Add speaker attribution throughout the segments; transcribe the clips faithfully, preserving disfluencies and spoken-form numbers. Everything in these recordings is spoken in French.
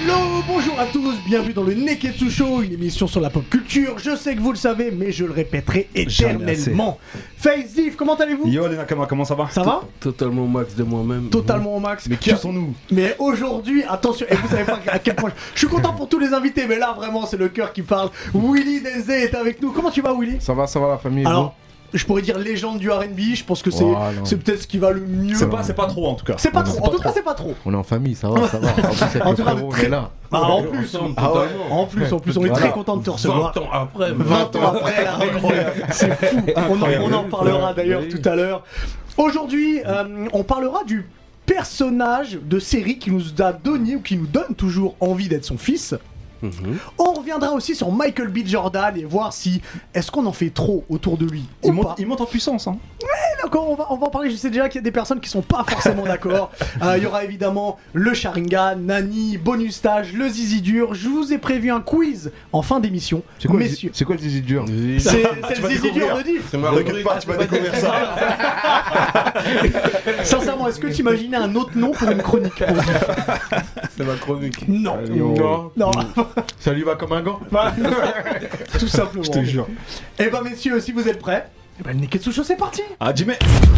Speaker 1: Hello, bonjour à tous, bienvenue dans le Neketsu Show, une émission sur la pop culture. Je sais que vous le savez, mais je le répéterai éternellement. Face Div, comment allez-vous?
Speaker 2: Yo les Nakama, comment ça va?
Speaker 1: Ça va?
Speaker 3: Totalement au max de moi-même.
Speaker 1: Totalement au max.
Speaker 2: Mais qui sont-nous?
Speaker 1: Mais aujourd'hui, attention, et vous savez pas à quel point je suis content pour tous les invités, mais là vraiment c'est le cœur qui parle. Willy Denze est avec nous. Comment tu vas, Willy?
Speaker 4: Ça va, ça va la famille.
Speaker 1: Alors, je pourrais dire légende du R and B, je pense que c'est
Speaker 4: Oh,
Speaker 1: c'est peut-être ce qui va le mieux.
Speaker 2: C'est pas, c'est pas trop en tout cas.
Speaker 1: C'est pas
Speaker 4: Non,
Speaker 1: trop,
Speaker 4: c'est
Speaker 1: en
Speaker 4: pas
Speaker 1: tout cas
Speaker 4: trop.
Speaker 1: c'est pas trop.
Speaker 4: On est en famille, ça va, ça va. En plus, avec
Speaker 1: En
Speaker 4: le
Speaker 1: tout cas,
Speaker 4: frérot, on
Speaker 1: très-
Speaker 4: est là.
Speaker 1: Ah, en plus,
Speaker 4: Ah ouais.
Speaker 1: en plus, en plus, on est
Speaker 4: Voilà.
Speaker 1: très content de te recevoir.
Speaker 3: vingt ans après.
Speaker 1: vingt ans après la réunion. C'est fou. On en, on en parlera d'ailleurs
Speaker 3: Oui.
Speaker 1: tout à l'heure. Aujourd'hui, euh, on parlera du personnage de série qui nous a donné ou qui nous donne toujours envie d'être son fils.
Speaker 3: Mhm.
Speaker 1: On reviendra aussi sur Michael B. Jordan et voir si est-ce qu'on en fait trop autour de lui ou
Speaker 2: Il
Speaker 1: pas.
Speaker 2: monte, il monte en puissance hein.
Speaker 1: D'accord, on va, on va en parler. Je sais déjà qu'il y a des personnes qui sont pas forcément d'accord. Euh, Il y aura évidemment le Sharingan, Nani, bonus stage, le Zizi dur. Je vous ai prévu un quiz en fin d'émission,
Speaker 4: C'est quoi, le-
Speaker 1: messieurs.
Speaker 4: c'est quoi le zizi dur?
Speaker 1: C'est c'est
Speaker 2: Tu
Speaker 1: le
Speaker 2: vas
Speaker 1: Zizi dur
Speaker 2: découvrir.
Speaker 1: de Diff.
Speaker 3: C'est ma
Speaker 2: T'inquiète
Speaker 3: rubrique.
Speaker 2: pas, tu vas découvrir ça.
Speaker 1: Sincèrement, est-ce que tu imaginais un autre nom pour une chronique pour Diff?
Speaker 3: C'est ma chronique.
Speaker 1: Non.
Speaker 4: Non.
Speaker 1: Non,
Speaker 4: Ça lui va comme un gant.
Speaker 1: tout simplement.
Speaker 2: Je te jure.
Speaker 1: Eh ben messieurs, si vous êtes prêts, eh ben le Neketsu Show c'est parti.
Speaker 2: Ah Jimmy.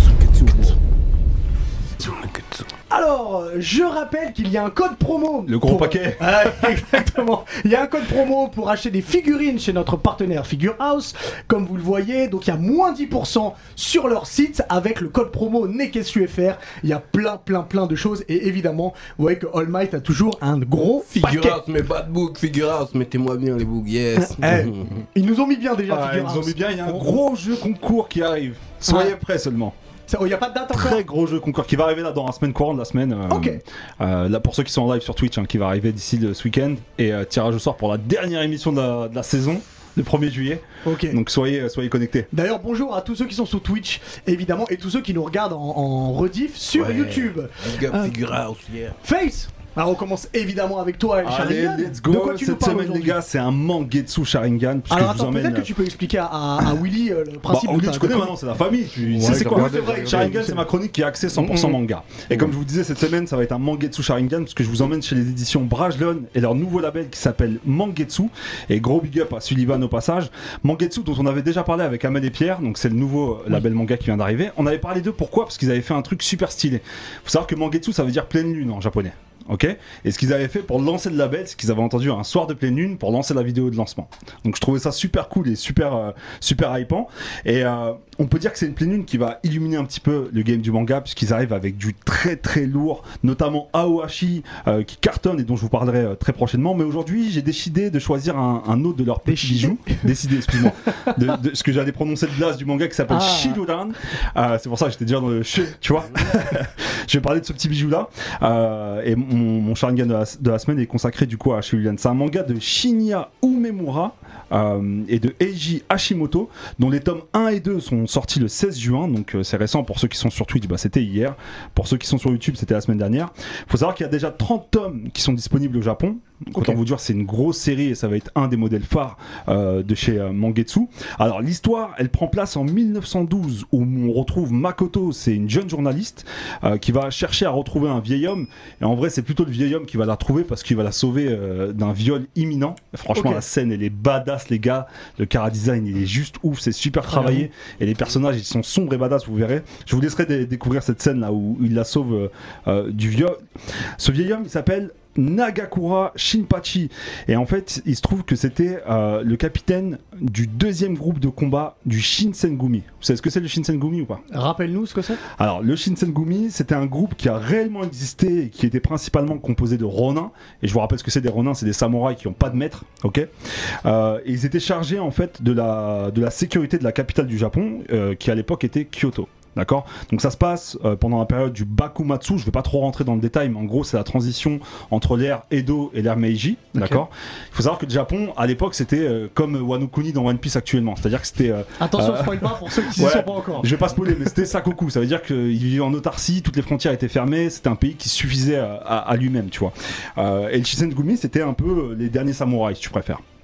Speaker 1: Alors, euh, je rappelle qu'il y a un code promo.
Speaker 2: Le gros
Speaker 1: pour-
Speaker 2: paquet.
Speaker 1: Ouais, exactement. Il y a un code promo pour acheter des figurines chez notre partenaire Figure House. Comme vous le voyez, donc il y a moins dix pour cent sur leur site avec le code promo NeketsuFR. Il y a plein, plein, plein de choses. Et évidemment, vous voyez que All Might a toujours un gros
Speaker 3: Figure
Speaker 1: paquet.
Speaker 3: House, mais bad book, Figure House, mettez-moi bien les books, yes.
Speaker 1: Eh, ils nous ont mis bien déjà,
Speaker 2: Ah,
Speaker 1: Figure
Speaker 2: ils ont
Speaker 1: House.
Speaker 2: mis bien, il y a un
Speaker 1: On-
Speaker 2: gros jeu concours qui arrive. Soyez
Speaker 1: Ouais.
Speaker 2: prêts seulement.
Speaker 1: Ça- oh, il n'y a pas de date encore.
Speaker 2: Très gros jeu concours qui va arriver là dans la semaine courante de la semaine. euh,
Speaker 1: Ok.
Speaker 2: euh, là pour ceux qui sont en live sur Twitch, hein, qui va arriver d'ici le- ce week-end. Et euh, tirage au sort pour la dernière émission de la, de la saison, le premier juillet.
Speaker 1: Ok.
Speaker 2: Donc soyez, euh, soyez connectés.
Speaker 1: D'ailleurs, bonjour à tous ceux qui sont sur Twitch, évidemment, et tous ceux qui nous regardent en, en rediff sur
Speaker 3: Ouais.
Speaker 1: YouTube.
Speaker 3: Big up
Speaker 1: Ah.
Speaker 3: Figure House, yeah.
Speaker 1: Face. Alors, on commence évidemment avec toi, El
Speaker 2: Allez,
Speaker 1: Sharingan.
Speaker 2: let's
Speaker 1: De
Speaker 2: go.
Speaker 1: quoi tu nous
Speaker 2: Cette
Speaker 1: parles
Speaker 2: semaine, les
Speaker 1: aujourd'hui
Speaker 2: gars, c'est un Mangetsu Sharingan. Puisque
Speaker 1: Alors
Speaker 2: je vous
Speaker 1: attends,
Speaker 2: emmène.
Speaker 1: peut-être que tu peux expliquer à, à, à Willy euh, le
Speaker 2: Bah,
Speaker 1: principe
Speaker 2: Oli,
Speaker 1: de ta-
Speaker 2: tu connais
Speaker 1: de-
Speaker 2: maintenant, c'est la famille. Tu
Speaker 4: Ouais,
Speaker 2: sais c'est
Speaker 4: j'ai
Speaker 2: quoi
Speaker 4: regardé,
Speaker 1: c'est vrai,
Speaker 4: j'ai
Speaker 2: Sharingan,
Speaker 4: regardé.
Speaker 2: c'est ma chronique qui est axée cent pour cent manga. Et comme je vous disais, cette semaine, ça va être un Mangetsu Sharingan, parce que je vous emmène chez les éditions Brajlon et leur nouveau label qui s'appelle Mangetsu. Et gros big up à Sullivan au passage. Mangetsu, dont on avait déjà parlé avec Amel et Pierre, donc c'est le nouveau label manga qui vient d'arriver. On avait parlé d'eux, pourquoi? Parce qu'ils avaient fait un truc super stylé. Faut savoir que Mangetsu, ça veut dire pleine lune en japonais. Ok. Et ce qu'ils avaient fait pour lancer le label, c'est qu'ils avaient entendu un soir de pleine lune pour lancer la vidéo de lancement. Donc je trouvais ça super cool et super euh, super hypant. Et euh, on peut dire que c'est une pleine lune qui va illuminer un petit peu le game du manga, puisqu'ils arrivent avec du très très lourd, notamment Aohashi euh, qui cartonne et dont je vous parlerai euh, très prochainement. Mais aujourd'hui, j'ai décidé de choisir un, un autre de leurs petits
Speaker 1: Décidé.
Speaker 2: bijoux. Décidé, excuse-moi. De, de ce que j'allais prononcer de blase du manga qui s'appelle
Speaker 1: Ah.
Speaker 2: Shidoran. Euh, c'est pour ça que j'étais déjà dans le che, tu vois. Je vais parler de ce petit bijou là. Euh, et mon, mon Sharingan de la, de la semaine est consacré du coup à Shidoran. C'est un manga de Shinya Umemura euh, et de Eiji Hashimoto, dont les tomes un et deux sont sortis le seize juin. Donc euh, c'est récent. Pour ceux qui sont sur Twitch, bah, c'était hier. Pour ceux qui sont sur YouTube, c'était la semaine dernière. Faut savoir qu'il y a déjà trente tomes qui sont disponibles au Japon. Autant
Speaker 1: Ok.
Speaker 2: vous dire, c'est une grosse série et ça va être un des modèles phares euh, de chez euh, Mangetsu. Alors l'histoire, elle prend place en mille neuf cent douze où on retrouve Makoto, c'est une jeune journaliste euh, qui va chercher à retrouver un vieil homme. Et en vrai, c'est plutôt le vieil homme qui va la retrouver parce qu'il va la sauver euh, d'un viol imminent. Franchement,
Speaker 1: Ok.
Speaker 2: la scène, elle est badass, les gars. Le chara design, il est juste ouf, c'est super travaillé. Et les personnages, ils sont sombres et badass, vous verrez. Je vous laisserai dé- découvrir cette scène là où il la sauve euh, euh, du viol. Ce vieil homme, il s'appelle Nagakura Shinpachi. Et en fait, il se trouve que c'était euh, le capitaine du deuxième groupe de combat du Shinsengumi. Vous savez ce que c'est le Shinsengumi ou pas?
Speaker 1: Rappelle-nous ce que c'est.
Speaker 2: Alors, le Shinsengumi, c'était un groupe qui a réellement existé et qui était principalement composé de Ronin. Et je vous rappelle ce que c'est des Ronins, c'est des samouraïs qui n'ont pas de maître, ok. Euh, et ils étaient chargés en fait de la, de la sécurité de la capitale du Japon, euh, qui à l'époque était Kyoto. D'accord. Donc ça se passe euh, pendant la période du Bakumatsu. Je vais pas trop rentrer dans le détail, mais en gros c'est la transition entre l'ère Edo et l'ère Meiji.
Speaker 1: Ok.
Speaker 2: D'accord. Il faut savoir que le Japon à l'époque c'était euh, comme Wano Kuni dans One Piece actuellement, c'est-à-dire que c'était euh,
Speaker 1: Attention,
Speaker 2: Euh,
Speaker 1: spoil pas pour ceux qui ne
Speaker 2: ouais.
Speaker 1: sont pas encore.
Speaker 2: je vais pas spoiler, mais c'était Sakoku. Ça veut dire qu'il vivait en autarcie, toutes les frontières étaient fermées, c'était un pays qui suffisait à, à- à lui-même, tu vois. Euh, et le Shinsengumi, c'était un peu les derniers samouraïs, si tu préfères.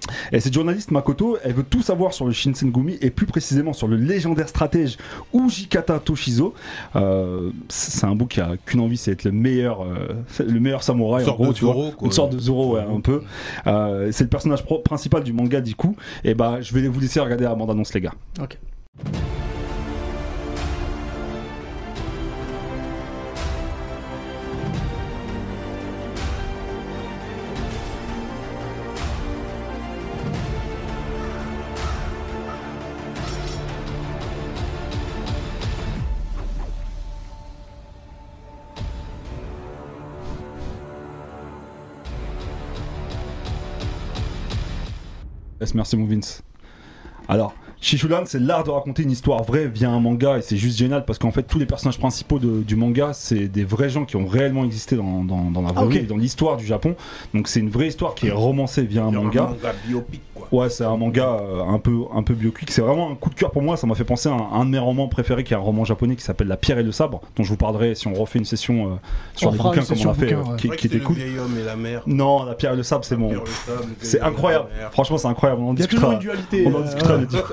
Speaker 2: Et cette journaliste Makoto, elle veut tout savoir sur le Shinsengumi et plus précisément sur le légendaire stratège Ujikata Toshizo. Euh, c'est un bout qui a qu'une envie, c'est être le meilleur, euh, le meilleur samouraï.
Speaker 3: Une
Speaker 2: en
Speaker 3: sorte
Speaker 2: gros,
Speaker 3: de
Speaker 2: tu vois.
Speaker 3: Zoro, quoi.
Speaker 2: Une sorte de Zoro, ouais, un peu. Euh, c'est le personnage pro- principal du manga Diku. Et bah, je vais vous laisser regarder la bande-annonce, les gars.
Speaker 1: Ok.
Speaker 2: Yes, merci mon Vince. Alors, Shishulan, c'est l'art de raconter une histoire vraie via un manga et c'est juste génial parce qu'en fait tous les personnages principaux de- du manga c'est des vrais gens qui ont réellement existé dans, dans, dans la vraie
Speaker 1: Ah, ok.
Speaker 2: vie et dans l'histoire du Japon. Donc c'est une vraie histoire qui est romancée via un
Speaker 3: Il y a
Speaker 2: manga.
Speaker 3: Un manga biopic, quoi.
Speaker 2: Ouais, c'est un manga euh, un peu un peu biopic. C'est vraiment un coup de cœur pour moi. Ça m'a fait penser à un, un de mes romans préférés, qui est un roman japonais qui s'appelle La Pierre et le Sabre, dont je vous parlerai si on refait une session euh, sur
Speaker 1: On
Speaker 2: les
Speaker 1: fera
Speaker 2: bouquins
Speaker 1: une
Speaker 2: comme on
Speaker 1: session
Speaker 2: a fait,
Speaker 1: bouquin,
Speaker 2: euh,
Speaker 1: ouais.
Speaker 2: qui,
Speaker 3: C'est vrai
Speaker 2: qui
Speaker 3: que c'est
Speaker 2: était
Speaker 3: le
Speaker 2: cool.
Speaker 3: vieil homme et la mer.
Speaker 2: Non, La Pierre et le Sabre, c'est mon.
Speaker 3: Pierre le sable, le
Speaker 2: C'est
Speaker 3: vieil homme et
Speaker 2: incroyable.
Speaker 3: la mer.
Speaker 2: Franchement, c'est incroyable. On en
Speaker 1: Il y a toujours
Speaker 2: discutera.
Speaker 1: une dualité.
Speaker 2: On en
Speaker 1: euh,
Speaker 2: discutera
Speaker 1: ouais.
Speaker 2: le diff-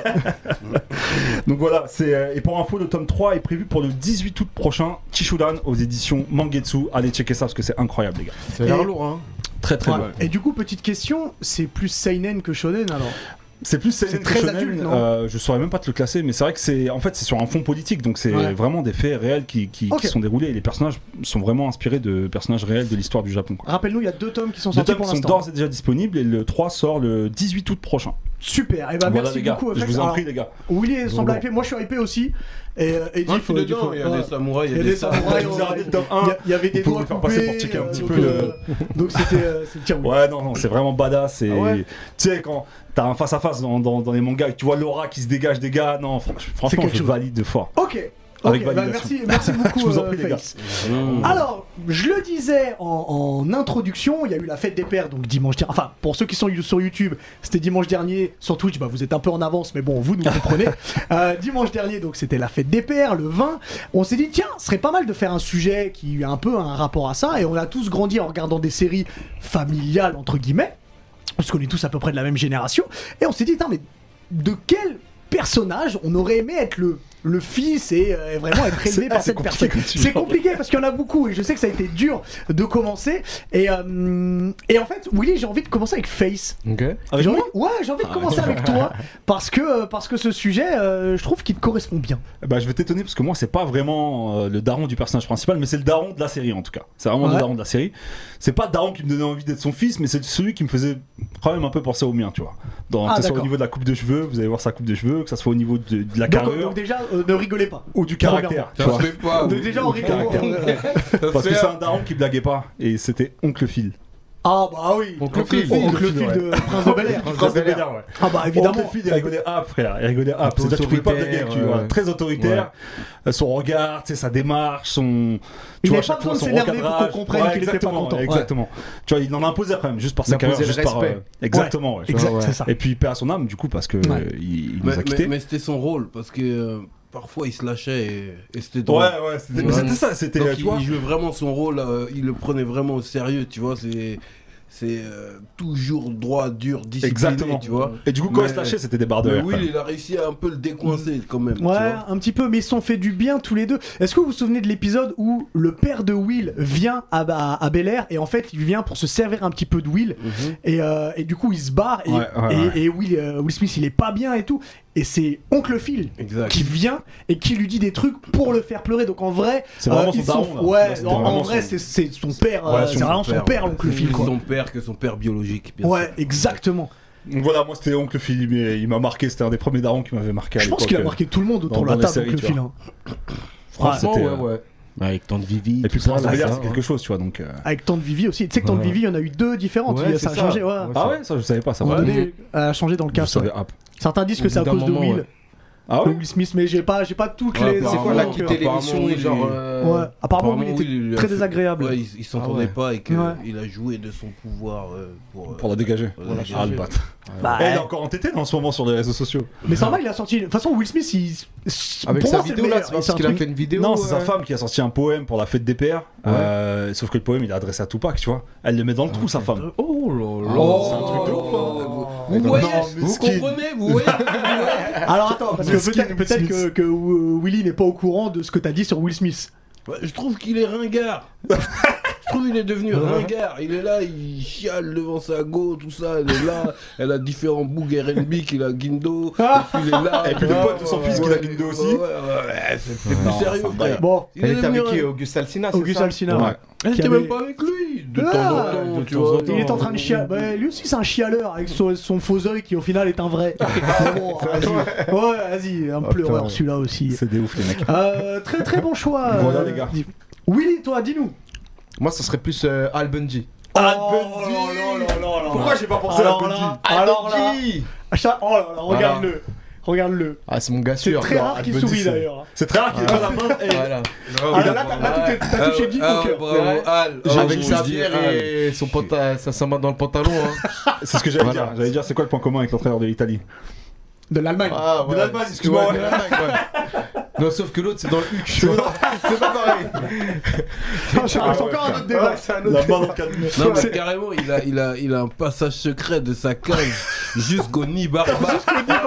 Speaker 2: Donc voilà, c'est euh, et pour info, le tome trois est prévu pour le dix-huit août prochain. Chishudan aux éditions Mangetsu. Allez checker ça parce que c'est incroyable, les gars.
Speaker 4: Ça a l'air
Speaker 1: Et-
Speaker 4: lourd, hein.
Speaker 2: Très très
Speaker 1: Ouais.
Speaker 2: bon.
Speaker 1: Et du coup, petite question, c'est plus seinen que shonen alors?
Speaker 2: C'est plus seinen
Speaker 1: C'est
Speaker 2: que
Speaker 1: très
Speaker 2: shonen,
Speaker 1: adulte, non
Speaker 2: euh, je saurais même pas te le classer, mais c'est vrai que c'est en fait c'est sur un fond politique, donc c'est
Speaker 1: Ouais.
Speaker 2: vraiment des faits réels qui, qui,
Speaker 1: Ok.
Speaker 2: qui sont déroulés et les personnages sont vraiment inspirés de personnages réels de l'histoire du Japon, quoi.
Speaker 1: Rappelle-nous, il y a deux tomes qui sont
Speaker 2: Les
Speaker 1: sortis
Speaker 2: tomes
Speaker 1: pour
Speaker 2: sont
Speaker 1: l'instant.
Speaker 2: d'ores et déjà disponibles et le trois sort le dix-huit août prochain.
Speaker 1: Super, et bah
Speaker 2: Voilà,
Speaker 1: merci
Speaker 2: les gars,
Speaker 1: beaucoup.
Speaker 2: je
Speaker 1: F X.
Speaker 2: vous en
Speaker 1: Alors,
Speaker 2: prie les gars.
Speaker 1: Willy semble
Speaker 2: Bon.
Speaker 1: hypé, moi je suis hypé aussi. Et, euh, et
Speaker 3: Moi,
Speaker 1: Diff,
Speaker 3: je suis
Speaker 1: euh,
Speaker 3: dedans,
Speaker 1: Diff,
Speaker 3: il y a
Speaker 1: ouais.
Speaker 3: des samouraïs,
Speaker 1: Il y a des samouraïs,
Speaker 2: Je vous ai
Speaker 1: ouais.
Speaker 2: regardé le tome
Speaker 1: Il y
Speaker 2: un.
Speaker 1: a- Il y avait des
Speaker 2: Vous
Speaker 1: doigts
Speaker 2: pouvez faire passer
Speaker 1: coupés,
Speaker 2: pour checker un
Speaker 1: euh,
Speaker 2: petit
Speaker 1: donc,
Speaker 2: peu le-
Speaker 1: euh, Donc c'était euh, c'est le tir.
Speaker 2: Ouais, non, non, c'est vraiment badass. Et
Speaker 1: Ah ouais
Speaker 2: tu sais, quand t'as un face à face dans, dans, dans les mangas et que tu vois l'aura qui se dégage des gars, non, fran- franchement,
Speaker 1: quelque
Speaker 2: je
Speaker 1: chose.
Speaker 2: valide de fort.
Speaker 1: Ok.
Speaker 2: Avec
Speaker 1: Ok, bah
Speaker 2: validation.
Speaker 1: merci, merci beaucoup.
Speaker 2: Je vous en
Speaker 1: euh,
Speaker 2: prie, les gars.
Speaker 1: Face.
Speaker 3: Mmh.
Speaker 1: Alors, je le disais en, en introduction, il y a eu la fête des pères, donc dimanche dernier. Enfin, pour ceux qui sont sur YouTube, c'était dimanche dernier. Sur Twitch, bah, vous êtes un peu en avance, mais bon, vous nous comprenez. Euh, dimanche dernier, donc c'était la fête des pères, le vingt. On s'est dit, tiens, ce serait pas mal de faire un sujet qui a un peu un rapport à ça. Et on a tous grandi en regardant des séries familiales, entre guillemets, parce qu'on est tous à peu près de la même génération. Et on s'est dit, attends, mais de quel personnage on aurait aimé être le, le fils et euh, vraiment être élevé
Speaker 2: C'est-
Speaker 1: par
Speaker 2: c'est
Speaker 1: cette
Speaker 2: compliqué
Speaker 1: personne.
Speaker 2: comme tu
Speaker 1: C'est
Speaker 2: vois.
Speaker 1: compliqué parce qu'il y en a beaucoup et je sais que ça a été dur de commencer. Et, euh, et en fait, Willy, j'ai envie de commencer avec Face.
Speaker 4: Ok.
Speaker 2: Avec
Speaker 1: J'ai
Speaker 2: moi
Speaker 1: envie- ouais, j'ai envie de commencer avec toi parce que, parce que ce sujet, euh, je trouve qu'il te correspond bien.
Speaker 2: Bah, je vais t'étonner parce que moi, c'est pas vraiment euh, le daron du personnage principal, mais c'est le daron de la série en tout cas. C'est vraiment
Speaker 1: Ouais.
Speaker 2: le daron de la série. C'est pas le daron qui me donnait envie d'être son fils, mais c'est celui qui me faisait quand même un peu penser au mien, tu vois. Dans,
Speaker 1: Ah,
Speaker 2: que ce soit au
Speaker 1: d'accord.
Speaker 2: niveau de la coupe de cheveux, vous allez voir sa coupe de cheveux, que ça soit au niveau de, de la
Speaker 1: Donc,
Speaker 2: carrure
Speaker 1: donc déjà, euh, ne rigolez pas.
Speaker 2: ou du caractère. tu
Speaker 3: Ça
Speaker 2: vois.
Speaker 3: se fait pas.
Speaker 1: Donc
Speaker 3: oui.
Speaker 1: déjà, on rigole.
Speaker 2: caractère.
Speaker 1: euh,
Speaker 3: Ça
Speaker 2: Parce
Speaker 3: se
Speaker 2: que
Speaker 3: fait,
Speaker 2: c'est
Speaker 3: hein.
Speaker 2: un daron qui blaguait pas, et c'était Oncle Phil.
Speaker 1: Ah bah oui.
Speaker 4: Oncle
Speaker 1: Oncle
Speaker 4: Phil.
Speaker 1: Phil, Oncle
Speaker 2: Phil,
Speaker 1: Phil
Speaker 2: ouais.
Speaker 1: de Prince de Bel-Air.
Speaker 2: Prince de Bel-Air, ouais.
Speaker 1: Ah bah évidemment.
Speaker 2: Oncle Phil, il rigolait hop, frère, il rigolait hop.
Speaker 4: Un peu
Speaker 2: C'est-à-dire que tu pouvais pas
Speaker 4: autoritaire,
Speaker 2: blaguer avec lui,
Speaker 4: ouais.
Speaker 2: voilà. Très autoritaire. Euh, Son regard, tu sais, sa démarche, son.
Speaker 1: Il
Speaker 2: tu vois,
Speaker 1: n'avait pas
Speaker 2: chaque fois,
Speaker 1: besoin de
Speaker 2: son
Speaker 1: s'énerver pour
Speaker 2: recadrage.
Speaker 1: qu'on comprenne
Speaker 2: Ouais,
Speaker 1: qu'il était pas
Speaker 2: exactement,
Speaker 1: content. Ouais.
Speaker 2: Exactement. Tu vois, il en imposait quand même, juste par
Speaker 4: Il
Speaker 2: sa carrière,
Speaker 4: imposait le
Speaker 2: juste par.
Speaker 4: respect.
Speaker 2: euh, Exactement, ouais.
Speaker 1: Exact,
Speaker 4: Ouais.
Speaker 1: c'est ça.
Speaker 2: Et puis, paix à son âme, du coup, parce que
Speaker 1: Ouais.
Speaker 2: euh, il, il
Speaker 3: Mais,
Speaker 2: nous a quittés.
Speaker 3: mais- mais c'était son rôle parce que euh, parfois il se lâchait et, et c'était
Speaker 2: Ouais,
Speaker 3: drôle.
Speaker 2: ouais, c'était mais
Speaker 3: Ouais.
Speaker 2: c'était ça, c'était.
Speaker 3: Donc
Speaker 2: euh, tu
Speaker 3: il,
Speaker 2: vois,
Speaker 3: il jouait vraiment son rôle, euh, il le prenait vraiment au sérieux, tu vois. C'est c'est euh, toujours droit, dur, discipliné,
Speaker 2: Exactement.
Speaker 3: tu vois.
Speaker 2: Et du coup, quand
Speaker 3: Mais-
Speaker 2: il se lâchait, c'était des barres de
Speaker 3: Mais
Speaker 2: rire,
Speaker 3: oui,
Speaker 2: quand même.
Speaker 3: il a réussi à un peu le décoincer quand même. tu
Speaker 1: Ouais,
Speaker 3: vois.
Speaker 1: un petit peu, mais ils se sont fait du bien tous les deux. Est-ce que vous vous souvenez de l'épisode où le père de Will vient à, à, à Bel Air et en fait il vient pour se servir un petit peu de Will
Speaker 3: Mhm.
Speaker 1: et, euh, et du coup il se barre et,
Speaker 2: Ouais, ouais,
Speaker 1: et,
Speaker 2: ouais.
Speaker 1: et Will, euh, Will Smith il est pas bien et tout et c'est Oncle Phil
Speaker 3: Exact.
Speaker 1: qui vient et qui lui dit des trucs pour le faire pleurer. Donc en vrai,
Speaker 2: C'est vraiment son
Speaker 1: ils sont-
Speaker 2: daron, là.
Speaker 1: ouais,
Speaker 2: Là, c'était
Speaker 1: en, en
Speaker 2: vraiment
Speaker 1: vrai
Speaker 2: son-
Speaker 1: c'est c'est son père,
Speaker 2: Ouais,
Speaker 1: euh,
Speaker 2: son
Speaker 1: c'est vraiment son père,
Speaker 3: ouais.
Speaker 1: l'Oncle Phil quoi.
Speaker 3: Son père que son père biologique, bien
Speaker 1: Ouais,
Speaker 3: sûr.
Speaker 1: exactement.
Speaker 2: Donc voilà, moi c'était Oncle Phil, mais il m'a marqué, c'était un des premiers darons qui m'avait marqué à
Speaker 1: Je pense
Speaker 2: l'époque,
Speaker 1: qu'il a
Speaker 2: euh.
Speaker 1: marqué tout le monde autour
Speaker 2: dans-
Speaker 1: de la
Speaker 2: dans les
Speaker 1: table,
Speaker 2: séries,
Speaker 1: Oncle
Speaker 2: tu
Speaker 1: Phil.
Speaker 2: vois.
Speaker 1: hein.
Speaker 4: Franchement,
Speaker 2: c'était,
Speaker 4: ouais,
Speaker 2: euh,
Speaker 4: ouais. Avec tant de Vivi.
Speaker 2: Et puis
Speaker 4: tout
Speaker 2: Prince
Speaker 4: ça,
Speaker 2: de
Speaker 4: là,
Speaker 2: Bel-Air,
Speaker 4: ça,
Speaker 2: c'est
Speaker 4: hein.
Speaker 2: quelque chose, tu vois, donc. euh,
Speaker 1: Avec Tante Vivi aussi. Tu sais que Tante
Speaker 4: Ouais.
Speaker 1: Vivi, il y en a eu deux différentes.
Speaker 4: Ouais,
Speaker 1: Il y a-
Speaker 4: c'est
Speaker 1: ça a
Speaker 4: ça.
Speaker 1: changé, ouais.
Speaker 4: Ouais,
Speaker 2: Ah ouais, ça je savais pas, ça
Speaker 1: À un
Speaker 2: va.
Speaker 1: moment donné, elle a changé dans le
Speaker 2: Je
Speaker 1: cast.
Speaker 2: savais,
Speaker 1: ouais.
Speaker 2: hop.
Speaker 1: Certains disent que
Speaker 4: Au
Speaker 1: c'est à
Speaker 4: bout
Speaker 1: cause
Speaker 4: d'un
Speaker 1: de
Speaker 4: moment,
Speaker 1: Will.
Speaker 4: ouais.
Speaker 2: Ah
Speaker 1: de
Speaker 2: ouais.
Speaker 1: Will Smith, mais j'ai pas, j'ai pas toutes
Speaker 3: Ouais,
Speaker 1: les.
Speaker 3: apparemment,
Speaker 4: C'est quoi, elle a
Speaker 1: donc,
Speaker 4: quitté
Speaker 1: euh,
Speaker 4: l'émission,
Speaker 3: apparemment,
Speaker 4: genre.
Speaker 3: il-
Speaker 4: euh,
Speaker 1: Ouais, apparemment, Will était
Speaker 3: Will, il lui a
Speaker 1: très
Speaker 3: fait-
Speaker 1: désagréable.
Speaker 3: Ouais, il, il s'entendait
Speaker 4: Ah ouais.
Speaker 3: pas et qu'il
Speaker 1: Ouais.
Speaker 3: a joué de son pouvoir euh, pour, euh,
Speaker 2: Pour la dégager.
Speaker 3: pour la dégager.
Speaker 2: Ah le bat.
Speaker 1: Bah,
Speaker 2: Eh, il est encore entêté en ce moment sur les réseaux sociaux.
Speaker 1: mais ça va, il a sorti. De toute façon, Will Smith, il.
Speaker 4: Avec
Speaker 1: pour
Speaker 4: sa
Speaker 1: moi, c'est le
Speaker 4: vidéo là,
Speaker 1: meilleur.
Speaker 4: c'est parce
Speaker 1: C'est un
Speaker 4: qu'il a
Speaker 1: truc-
Speaker 4: fait une vidéo.
Speaker 2: Non, c'est sa
Speaker 4: euh,
Speaker 2: femme qui a sorti un poème pour la fête des pères.
Speaker 4: Ouais.
Speaker 2: Euh, sauf que le poème il est adressé à Tupac, tu vois. Elle le met dans le trou, sa femme.
Speaker 4: Oh là là.
Speaker 3: Oh,
Speaker 2: c'est un truc de ouf, hein.
Speaker 3: Vous voyez,
Speaker 2: Non,
Speaker 3: vous
Speaker 2: mesquine.
Speaker 3: comprenez, vous voyez.
Speaker 1: Alors attends, parce que
Speaker 2: Mesquine,
Speaker 1: peut-être
Speaker 2: Will
Speaker 1: peut-être
Speaker 2: Smith.
Speaker 1: que, que euh, Willy n'est pas au courant de ce que t'as dit sur Will Smith.
Speaker 3: Ouais, je trouve qu'il est ringard. Je trouve qu'il est devenu ringard. Il est là, il chiale devant sa go, tout ça. Elle est là, elle a différents bougs R and B qu'il a Guindo. Et puis il est là.
Speaker 2: Et puis le pote de son fils qu'il a Guindo aussi.
Speaker 3: Ouais, ouais, ouais, c'est c'est plus
Speaker 2: Non,
Speaker 3: sérieux,
Speaker 2: ça me
Speaker 3: frère.
Speaker 1: Bon,
Speaker 3: Il
Speaker 4: Elle
Speaker 3: est
Speaker 4: était
Speaker 3: devenu
Speaker 4: avec qui
Speaker 3: un-
Speaker 4: Auguste Alsina, c'est
Speaker 1: Auguste
Speaker 4: ça
Speaker 1: Alsina.
Speaker 2: Ouais.
Speaker 1: ouais.
Speaker 3: Elle
Speaker 1: Qui
Speaker 3: était
Speaker 1: avait-
Speaker 3: même pas avec lui. De
Speaker 1: Ah,
Speaker 3: temps en temps,
Speaker 4: de
Speaker 3: tu
Speaker 4: temps
Speaker 3: vois.
Speaker 4: en temps.
Speaker 1: Il est en train de chialer. Bah, lui aussi, c'est un chialeur avec son, son faux œil qui, au final, est un vrai. Ah, bon, vas-y. Ouais, vas-y, un
Speaker 4: Oh,
Speaker 1: pleureur
Speaker 4: putain.
Speaker 1: celui-là aussi.
Speaker 2: C'est des ouf les mecs.
Speaker 1: Euh, très très bon choix.
Speaker 2: Voilà,
Speaker 1: euh,
Speaker 2: les gars.
Speaker 1: dis- Willy, toi, dis-nous.
Speaker 4: Moi, ça serait plus euh, Al Bundy.
Speaker 1: Oh
Speaker 2: Al
Speaker 1: là
Speaker 2: Bundy.
Speaker 1: là là là là.
Speaker 2: Pourquoi j'ai pas pensé à
Speaker 1: Alors
Speaker 2: Al Bundy
Speaker 1: là, alors là, Acha- oh là là, regarde-le. Regarde-le.
Speaker 4: Ah, c'est mon gars
Speaker 1: C'est
Speaker 4: sûr.
Speaker 1: très
Speaker 2: non,
Speaker 1: rare
Speaker 2: Al
Speaker 1: qu'il
Speaker 2: Bundy,
Speaker 1: sourit
Speaker 2: c'est-
Speaker 1: d'ailleurs.
Speaker 2: C'est très rare qu'il ait pas la main. et-
Speaker 4: Voilà.
Speaker 3: Bravo.
Speaker 1: Ah là, là, t'as- là, t'as- t'as
Speaker 3: Ah,
Speaker 1: touché dit
Speaker 3: ah,
Speaker 1: au cœur.
Speaker 3: bravo, Al.
Speaker 2: J'ai-
Speaker 3: Ah,
Speaker 4: Avec
Speaker 3: je
Speaker 4: sa
Speaker 3: dis
Speaker 4: bière
Speaker 3: Al.
Speaker 4: et son panta- sa, sa main dans le pantalon. Hein.
Speaker 2: C'est ce que j'allais
Speaker 4: Voilà.
Speaker 2: dire. J'allais dire, c'est quoi le point commun avec l'entraîneur de l'Italie?
Speaker 1: De l'Allemagne.
Speaker 4: Ah,
Speaker 2: De l'Allemagne, excuse-moi.
Speaker 4: Ouais, de l'Allemagne, ouais. Non, sauf que l'autre, c'est dans le huc, tu vois. C'est pas pareil.
Speaker 1: C'est encore un autre débat.
Speaker 4: c'est un
Speaker 2: La main dans le cadre.
Speaker 3: Non, mais carrément, il a, il, a, il a un passage secret de sa cage jusqu'au nid barbare.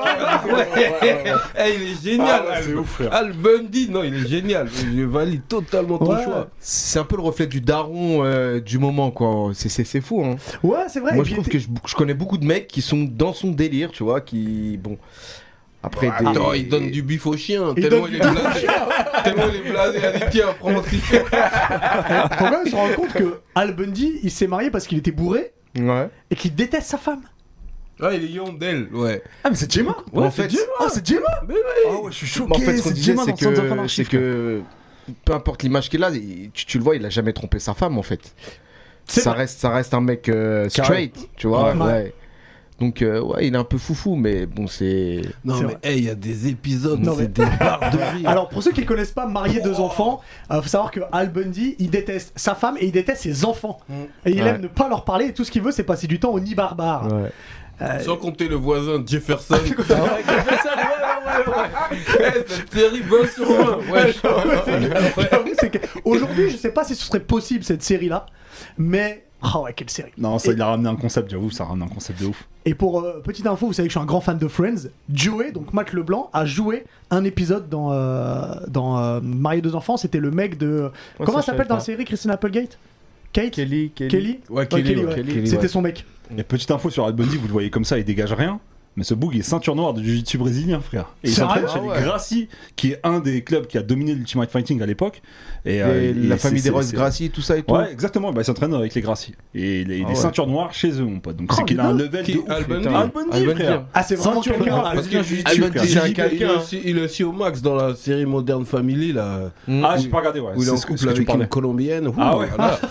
Speaker 3: Ouais. Eh, il est génial.
Speaker 2: Ah ouais, c'est
Speaker 3: Al-
Speaker 2: ouf, frère.
Speaker 3: Al Bundy, non, il est génial. Je valide totalement ton
Speaker 1: Ouais.
Speaker 3: choix.
Speaker 4: C'est un peu le reflet du daron euh, du moment, quoi. C'est- C'est c'est fou, hein.
Speaker 1: Ouais, c'est vrai.
Speaker 4: Moi,
Speaker 1: et
Speaker 4: je
Speaker 1: puis,
Speaker 4: trouve que je, je connais beaucoup de mecs qui sont dans son délire, tu vois, qui. Bon. Après, des...
Speaker 3: Attends, il donne du bif au chien.
Speaker 1: Il
Speaker 3: Tellement
Speaker 1: donne
Speaker 3: il est
Speaker 1: du
Speaker 3: blasé. Tellement il est blasé. Elle dit tiens, prends aussi.
Speaker 1: faut quand même se rendre compte que Al Bundy, il s'est marié parce qu'il était bourré
Speaker 4: Ouais.
Speaker 1: et qu'il déteste sa femme.
Speaker 3: Ah, il est yondel, ouais.
Speaker 2: Ah, mais c'est Gemma.
Speaker 4: Ouais, en fait,
Speaker 2: Ah, c'est Gemma.
Speaker 3: Mais oui.
Speaker 2: Ah ouais, je suis choqué.
Speaker 4: en fait, ce qu'on
Speaker 2: c'est
Speaker 4: disait,
Speaker 2: Gemma
Speaker 4: c'est
Speaker 2: dans Sons of
Speaker 4: que,
Speaker 2: Anarchy,
Speaker 4: c'est
Speaker 2: frère.
Speaker 4: que peu importe l'image qu'il a, il- tu, tu le vois, il a jamais trompé sa femme, en fait.
Speaker 1: C'est
Speaker 4: Ça
Speaker 1: vrai.
Speaker 4: reste, ça reste un mec euh, straight, tu vois.
Speaker 1: Ouais.
Speaker 4: Ouais. Donc, euh, ouais, il est un peu foufou, mais bon, c'est.
Speaker 3: Non,
Speaker 1: C'est
Speaker 3: mais
Speaker 1: vrai.
Speaker 3: hey, il y a des épisodes,
Speaker 1: Non,
Speaker 3: c'est
Speaker 1: mais-
Speaker 3: des barres de rire.
Speaker 1: Alors pour ceux qui ne connaissent pas Marié deux enfants, il faut savoir que Al Bundy, il déteste sa femme et il déteste ses enfants.
Speaker 3: Mm.
Speaker 1: Et il
Speaker 4: Ouais.
Speaker 1: aime ne pas leur parler et tout ce qu'il veut c'est passer du temps au nid barbare.
Speaker 4: Ouais.
Speaker 1: Euh,
Speaker 3: Sans compter le voisin Jefferson.
Speaker 1: Ah ouais, Jefferson, ouais, ouais, ouais, ouais.
Speaker 3: Eh, cette série vingt sur vingt. Ouais,
Speaker 1: J'avoue, c'est que- Aujourd'hui, je sais pas si ce serait possible cette série-là, mais oh ouais, quelle série.
Speaker 2: Non, ça,
Speaker 1: Et-
Speaker 2: il a ramené un concept, j'avoue, ça a ramené un concept de ouf.
Speaker 1: Et pour euh, petite info, vous savez que je suis un grand fan de Friends. Joey, donc Matt Leblanc, a joué un épisode dans euh, dans euh, Marié deux enfants. C'était le mec de comment
Speaker 4: ça,
Speaker 1: elle
Speaker 4: je
Speaker 1: s'appelle
Speaker 4: savais
Speaker 1: dans
Speaker 4: pas.
Speaker 1: la série Christine Applegate. Kate.
Speaker 4: Kelly, Kelly.
Speaker 1: Kelly.
Speaker 3: Ouais, Kelly,
Speaker 1: Kelly,
Speaker 3: ouais,
Speaker 1: ouais.
Speaker 4: Kelly,
Speaker 1: C'était
Speaker 4: ouais.
Speaker 1: son mec.
Speaker 2: Et petite info sur Al Bundy, vous le voyez comme ça, il dégage rien. Mais ce boug il est ceinture noire de jiu-jitsu brésilien, frère. Et il
Speaker 1: C'est
Speaker 2: s'entraîne
Speaker 1: vrai
Speaker 2: chez
Speaker 4: Ah
Speaker 2: les
Speaker 4: ouais.
Speaker 2: Gracie, qui est un des clubs qui a dominé l'Ultimate Fighting à l'époque. Et, euh,
Speaker 4: Et
Speaker 2: et
Speaker 4: la
Speaker 2: c'est-
Speaker 4: famille des
Speaker 2: c'est-
Speaker 4: Royce
Speaker 2: c'est-
Speaker 4: Gracie, tout ça et tout.
Speaker 2: Ouais, exactement. Bah, il s'entraîne avec les Gracie. Et il est, il est
Speaker 4: Ah ouais.
Speaker 2: ceinture noire chez eux, mon pote. Donc
Speaker 1: Oh,
Speaker 2: c'est qu'il a un
Speaker 1: dis
Speaker 2: level
Speaker 3: Qui-
Speaker 2: de ouf.
Speaker 3: Al Bundy.
Speaker 2: Al Bundy,
Speaker 4: Al Bundy.
Speaker 2: frère.
Speaker 1: Ah, c'est vraiment
Speaker 2: Ceinture
Speaker 1: quelqu'un.
Speaker 2: noire,
Speaker 1: Ah,
Speaker 2: brésilien
Speaker 3: Al
Speaker 2: jiu-jitsu,
Speaker 3: Bundy,
Speaker 2: frère.
Speaker 4: c'est un
Speaker 3: il,
Speaker 4: quelqu'un,
Speaker 3: il est
Speaker 4: hein.
Speaker 3: aussi, il est aussi au max dans la série Modern Family là,
Speaker 4: Mm.
Speaker 2: Ah, j'ai pas regardé, ouais.
Speaker 3: où il est en
Speaker 2: C'est ce que-
Speaker 3: couple
Speaker 2: ce que tu
Speaker 3: avec
Speaker 2: parlais.
Speaker 3: une colombienne. Ouh,
Speaker 2: Ah ouais.
Speaker 3: voilà.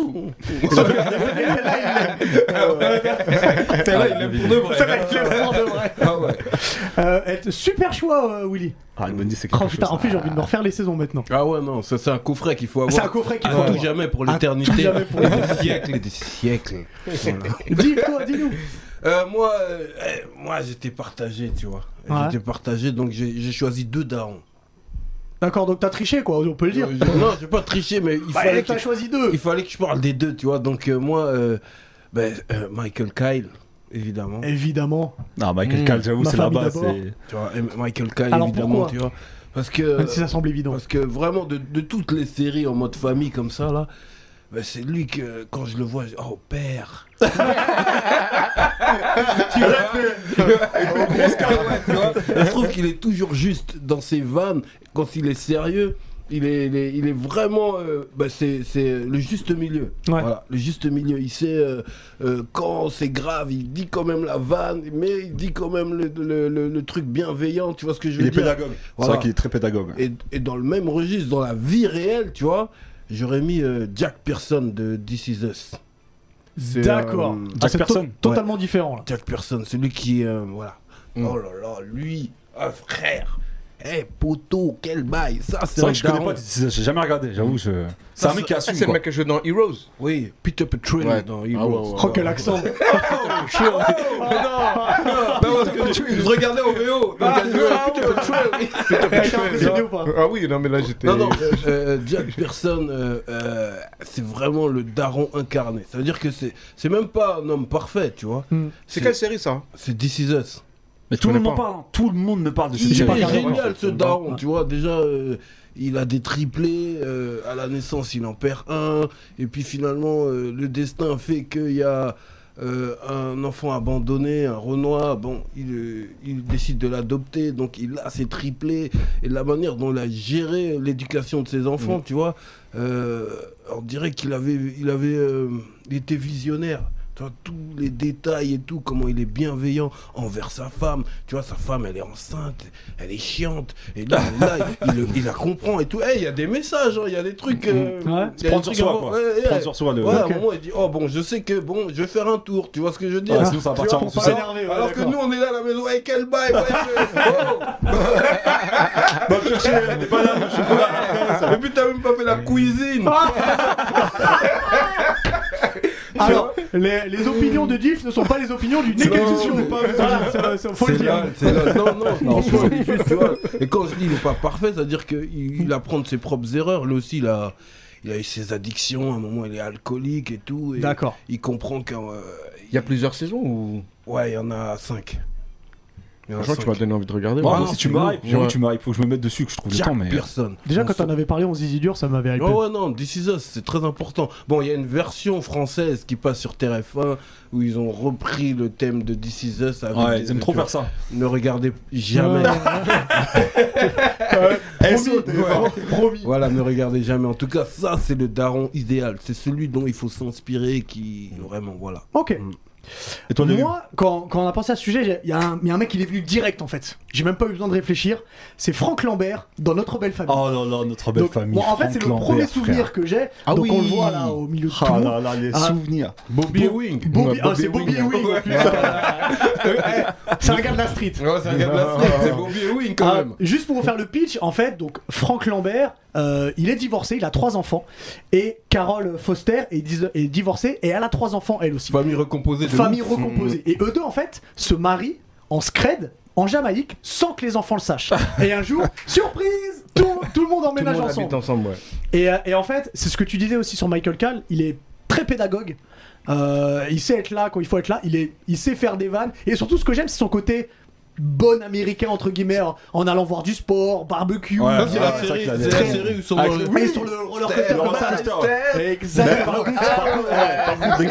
Speaker 1: Celle-là, il l'aime
Speaker 3: pour de vrai.
Speaker 1: Celle-là, il l'aime pour de vrai.
Speaker 3: Ah ouais.
Speaker 1: Euh, être- super choix, euh, Willy.
Speaker 2: Ah, Al Bundy, c'est quelque
Speaker 1: Oh putain,
Speaker 2: chose.
Speaker 1: en plus j'ai envie de me refaire les saisons maintenant.
Speaker 3: Ah ouais, non, ça c'est un coffret qu'il faut avoir.
Speaker 1: C'est un coffret qu'il
Speaker 3: à
Speaker 1: faut
Speaker 3: tout
Speaker 1: avoir.
Speaker 3: jamais pour
Speaker 1: À tout
Speaker 3: l'éternité.
Speaker 1: jamais pour
Speaker 3: Et des siècles et des siècles. Voilà.
Speaker 1: Dis, toi, dis-nous.
Speaker 3: Euh, moi, euh, eh, moi j'étais partagé, tu vois.
Speaker 1: Ouais.
Speaker 3: J'étais partagé, donc j'ai j'ai choisi deux darons.
Speaker 1: D'accord, donc t'as triché quoi, on peut le dire.
Speaker 3: Euh, je- non, j'ai pas triché, mais il
Speaker 1: Bah,
Speaker 3: fallait,
Speaker 1: t'as
Speaker 3: que,
Speaker 1: choisi deux.
Speaker 3: il fallait que je parle des deux, tu vois. Donc euh, moi, euh, ben, euh, Michael Kyle, évidemment.
Speaker 1: Évidemment.
Speaker 2: Non, Michael
Speaker 4: Mm.
Speaker 2: Kyle, j'avoue,
Speaker 1: Ma
Speaker 2: c'est la
Speaker 1: famille
Speaker 2: base.
Speaker 1: d'abord.
Speaker 2: c'est-
Speaker 3: Tu vois, et Michael Kyle,
Speaker 1: Alors,
Speaker 3: évidemment,
Speaker 1: pourquoi
Speaker 3: tu vois. Parce que,
Speaker 1: Même si ça semble évident.
Speaker 3: parce que vraiment, de, de toutes les séries en mode famille comme ça, là, ben, c'est lui que, quand je le vois, je dis, oh, père. Tu vois, grosse carouette, tu vois. Je trouve qu'il est toujours juste dans ses vannes. Quand il est sérieux, il est, il est, il est vraiment. euh, bah, c'est, c'est le juste milieu.
Speaker 1: Ouais.
Speaker 3: Voilà, le juste milieu. Il sait euh, euh, quand c'est grave, il dit quand même la vanne, mais il dit quand même le, le, le- le truc bienveillant. Tu vois ce que je veux
Speaker 2: Il est
Speaker 3: dire?
Speaker 2: pédagogue. C'est
Speaker 3: Voilà.
Speaker 2: vrai qu'il est très pédagogue.
Speaker 3: Et, et dans le même registre, dans la vie réelle, tu vois, j'aurais mis euh, Jack Pearson de This Is Us. C'est,
Speaker 1: D'accord.
Speaker 3: euh,
Speaker 1: Ah,
Speaker 2: Jack
Speaker 1: c'est to-
Speaker 2: Pearson.
Speaker 1: totalement différent là.
Speaker 3: Jack Pearson, celui qui, euh, voilà.
Speaker 4: Mm.
Speaker 3: Oh là là, lui, ah frère, hey, poteau, quel bail. Ça, c'est
Speaker 2: C'est vrai
Speaker 3: un
Speaker 2: que je connais
Speaker 3: daron.
Speaker 2: pas, This Is Us, j'ai jamais regardé, j'avoue. Je... C'est un mec qui
Speaker 4: Ah,
Speaker 2: assume.
Speaker 4: c'est le
Speaker 2: quoi.
Speaker 4: mec qui joue dans Heroes.
Speaker 3: Oui, Peter Petrelli
Speaker 4: Ouais.
Speaker 3: dans
Speaker 4: Ah
Speaker 3: Heroes.
Speaker 4: ouais, ouais,
Speaker 1: Oh, quel accent.
Speaker 3: Non, parce que tu- je regardais au V O. Donc, elle jouait à Peter Petrelli.
Speaker 1: T'as été impressionné ou pas?
Speaker 4: Ah oui, non mais là j'étais.
Speaker 3: Non, non, euh, euh, Jack Pearson, euh, euh, c'est vraiment le daron incarné. Ça veut dire que c'est c'est même pas un homme parfait, tu vois.
Speaker 4: C'est quelle série ça?
Speaker 3: C'est This Is Us.
Speaker 2: Mais tout le
Speaker 4: connais
Speaker 2: monde m'en
Speaker 4: pas.
Speaker 2: parle, hein. Tout le monde me parle de cette
Speaker 3: Il
Speaker 1: j'ai
Speaker 3: est
Speaker 1: pas
Speaker 2: série.
Speaker 1: regardé,
Speaker 3: génial
Speaker 1: moi.
Speaker 3: ce daron, tu vois. Déjà, euh, il a des triplés. euh, à la naissance, il en perd un. Et puis finalement, euh, le destin fait qu'il y a euh, un enfant abandonné, un Renoir. Bon, il, euh, il décide de l'adopter. Donc il a ses triplés. Et la manière dont il a géré l'éducation de ses enfants,
Speaker 4: Mm.
Speaker 3: tu vois, euh, on dirait qu'il avait, il avait, euh, il était visionnaire. Tu vois, tous les détails et tout, comment il est bienveillant envers sa femme. Tu vois, sa femme, elle est enceinte, elle est chiante. Et là, là il, il, il la comprend et tout. Eh, il y a des messages, hein, il y a des trucs. euh,
Speaker 1: Ouais.
Speaker 3: il y a
Speaker 2: Prendre
Speaker 3: des
Speaker 2: sur
Speaker 3: trucs
Speaker 2: soi,
Speaker 3: à-
Speaker 2: quoi.
Speaker 3: ouais, ouais,
Speaker 2: Prendre sur soi le.
Speaker 3: Ouais, à
Speaker 1: Ok.
Speaker 3: un moment, il dit, oh bon, je sais que, bon, je vais faire un tour. Tu vois ce que je veux dire?
Speaker 2: Ah, sinon, ça va
Speaker 3: Tu
Speaker 2: partir
Speaker 3: vois,
Speaker 2: en
Speaker 1: Faut pas
Speaker 2: sucette.
Speaker 1: s'énerver, ouais,
Speaker 3: alors que
Speaker 1: d'accord.
Speaker 3: nous, on est là à la maison, hey, quel bail, ouais, je- oh.
Speaker 2: Va me chercher, on n'est pas là, le chocolat.
Speaker 3: Et puis, t'as même pas fait la cuisine.
Speaker 1: Alors, les, les opinions de Diff ne sont pas les opinions du
Speaker 3: Non,
Speaker 1: Neketsu.
Speaker 3: c'est pas-
Speaker 1: Voilà, c'est- c'est- faut le
Speaker 3: C'est
Speaker 1: dire.
Speaker 3: là, c'est là. Non, non, franchement, il est juste, tu vois. Et quand je dis il est pas parfait, c'est-à-dire qu'il il apprend de ses propres erreurs. Lui aussi, il a, il a eu ses addictions. À un moment, il est alcoolique et tout. Et
Speaker 1: D'accord.
Speaker 3: il comprend qu'un. euh,
Speaker 4: Il y a plusieurs saisons ou.
Speaker 3: ouais, il y en a cinq. Il y en a
Speaker 4: Franchement, tu
Speaker 3: cinq.
Speaker 4: m'as donné envie de regarder.
Speaker 2: Moi
Speaker 3: Ah,
Speaker 2: aussi,
Speaker 3: non,
Speaker 2: tu
Speaker 3: c'est
Speaker 2: me
Speaker 3: lourd.
Speaker 2: hype. J'avoue,
Speaker 4: Ouais.
Speaker 2: tu me hype. Faut que je me mette dessus, que je trouve le
Speaker 3: Jack
Speaker 2: temps. Mais.
Speaker 3: Pearson.
Speaker 1: Déjà,
Speaker 3: On
Speaker 1: quand
Speaker 3: sent-
Speaker 1: on avait parlé en Zizi dur, ça m'avait hypé.
Speaker 3: Ouais, ouais, non, This Is Us, c'est très important. Bon, il y a une version française qui passe sur T R F un où ils ont repris le thème de This Is Us. avec
Speaker 2: Ouais,
Speaker 3: des-
Speaker 2: ils aiment trop
Speaker 3: tu vois,
Speaker 2: faire ça.
Speaker 3: Ne regardez jamais.
Speaker 2: S O, t'es fort.
Speaker 1: Promis.
Speaker 3: Voilà, ne regardez jamais. En tout cas, ça, c'est le daron idéal. C'est celui dont il faut s'inspirer, qui vraiment, voilà.
Speaker 1: Ok.
Speaker 2: Et toi, Lélu?
Speaker 1: Moi, quand, quand on a pensé à ce sujet, il y, a un- il y a un mec qui est venu direct en fait. J'ai même pas eu besoin de réfléchir. C'est Franck Lambert dans Notre Belle Famille.
Speaker 2: Oh là là, notre belle
Speaker 1: Donc,
Speaker 2: famille.
Speaker 1: bon, en fait, c'est le
Speaker 2: Franck
Speaker 1: premier
Speaker 2: Lambert,
Speaker 1: souvenir
Speaker 2: frère.
Speaker 1: que j'ai.
Speaker 2: Ah
Speaker 1: Donc on le
Speaker 2: oui.
Speaker 1: voit là au milieu de tout
Speaker 2: Ah
Speaker 1: le
Speaker 2: là
Speaker 1: monde.
Speaker 2: là, les
Speaker 1: Ah.
Speaker 2: souvenirs.
Speaker 3: Bobby
Speaker 1: Bo-
Speaker 3: Wing.
Speaker 1: Bobby,
Speaker 4: Ouais,
Speaker 1: ah, c'est
Speaker 4: Bobby
Speaker 1: Bobby
Speaker 4: Wing.
Speaker 1: Wing en plus. Eh, c'est un gars de la street.
Speaker 3: Ouais, c'est un gars de la street, c'est Bobby Wing quand
Speaker 1: Ah,
Speaker 3: même.
Speaker 1: juste pour vous faire le pitch, en fait, donc Franck Lambert, euh, il est divorcé, il a trois enfants, et Carole Foster est, dis- est divorcée et elle a trois enfants elle aussi.
Speaker 3: Famille recomposée de
Speaker 1: Famille
Speaker 3: ouf.
Speaker 1: recomposée. Et eux deux, en fait, se marient en scred en Jamaïque sans que les enfants le sachent. Et un jour, surprise, tout, tout le monde
Speaker 4: Tout le
Speaker 1: emménage
Speaker 4: monde
Speaker 1: ensemble.
Speaker 4: habite ensemble, ouais.
Speaker 1: Et, euh, et en fait, c'est ce que tu disais aussi sur Michael Cahl, il est très pédagogue. Euh, il sait être là quand il faut être là, il, est, il sait faire des vannes. Et surtout, ce que j'aime, c'est son côté bon américain, entre guillemets, en, en allant voir du sport, barbecue.
Speaker 2: Ouais,
Speaker 3: Ça, c'est
Speaker 2: ouais,
Speaker 3: la
Speaker 2: c'est
Speaker 3: série,
Speaker 2: vrai qu'il a
Speaker 3: c'est
Speaker 2: des-
Speaker 3: la
Speaker 1: très-
Speaker 3: série où ils sont
Speaker 2: Avec
Speaker 3: dans
Speaker 2: le-
Speaker 3: le-
Speaker 1: Oui, sur le roller coaster
Speaker 3: Step,
Speaker 1: comme ça.
Speaker 2: roller coaster.
Speaker 1: Exactement.
Speaker 2: Par contre, par contre, ouais, par contre, les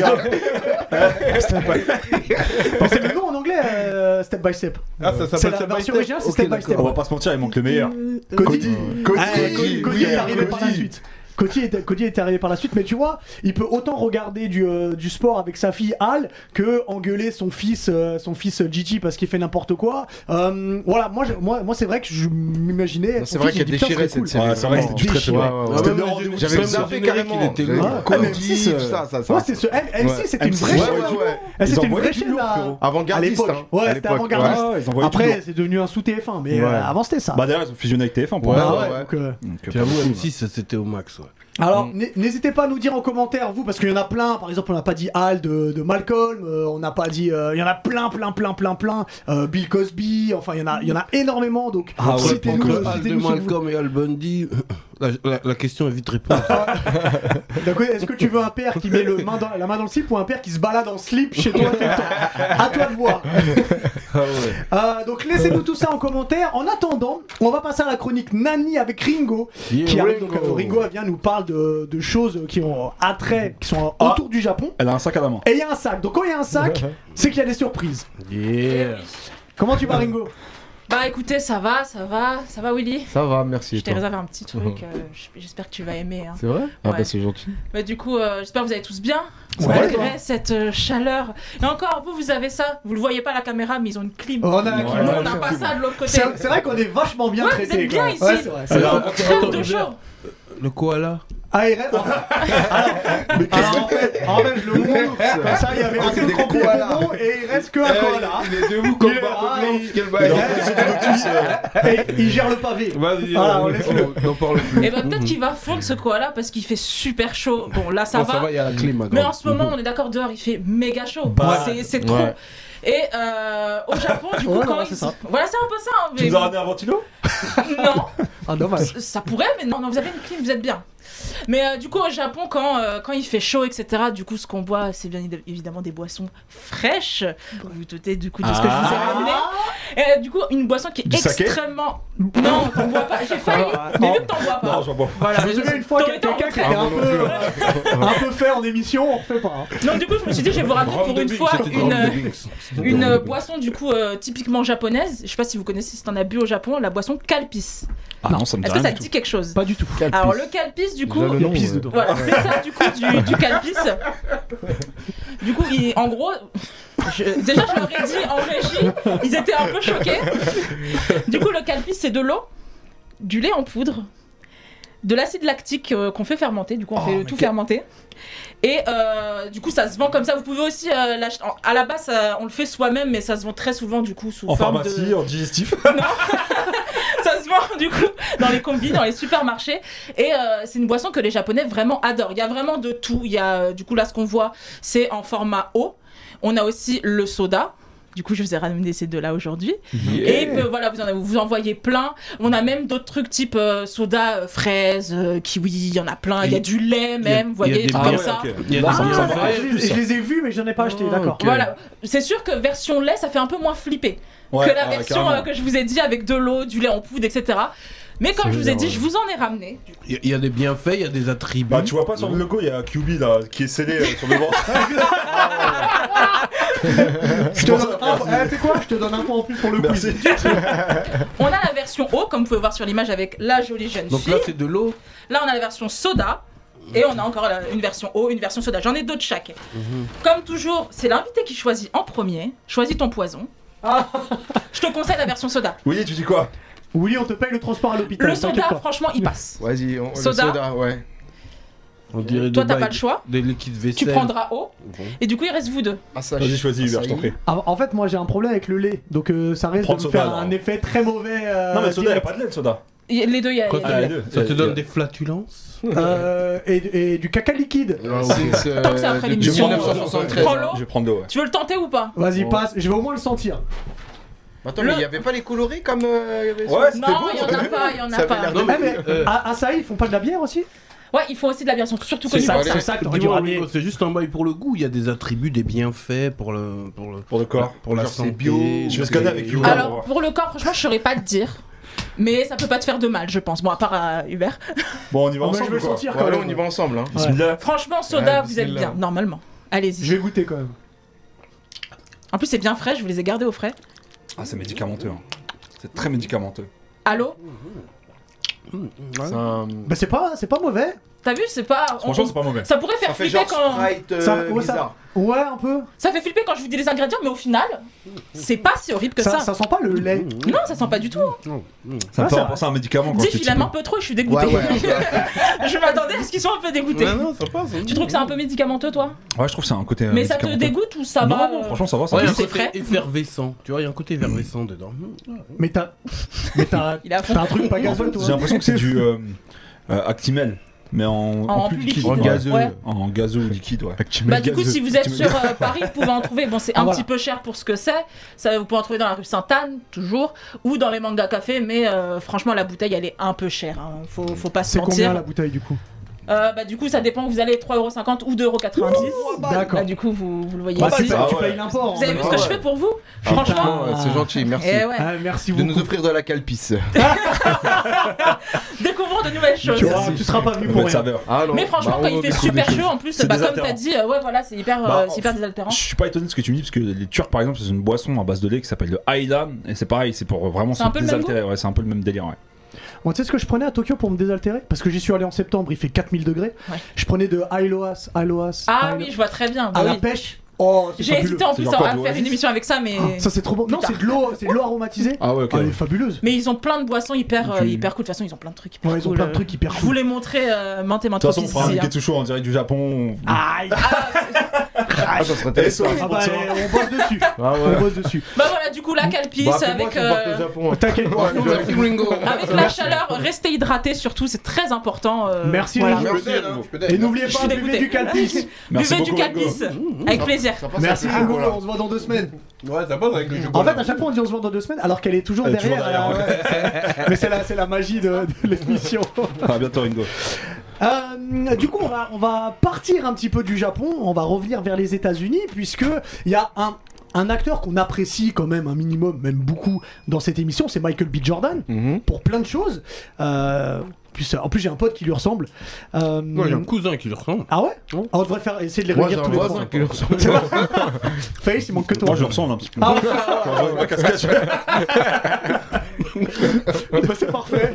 Speaker 2: gars. Step by-
Speaker 1: Mais c'est le nom en anglais, euh, Step by Step.
Speaker 3: Ah, ça
Speaker 1: C'est
Speaker 3: s'appelle
Speaker 1: la
Speaker 3: Step by
Speaker 1: version
Speaker 3: Step.
Speaker 1: originale, c'est
Speaker 3: Ok,
Speaker 1: Step by Step.
Speaker 2: On va pas se mentir, il manque le meilleur.
Speaker 1: Cody.
Speaker 2: Cody.
Speaker 1: Ah,
Speaker 2: Cody.
Speaker 1: Cody, Cody
Speaker 2: Oui,
Speaker 1: est arrivé
Speaker 2: Cody.
Speaker 1: par la suite. Cody est, Cody est arrivé par la suite, mais tu vois, il peut autant regarder du, euh, du sport avec sa fille Al que engueuler son fils, euh, son fils Gigi parce qu'il fait n'importe quoi. Euh, voilà, moi, je- moi, moi c'est vrai que je m'imaginais.
Speaker 4: Non, c'est
Speaker 1: son
Speaker 4: vrai
Speaker 1: fils,
Speaker 4: qu'elle
Speaker 1: j'ai dit, putain,
Speaker 4: déchirait
Speaker 1: ce serait
Speaker 4: cette série.
Speaker 2: Ouais, c'est vrai que
Speaker 4: vraiment.
Speaker 2: c'était du très, très
Speaker 1: Déchiré.
Speaker 2: bon.
Speaker 4: Ouais, ouais,
Speaker 3: Ah,
Speaker 4: ouais.
Speaker 3: même
Speaker 2: rendez-vous.
Speaker 3: j'ai-
Speaker 4: J'avais
Speaker 3: même
Speaker 4: zappé
Speaker 3: le générique,
Speaker 4: carrément.
Speaker 3: il était
Speaker 4: J'avais-
Speaker 3: lourd.
Speaker 1: Ah,
Speaker 4: Cody,
Speaker 2: M six,
Speaker 4: tout
Speaker 2: euh,
Speaker 4: ça, ça, ça.
Speaker 1: Ouais, c'est ce M- M6,
Speaker 4: Ouais.
Speaker 1: c'était une
Speaker 2: M six,
Speaker 1: vraie
Speaker 2: ouais,
Speaker 1: chaîne.
Speaker 2: ouais,
Speaker 1: à-
Speaker 2: ouais.
Speaker 1: Eh,
Speaker 2: Ils
Speaker 1: C'était une
Speaker 2: envoyaient
Speaker 1: vraie
Speaker 2: du
Speaker 1: chaîne
Speaker 2: lourd,
Speaker 1: à-
Speaker 2: frérot.
Speaker 1: à
Speaker 4: Avant-gardiste,
Speaker 1: l'époque.
Speaker 4: hein,
Speaker 1: Ouais,
Speaker 4: à
Speaker 1: c'était
Speaker 4: l'époque,
Speaker 1: avant-gardiste.
Speaker 2: Ouais, ils envoyaient tout
Speaker 1: Après,
Speaker 2: lourd.
Speaker 1: c'est devenu un sous T F un, mais
Speaker 4: Ouais.
Speaker 1: euh, avant c'était ça.
Speaker 2: Bah d'ailleurs, ils ont fusionné avec T F un pour
Speaker 4: Ouais,
Speaker 1: Ah
Speaker 2: moi.
Speaker 1: ouais,
Speaker 4: ouais.
Speaker 1: donc, euh,
Speaker 2: Donc, euh,
Speaker 3: J'avoue,
Speaker 2: pas
Speaker 3: M
Speaker 2: de
Speaker 3: six, c'était au max, ouais.
Speaker 1: Alors,
Speaker 4: Mm.
Speaker 1: n'hé- n'hésitez pas à nous dire en commentaire, vous, parce qu'il y en a plein. Par exemple, on n'a pas dit Al de, de Malcolm, euh, on n'a pas dit. euh, Il y en a plein, plein, plein, plein, plein. Euh, Bill Cosby, enfin, il y en a, il y en a énormément. Donc,
Speaker 2: Ah ouais,
Speaker 1: citez-nous,
Speaker 3: Entre
Speaker 1: euh,
Speaker 3: Al de
Speaker 1: citez-nous ce que vous-
Speaker 3: Malcolm et Al Bundy, la, la- la question est vite répondue.
Speaker 1: D'accord, est-ce que tu veux un père qui met le main dans, la main dans le slip ou un père qui se balade en slip chez toi tout le temps? À toi de voir.
Speaker 3: Ah ouais.
Speaker 1: Euh, donc, laissez-nous tout ça en commentaire. En attendant, on va passer à la chronique Nani avec Ringo.
Speaker 3: Yeah,
Speaker 1: qui arrive,
Speaker 3: Ringo.
Speaker 1: donc, euh, Ringo elle vient nous parle de, de choses qui ont attrait, qui sont
Speaker 2: Ah.
Speaker 1: autour du Japon.
Speaker 2: Elle a un sac à la main.
Speaker 1: Et il y a un sac. Donc quand il y a un sac, c'est qu'il y a des surprises.
Speaker 3: Yeah.
Speaker 1: Comment tu vas, Ringo?
Speaker 5: Bah écoutez, ça va, ça va, ça va Willy.
Speaker 4: Ça va, merci.
Speaker 5: Je
Speaker 4: et
Speaker 5: t'ai
Speaker 4: toi
Speaker 5: réservé un petit truc, euh, j- j'espère que tu vas aimer. Hein.
Speaker 4: C'est vrai? Ah
Speaker 5: Ouais.
Speaker 4: bah c'est gentil.
Speaker 5: Bah du coup, euh, j'espère que vous allez tous bien,
Speaker 1: Ouais,
Speaker 5: malgré
Speaker 1: toi.
Speaker 5: cette euh, chaleur. Et encore, vous, vous avez ça, vous le voyez pas à la caméra, mais ils ont une clim.
Speaker 1: On a
Speaker 2: Ouais,
Speaker 5: Nous,
Speaker 2: ouais,
Speaker 5: on n'a pas ça de l'autre côté.
Speaker 1: C'est c'est vrai qu'on est vachement bien
Speaker 5: Ouais,
Speaker 1: traité.
Speaker 5: vous êtes bien
Speaker 1: quoi.
Speaker 5: ici.
Speaker 1: Ouais, c'est vrai. c'est
Speaker 3: Alors,
Speaker 1: vrai.
Speaker 3: attends,
Speaker 5: Crève
Speaker 3: attends,
Speaker 5: de
Speaker 3: déjà,
Speaker 5: chaud.
Speaker 3: le koala,
Speaker 1: Ah, il reste. Alors,
Speaker 2: Mais qu'est-ce
Speaker 1: alors, en fait, en fait, je le montre. Comme ça, il y avait un
Speaker 4: C'est
Speaker 1: seul
Speaker 4: des
Speaker 1: crampon
Speaker 4: koalas.
Speaker 1: bonbon et il reste que un koala.
Speaker 3: Il est debout comme
Speaker 1: Il est là,
Speaker 3: barbe blanche.
Speaker 1: il-
Speaker 3: Quel
Speaker 2: que
Speaker 3: bail.
Speaker 1: Et il gère le pavé.
Speaker 3: Vas-y,
Speaker 1: Voilà,
Speaker 3: on
Speaker 1: on laisse-le.
Speaker 3: n'en parle plus.
Speaker 5: Et bah peut-être qu'il va fondre ce koala parce qu'il fait super chaud. Bon là ça
Speaker 3: Bon,
Speaker 5: va.
Speaker 3: ça va, il y a la clé, ma
Speaker 5: Mais
Speaker 3: grande.
Speaker 5: en ce moment, on est d'accord, dehors, il fait méga chaud.
Speaker 2: Bah,
Speaker 5: c'est c'est trop.
Speaker 4: ouais.
Speaker 5: Et euh, au Japon, du coup,
Speaker 1: Ouais,
Speaker 5: quand
Speaker 1: ouais,
Speaker 5: ils...
Speaker 1: c'est ça.
Speaker 5: Voilà, c'est un peu ça. hein,
Speaker 2: Tu
Speaker 5: mais-
Speaker 2: nous as ramené un ventilo?
Speaker 5: Non,
Speaker 1: Ah, dommage.
Speaker 5: ça- ça pourrait, mais non, non, vous avez une clim, vous êtes bien. Mais euh, du coup, au Japon, quand, euh, quand il fait chaud, et cetera, du coup, ce qu'on boit, c'est bien évi- évidemment des boissons fraîches. Vous vous doutez du coup de ce que je vous ai ramené. Et euh, du coup, une boisson qui est
Speaker 2: Du saké
Speaker 5: extrêmement. Non, t'en bois pas. J'ai failli, mais vu que t'en bois pas.
Speaker 2: Non, j'en bois pas.
Speaker 5: Voilà,
Speaker 1: Je me souviens une fois qu'il y a
Speaker 5: T'aurais été
Speaker 1: quelqu'un
Speaker 5: en
Speaker 1: qui était un
Speaker 5: retraite.
Speaker 1: peu, euh, un peu fait en émission, on refait pas. hein.
Speaker 5: Donc du coup, je me suis dit, je vais vous ramener pour une fois une, euh, une euh, boisson du coup euh, typiquement japonaise. Je sais pas si vous connaissez, si t'en as bu au Japon, la boisson Calpis.
Speaker 2: Ah non, ça me dit
Speaker 5: Est-ce que
Speaker 2: rien
Speaker 5: ça
Speaker 2: du
Speaker 5: te
Speaker 2: tout.
Speaker 5: dit quelque chose?
Speaker 1: Pas du tout.
Speaker 5: Alors le Calpis, du coup,
Speaker 3: Déjà, le
Speaker 1: Il y a
Speaker 3: nom,
Speaker 1: pisse
Speaker 3: ouais.
Speaker 1: dedans.
Speaker 5: voilà, c'est ça du coup du, du Calpis. Du coup, il- en gros, je- déjà je leur ai dit en régie, ils étaient un peu choqués. Du coup, le Calpis, c'est de l'eau, du lait en poudre, de l'acide lactique euh, qu'on fait fermenter. Du coup, on
Speaker 1: Oh,
Speaker 5: fait
Speaker 1: mais
Speaker 5: tout
Speaker 1: quel-
Speaker 5: fermenter. Et euh, du coup, ça se vend comme ça. Vous pouvez aussi euh, l'acheter. en- À la base, ça- on le fait soi-même, mais ça se vend très souvent du coup sous
Speaker 2: En
Speaker 5: forme
Speaker 2: pharmacie,
Speaker 5: de.
Speaker 2: en digestif.
Speaker 5: Ça se vend du coup dans les combis, dans les supermarchés. Et euh, c'est une boisson que les Japonais vraiment adorent. Il y a vraiment de tout. Il y a euh, du coup là ce qu'on voit, c'est en format eau. On a aussi le soda. Du coup, je vous ai ramené ces deux-là aujourd'hui. Et euh, voilà, vous en, vous en voyez plein. On a même d'autres trucs type euh, soda, euh, fraise, euh, kiwi, il y en a plein. Il y a du lait même, vous
Speaker 3: il y a
Speaker 5: voyez,
Speaker 3: des
Speaker 5: des trucs
Speaker 2: Ah
Speaker 5: comme
Speaker 2: ouais,
Speaker 5: ça.
Speaker 2: ok.
Speaker 3: Il y a des
Speaker 1: Ah,
Speaker 3: bienfaits.
Speaker 1: ça va, je, les, je les ai vus, mais je n'en ai pas acheté,
Speaker 3: Oh,
Speaker 1: d'accord.
Speaker 3: ok.
Speaker 5: Voilà, c'est sûr que version lait, ça fait un peu moins flipper
Speaker 2: Ouais,
Speaker 5: que la
Speaker 2: ah,
Speaker 5: version
Speaker 2: carrément.
Speaker 5: euh, que je vous ai dit avec de l'eau, du lait en poudre, et cetera. Mais comme
Speaker 3: Ça
Speaker 5: je
Speaker 3: veut
Speaker 5: vous ai
Speaker 3: dire,
Speaker 5: dit,
Speaker 3: ouais.
Speaker 5: je vous en ai ramené.
Speaker 3: Il y a- il y a des bienfaits, il y a des attributs.
Speaker 2: Bah, tu vois pas sur le logo, il y a Q B là qui est scellé euh, sur le ventre.
Speaker 1: Je te donne un, eh, tu sais quoi, je te donne un point en plus pour le
Speaker 2: Merci.
Speaker 1: quiz.
Speaker 5: On a la version eau, comme vous pouvez voir sur l'image avec la jolie jeune
Speaker 3: Donc
Speaker 5: fille.
Speaker 3: là, c'est de l'eau.
Speaker 5: Là, on a la version soda. Et on a encore la- une version eau, une version soda. J'en ai deux de chaque. Comme toujours, c'est l'invité qui choisit en premier. Choisis ton poison. Je te conseille la version soda.
Speaker 2: Oui, tu dis quoi?
Speaker 1: Oui, on te paye le transport à l'hôpital.
Speaker 5: Le
Speaker 1: t'inquiète
Speaker 5: soda,
Speaker 1: pas.
Speaker 5: franchement, il passe.
Speaker 4: Vas-y, on-
Speaker 5: Soda.
Speaker 4: le soda, ouais.
Speaker 3: On dirait
Speaker 5: Toi,
Speaker 3: des
Speaker 5: t'as
Speaker 3: bails-
Speaker 5: pas le choix.
Speaker 3: Des liquides vaisselle.
Speaker 5: Tu prendras eau. Et du coup, il reste vous deux.
Speaker 4: Ah, ça,
Speaker 2: Vas-y, choisis, Hubert, je t'en
Speaker 4: ça y est.
Speaker 2: prie.
Speaker 1: Ah, en fait, moi j'ai un problème avec le lait, donc euh, ça risque
Speaker 2: Prends
Speaker 1: de
Speaker 2: le
Speaker 1: me
Speaker 2: soda,
Speaker 1: faire
Speaker 2: alors.
Speaker 1: un effet très mauvais. euh,
Speaker 2: Non, mais le soda, il n'y a
Speaker 1: direct.
Speaker 2: pas de lait, le soda.
Speaker 5: Et Les deux, il y a.
Speaker 3: Quoi,
Speaker 5: il y a-
Speaker 2: Ah,
Speaker 3: ça,
Speaker 2: les deux.
Speaker 3: ça te
Speaker 2: Il y a-
Speaker 3: donne des flatulences
Speaker 1: Euh, et, et du caca liquide.
Speaker 3: Ah,
Speaker 4: C'est-
Speaker 3: ok.
Speaker 5: Tant que c'est après
Speaker 3: de
Speaker 5: l'émission.
Speaker 3: mille neuf cent soixante-treize.
Speaker 5: Prends l'eau.
Speaker 2: Je vais prendre l'eau, ouais.
Speaker 5: Tu veux le tenter ou pas?
Speaker 1: Vas-y,
Speaker 3: Oh.
Speaker 1: passe, je vais au moins le sentir.
Speaker 4: Attends,
Speaker 5: Le-
Speaker 4: mais il y avait pas les coloris comme. euh, il y avait sur-
Speaker 2: Ouais, c'était
Speaker 5: Non,
Speaker 2: beau,
Speaker 5: il y en
Speaker 2: ça.
Speaker 5: a pas, il y en
Speaker 4: Ça
Speaker 5: a
Speaker 4: avait
Speaker 5: pas.
Speaker 4: l'air
Speaker 3: Non,
Speaker 1: Eh, mais
Speaker 3: euh,
Speaker 1: à, à ça, ils font pas de la bière aussi?
Speaker 5: Ouais, il faut aussi de la bière, ils sont surtout
Speaker 3: C'est
Speaker 5: connus
Speaker 3: ça,
Speaker 5: pour
Speaker 4: c'est
Speaker 5: ça.
Speaker 1: ça que t'aurais dû
Speaker 3: Dis-moi,
Speaker 1: ramener.
Speaker 3: Rigo, c'est juste un bail pour le goût, il y a des attributs, des bienfaits pour le pour le
Speaker 2: Pour le corps.
Speaker 3: pour la
Speaker 4: Genre, c'est
Speaker 3: santé.
Speaker 4: bio,
Speaker 2: Je vais scanner avec Hugo.
Speaker 5: Alors, pour le corps, franchement, je saurais pas te dire. Mais ça peut pas te faire de mal, je pense. Bon, à part euh, Hubert.
Speaker 2: Bon, on y va
Speaker 1: Ah, moi, je
Speaker 2: ensemble
Speaker 1: veux
Speaker 2: ou quoi?
Speaker 1: sentir quand
Speaker 4: Voilà,
Speaker 1: même.
Speaker 4: on y va ensemble. Hein.
Speaker 2: Bismillah.
Speaker 5: Franchement, soda,
Speaker 4: Ouais,
Speaker 5: vous êtes
Speaker 4: bismillah.
Speaker 5: bien, normalement. Allez-y.
Speaker 1: Je vais goûter quand même.
Speaker 5: En plus, c'est bien frais, je vous les ai gardés au frais.
Speaker 2: Ah, c'est médicamenteux. hein. C'est très médicamenteux.
Speaker 5: Allô?
Speaker 4: C'est un-
Speaker 1: Bah, c'est pas, c'est pas mauvais.
Speaker 5: T'as vu, c'est pas. on-
Speaker 2: Franchement, c'est pas mauvais.
Speaker 5: Ça pourrait faire
Speaker 4: Ça fait
Speaker 5: flipper
Speaker 4: genre
Speaker 5: quand.
Speaker 4: Sprite euh,
Speaker 1: Ça- ouais, ça-
Speaker 4: bizarre.
Speaker 1: Ouais, un peu.
Speaker 5: Ça fait flipper quand je vous dis les ingrédients, mais au final, c'est pas si horrible que
Speaker 1: Ça,
Speaker 5: ça.
Speaker 1: ça sent pas le lait.
Speaker 5: Non, ça sent pas du tout.
Speaker 2: Ça me
Speaker 1: Ah,
Speaker 2: fait
Speaker 1: ça-
Speaker 2: penser à un médicament quand
Speaker 5: Dis
Speaker 2: j'étais
Speaker 5: finalement un
Speaker 2: petit.
Speaker 5: peu trop, je suis dégoûtée.
Speaker 4: Ouais, ouais, un
Speaker 5: je m'attendais à ce qu'ils soient un peu dégoûtés.
Speaker 3: Ouais, non, ça passe. hein.
Speaker 5: Tu trouves que c'est un peu médicamenteux, toi?
Speaker 2: Ouais, je trouve que c'est un côté. euh,
Speaker 5: Mais ça te
Speaker 2: médicamenteux.
Speaker 5: dégoûte ou ça
Speaker 2: non,
Speaker 5: va?
Speaker 2: non,
Speaker 5: euh,
Speaker 2: franchement, ça va. Ça
Speaker 3: Ouais, il y a
Speaker 2: va.
Speaker 3: un
Speaker 5: c'est
Speaker 3: côté
Speaker 5: frais.
Speaker 3: effervescent. Tu vois, il y a un côté effervescent dedans.
Speaker 1: Mais t'as. Mais t'as.
Speaker 5: Il est à fond.
Speaker 1: T'as un truc pas
Speaker 2: En
Speaker 1: gazeux,
Speaker 2: fait,
Speaker 1: toi.
Speaker 2: j'ai l'impression que c'est du euh, euh, Actimel, mais en,
Speaker 5: En
Speaker 2: plus
Speaker 5: plus
Speaker 2: liquide.
Speaker 5: liquide,
Speaker 2: Ouais.
Speaker 3: gazeux.
Speaker 5: Ouais.
Speaker 2: En gazeux ou liquide, ouais.
Speaker 5: Bah du coup si vous êtes sur euh, Paris vous pouvez en trouver, bon c'est
Speaker 1: Ah,
Speaker 5: un
Speaker 1: voilà.
Speaker 5: petit peu cher pour ce que c'est, ça vous pouvez en trouver dans la rue Sainte-Anne toujours, ou dans les mangas café, mais euh, franchement la bouteille elle est un peu chère, hein. faut, faut pas se
Speaker 1: C'est combien
Speaker 5: mentir.
Speaker 1: la bouteille du coup?
Speaker 5: Euh, bah du coup ça dépend, vous allez trois euros cinquante ou deux euros quatre-vingt-dix.
Speaker 1: D'accord.
Speaker 5: Bah du coup vous, vous le voyez
Speaker 1: Bah,
Speaker 5: ici.
Speaker 1: tu,
Speaker 2: ça,
Speaker 1: tu
Speaker 2: ouais.
Speaker 1: payes l'import.
Speaker 5: Vous avez vu ce
Speaker 1: en
Speaker 5: que
Speaker 1: même
Speaker 5: je
Speaker 1: temps.
Speaker 5: fais pour vous?
Speaker 4: Ah,
Speaker 5: Franchement,
Speaker 4: putain, c'est gentil, merci.
Speaker 5: eh ouais.
Speaker 1: Ah, merci
Speaker 4: De
Speaker 1: beaucoup.
Speaker 4: nous offrir de la calpis.
Speaker 5: Découvrons de nouvelles choses.
Speaker 1: Tu, auras- tu seras pas venu pour
Speaker 2: Bonne
Speaker 1: rien.
Speaker 2: saveur.
Speaker 4: Ah, non.
Speaker 5: Mais franchement
Speaker 4: Bah,
Speaker 5: quand
Speaker 4: on
Speaker 5: il fait
Speaker 4: découvre
Speaker 5: super
Speaker 4: des
Speaker 5: chaud
Speaker 4: choses.
Speaker 5: en plus,
Speaker 2: C'est
Speaker 5: bah, comme
Speaker 2: désaltérant.
Speaker 5: t'as dit, euh, ouais voilà c'est hyper,
Speaker 2: Bah,
Speaker 5: euh, c'est hyper
Speaker 2: Je
Speaker 5: désaltérant.
Speaker 2: suis pas étonné de ce que tu me dis parce que les Turcs par exemple c'est une boisson à base de lait qui s'appelle le Ayran et c'est pareil, c'est pour vraiment
Speaker 5: C'est
Speaker 2: se
Speaker 5: un peu le même
Speaker 2: désaltérer. Ouais, c'est un peu le même délire. Ouais.
Speaker 1: Bon, tu sais ce que je prenais à Tokyo pour me désaltérer? Parce que j'y suis allé en septembre, il fait quatre mille degrés.
Speaker 5: Ouais.
Speaker 1: Je prenais de Ailoas, Ailoas.
Speaker 5: Ah
Speaker 1: Ailo-
Speaker 5: oui je vois très bien, bah
Speaker 1: à la
Speaker 5: oui.
Speaker 1: pêche Oh, c'est
Speaker 5: J'ai
Speaker 1: fabuleux.
Speaker 5: hésité en
Speaker 2: C'est
Speaker 5: plus
Speaker 2: encore
Speaker 5: à
Speaker 2: du
Speaker 5: faire
Speaker 2: oasis.
Speaker 5: une émission avec ça, mais.
Speaker 1: Ça c'est trop bon. Non, c'est de l'eau, c'est de l'eau aromatisée.
Speaker 2: Ah ouais, ok.
Speaker 1: Ah, elle est fabuleuse.
Speaker 5: Mais ils ont plein de boissons hyper, euh,
Speaker 2: Tu-
Speaker 5: hyper cool. De toute façon, ils ont plein de trucs hyper
Speaker 1: Ouais, ils ont
Speaker 5: cool,
Speaker 1: plein de
Speaker 5: euh.
Speaker 1: trucs hyper
Speaker 5: Je
Speaker 1: cool.
Speaker 5: vous les montrer euh, maintes et maintes
Speaker 2: De toute
Speaker 5: fois
Speaker 2: façon, on fera un
Speaker 5: ici, hein.
Speaker 2: Getsu Show en direct du Japon.
Speaker 1: Aïe.
Speaker 4: Ah, ça serait intéressant.
Speaker 1: Ah bah, on bosse dessus.
Speaker 4: Ah
Speaker 1: On
Speaker 4: ouais.
Speaker 1: bosse dessus.
Speaker 5: Bah voilà, du coup, la calpis
Speaker 4: Bah, appelle-moi
Speaker 5: avec.
Speaker 4: si on part
Speaker 5: euh,
Speaker 4: au Japon.
Speaker 1: T'inquiète pas.
Speaker 4: Ouais, je vais- Ringo.
Speaker 5: Avec la chaleur, restez hydraté surtout, c'est très important. euh,
Speaker 1: Merci,
Speaker 5: voilà.
Speaker 1: les
Speaker 6: Je
Speaker 1: jeux.
Speaker 6: peux t'aider, hein, je peux
Speaker 1: Et
Speaker 6: t'aider.
Speaker 1: n'oubliez
Speaker 5: Je
Speaker 1: pas
Speaker 5: suis
Speaker 1: de
Speaker 5: dégoûté.
Speaker 1: buvez du calpis.
Speaker 2: Merci
Speaker 5: Buvez du
Speaker 2: beaucoup,
Speaker 5: calpis,
Speaker 2: Ringo.
Speaker 5: avec plaisir.
Speaker 6: Ça passe
Speaker 1: Merci
Speaker 6: avec le
Speaker 1: Hugo,
Speaker 6: chocolat.
Speaker 1: on se voit dans deux semaines.
Speaker 6: Ouais, ça passe avec le
Speaker 1: En
Speaker 6: chocolat.
Speaker 1: fait, à chaque fois on dit on se voit dans deux semaines, alors qu'elle est toujours
Speaker 2: Elle est
Speaker 1: derrière.
Speaker 2: toujours derrière,
Speaker 1: euh, ouais. Mais c'est la, c'est la magie de, de l'émission.
Speaker 2: À bientôt, Ringo.
Speaker 1: Euh, du coup, on va, on va partir un petit peu du Japon, on va revenir vers les États-Unis, puisque il y a un, un acteur qu'on apprécie quand même un minimum, même beaucoup dans cette émission, c'est Michael B. Jordan,
Speaker 4: Mhm.
Speaker 1: pour plein de choses. Euh, puis, en plus, j'ai un pote qui lui ressemble. Euh,
Speaker 3: Moi, j'ai un cousin qui lui ressemble.
Speaker 1: Ah ouais
Speaker 3: Ouais.
Speaker 1: Ah, on devrait faire, essayer de les
Speaker 4: Moi,
Speaker 1: relire
Speaker 4: j'ai
Speaker 1: tous
Speaker 4: un
Speaker 1: les
Speaker 4: voisin
Speaker 1: trois.
Speaker 4: qui lui ressemble.
Speaker 1: Face, il manque que toi.
Speaker 2: Moi, je le ressemble un petit peu.
Speaker 1: Ah ouais.
Speaker 2: Quand je vois ma casquette,
Speaker 1: Bah, c'est parfait.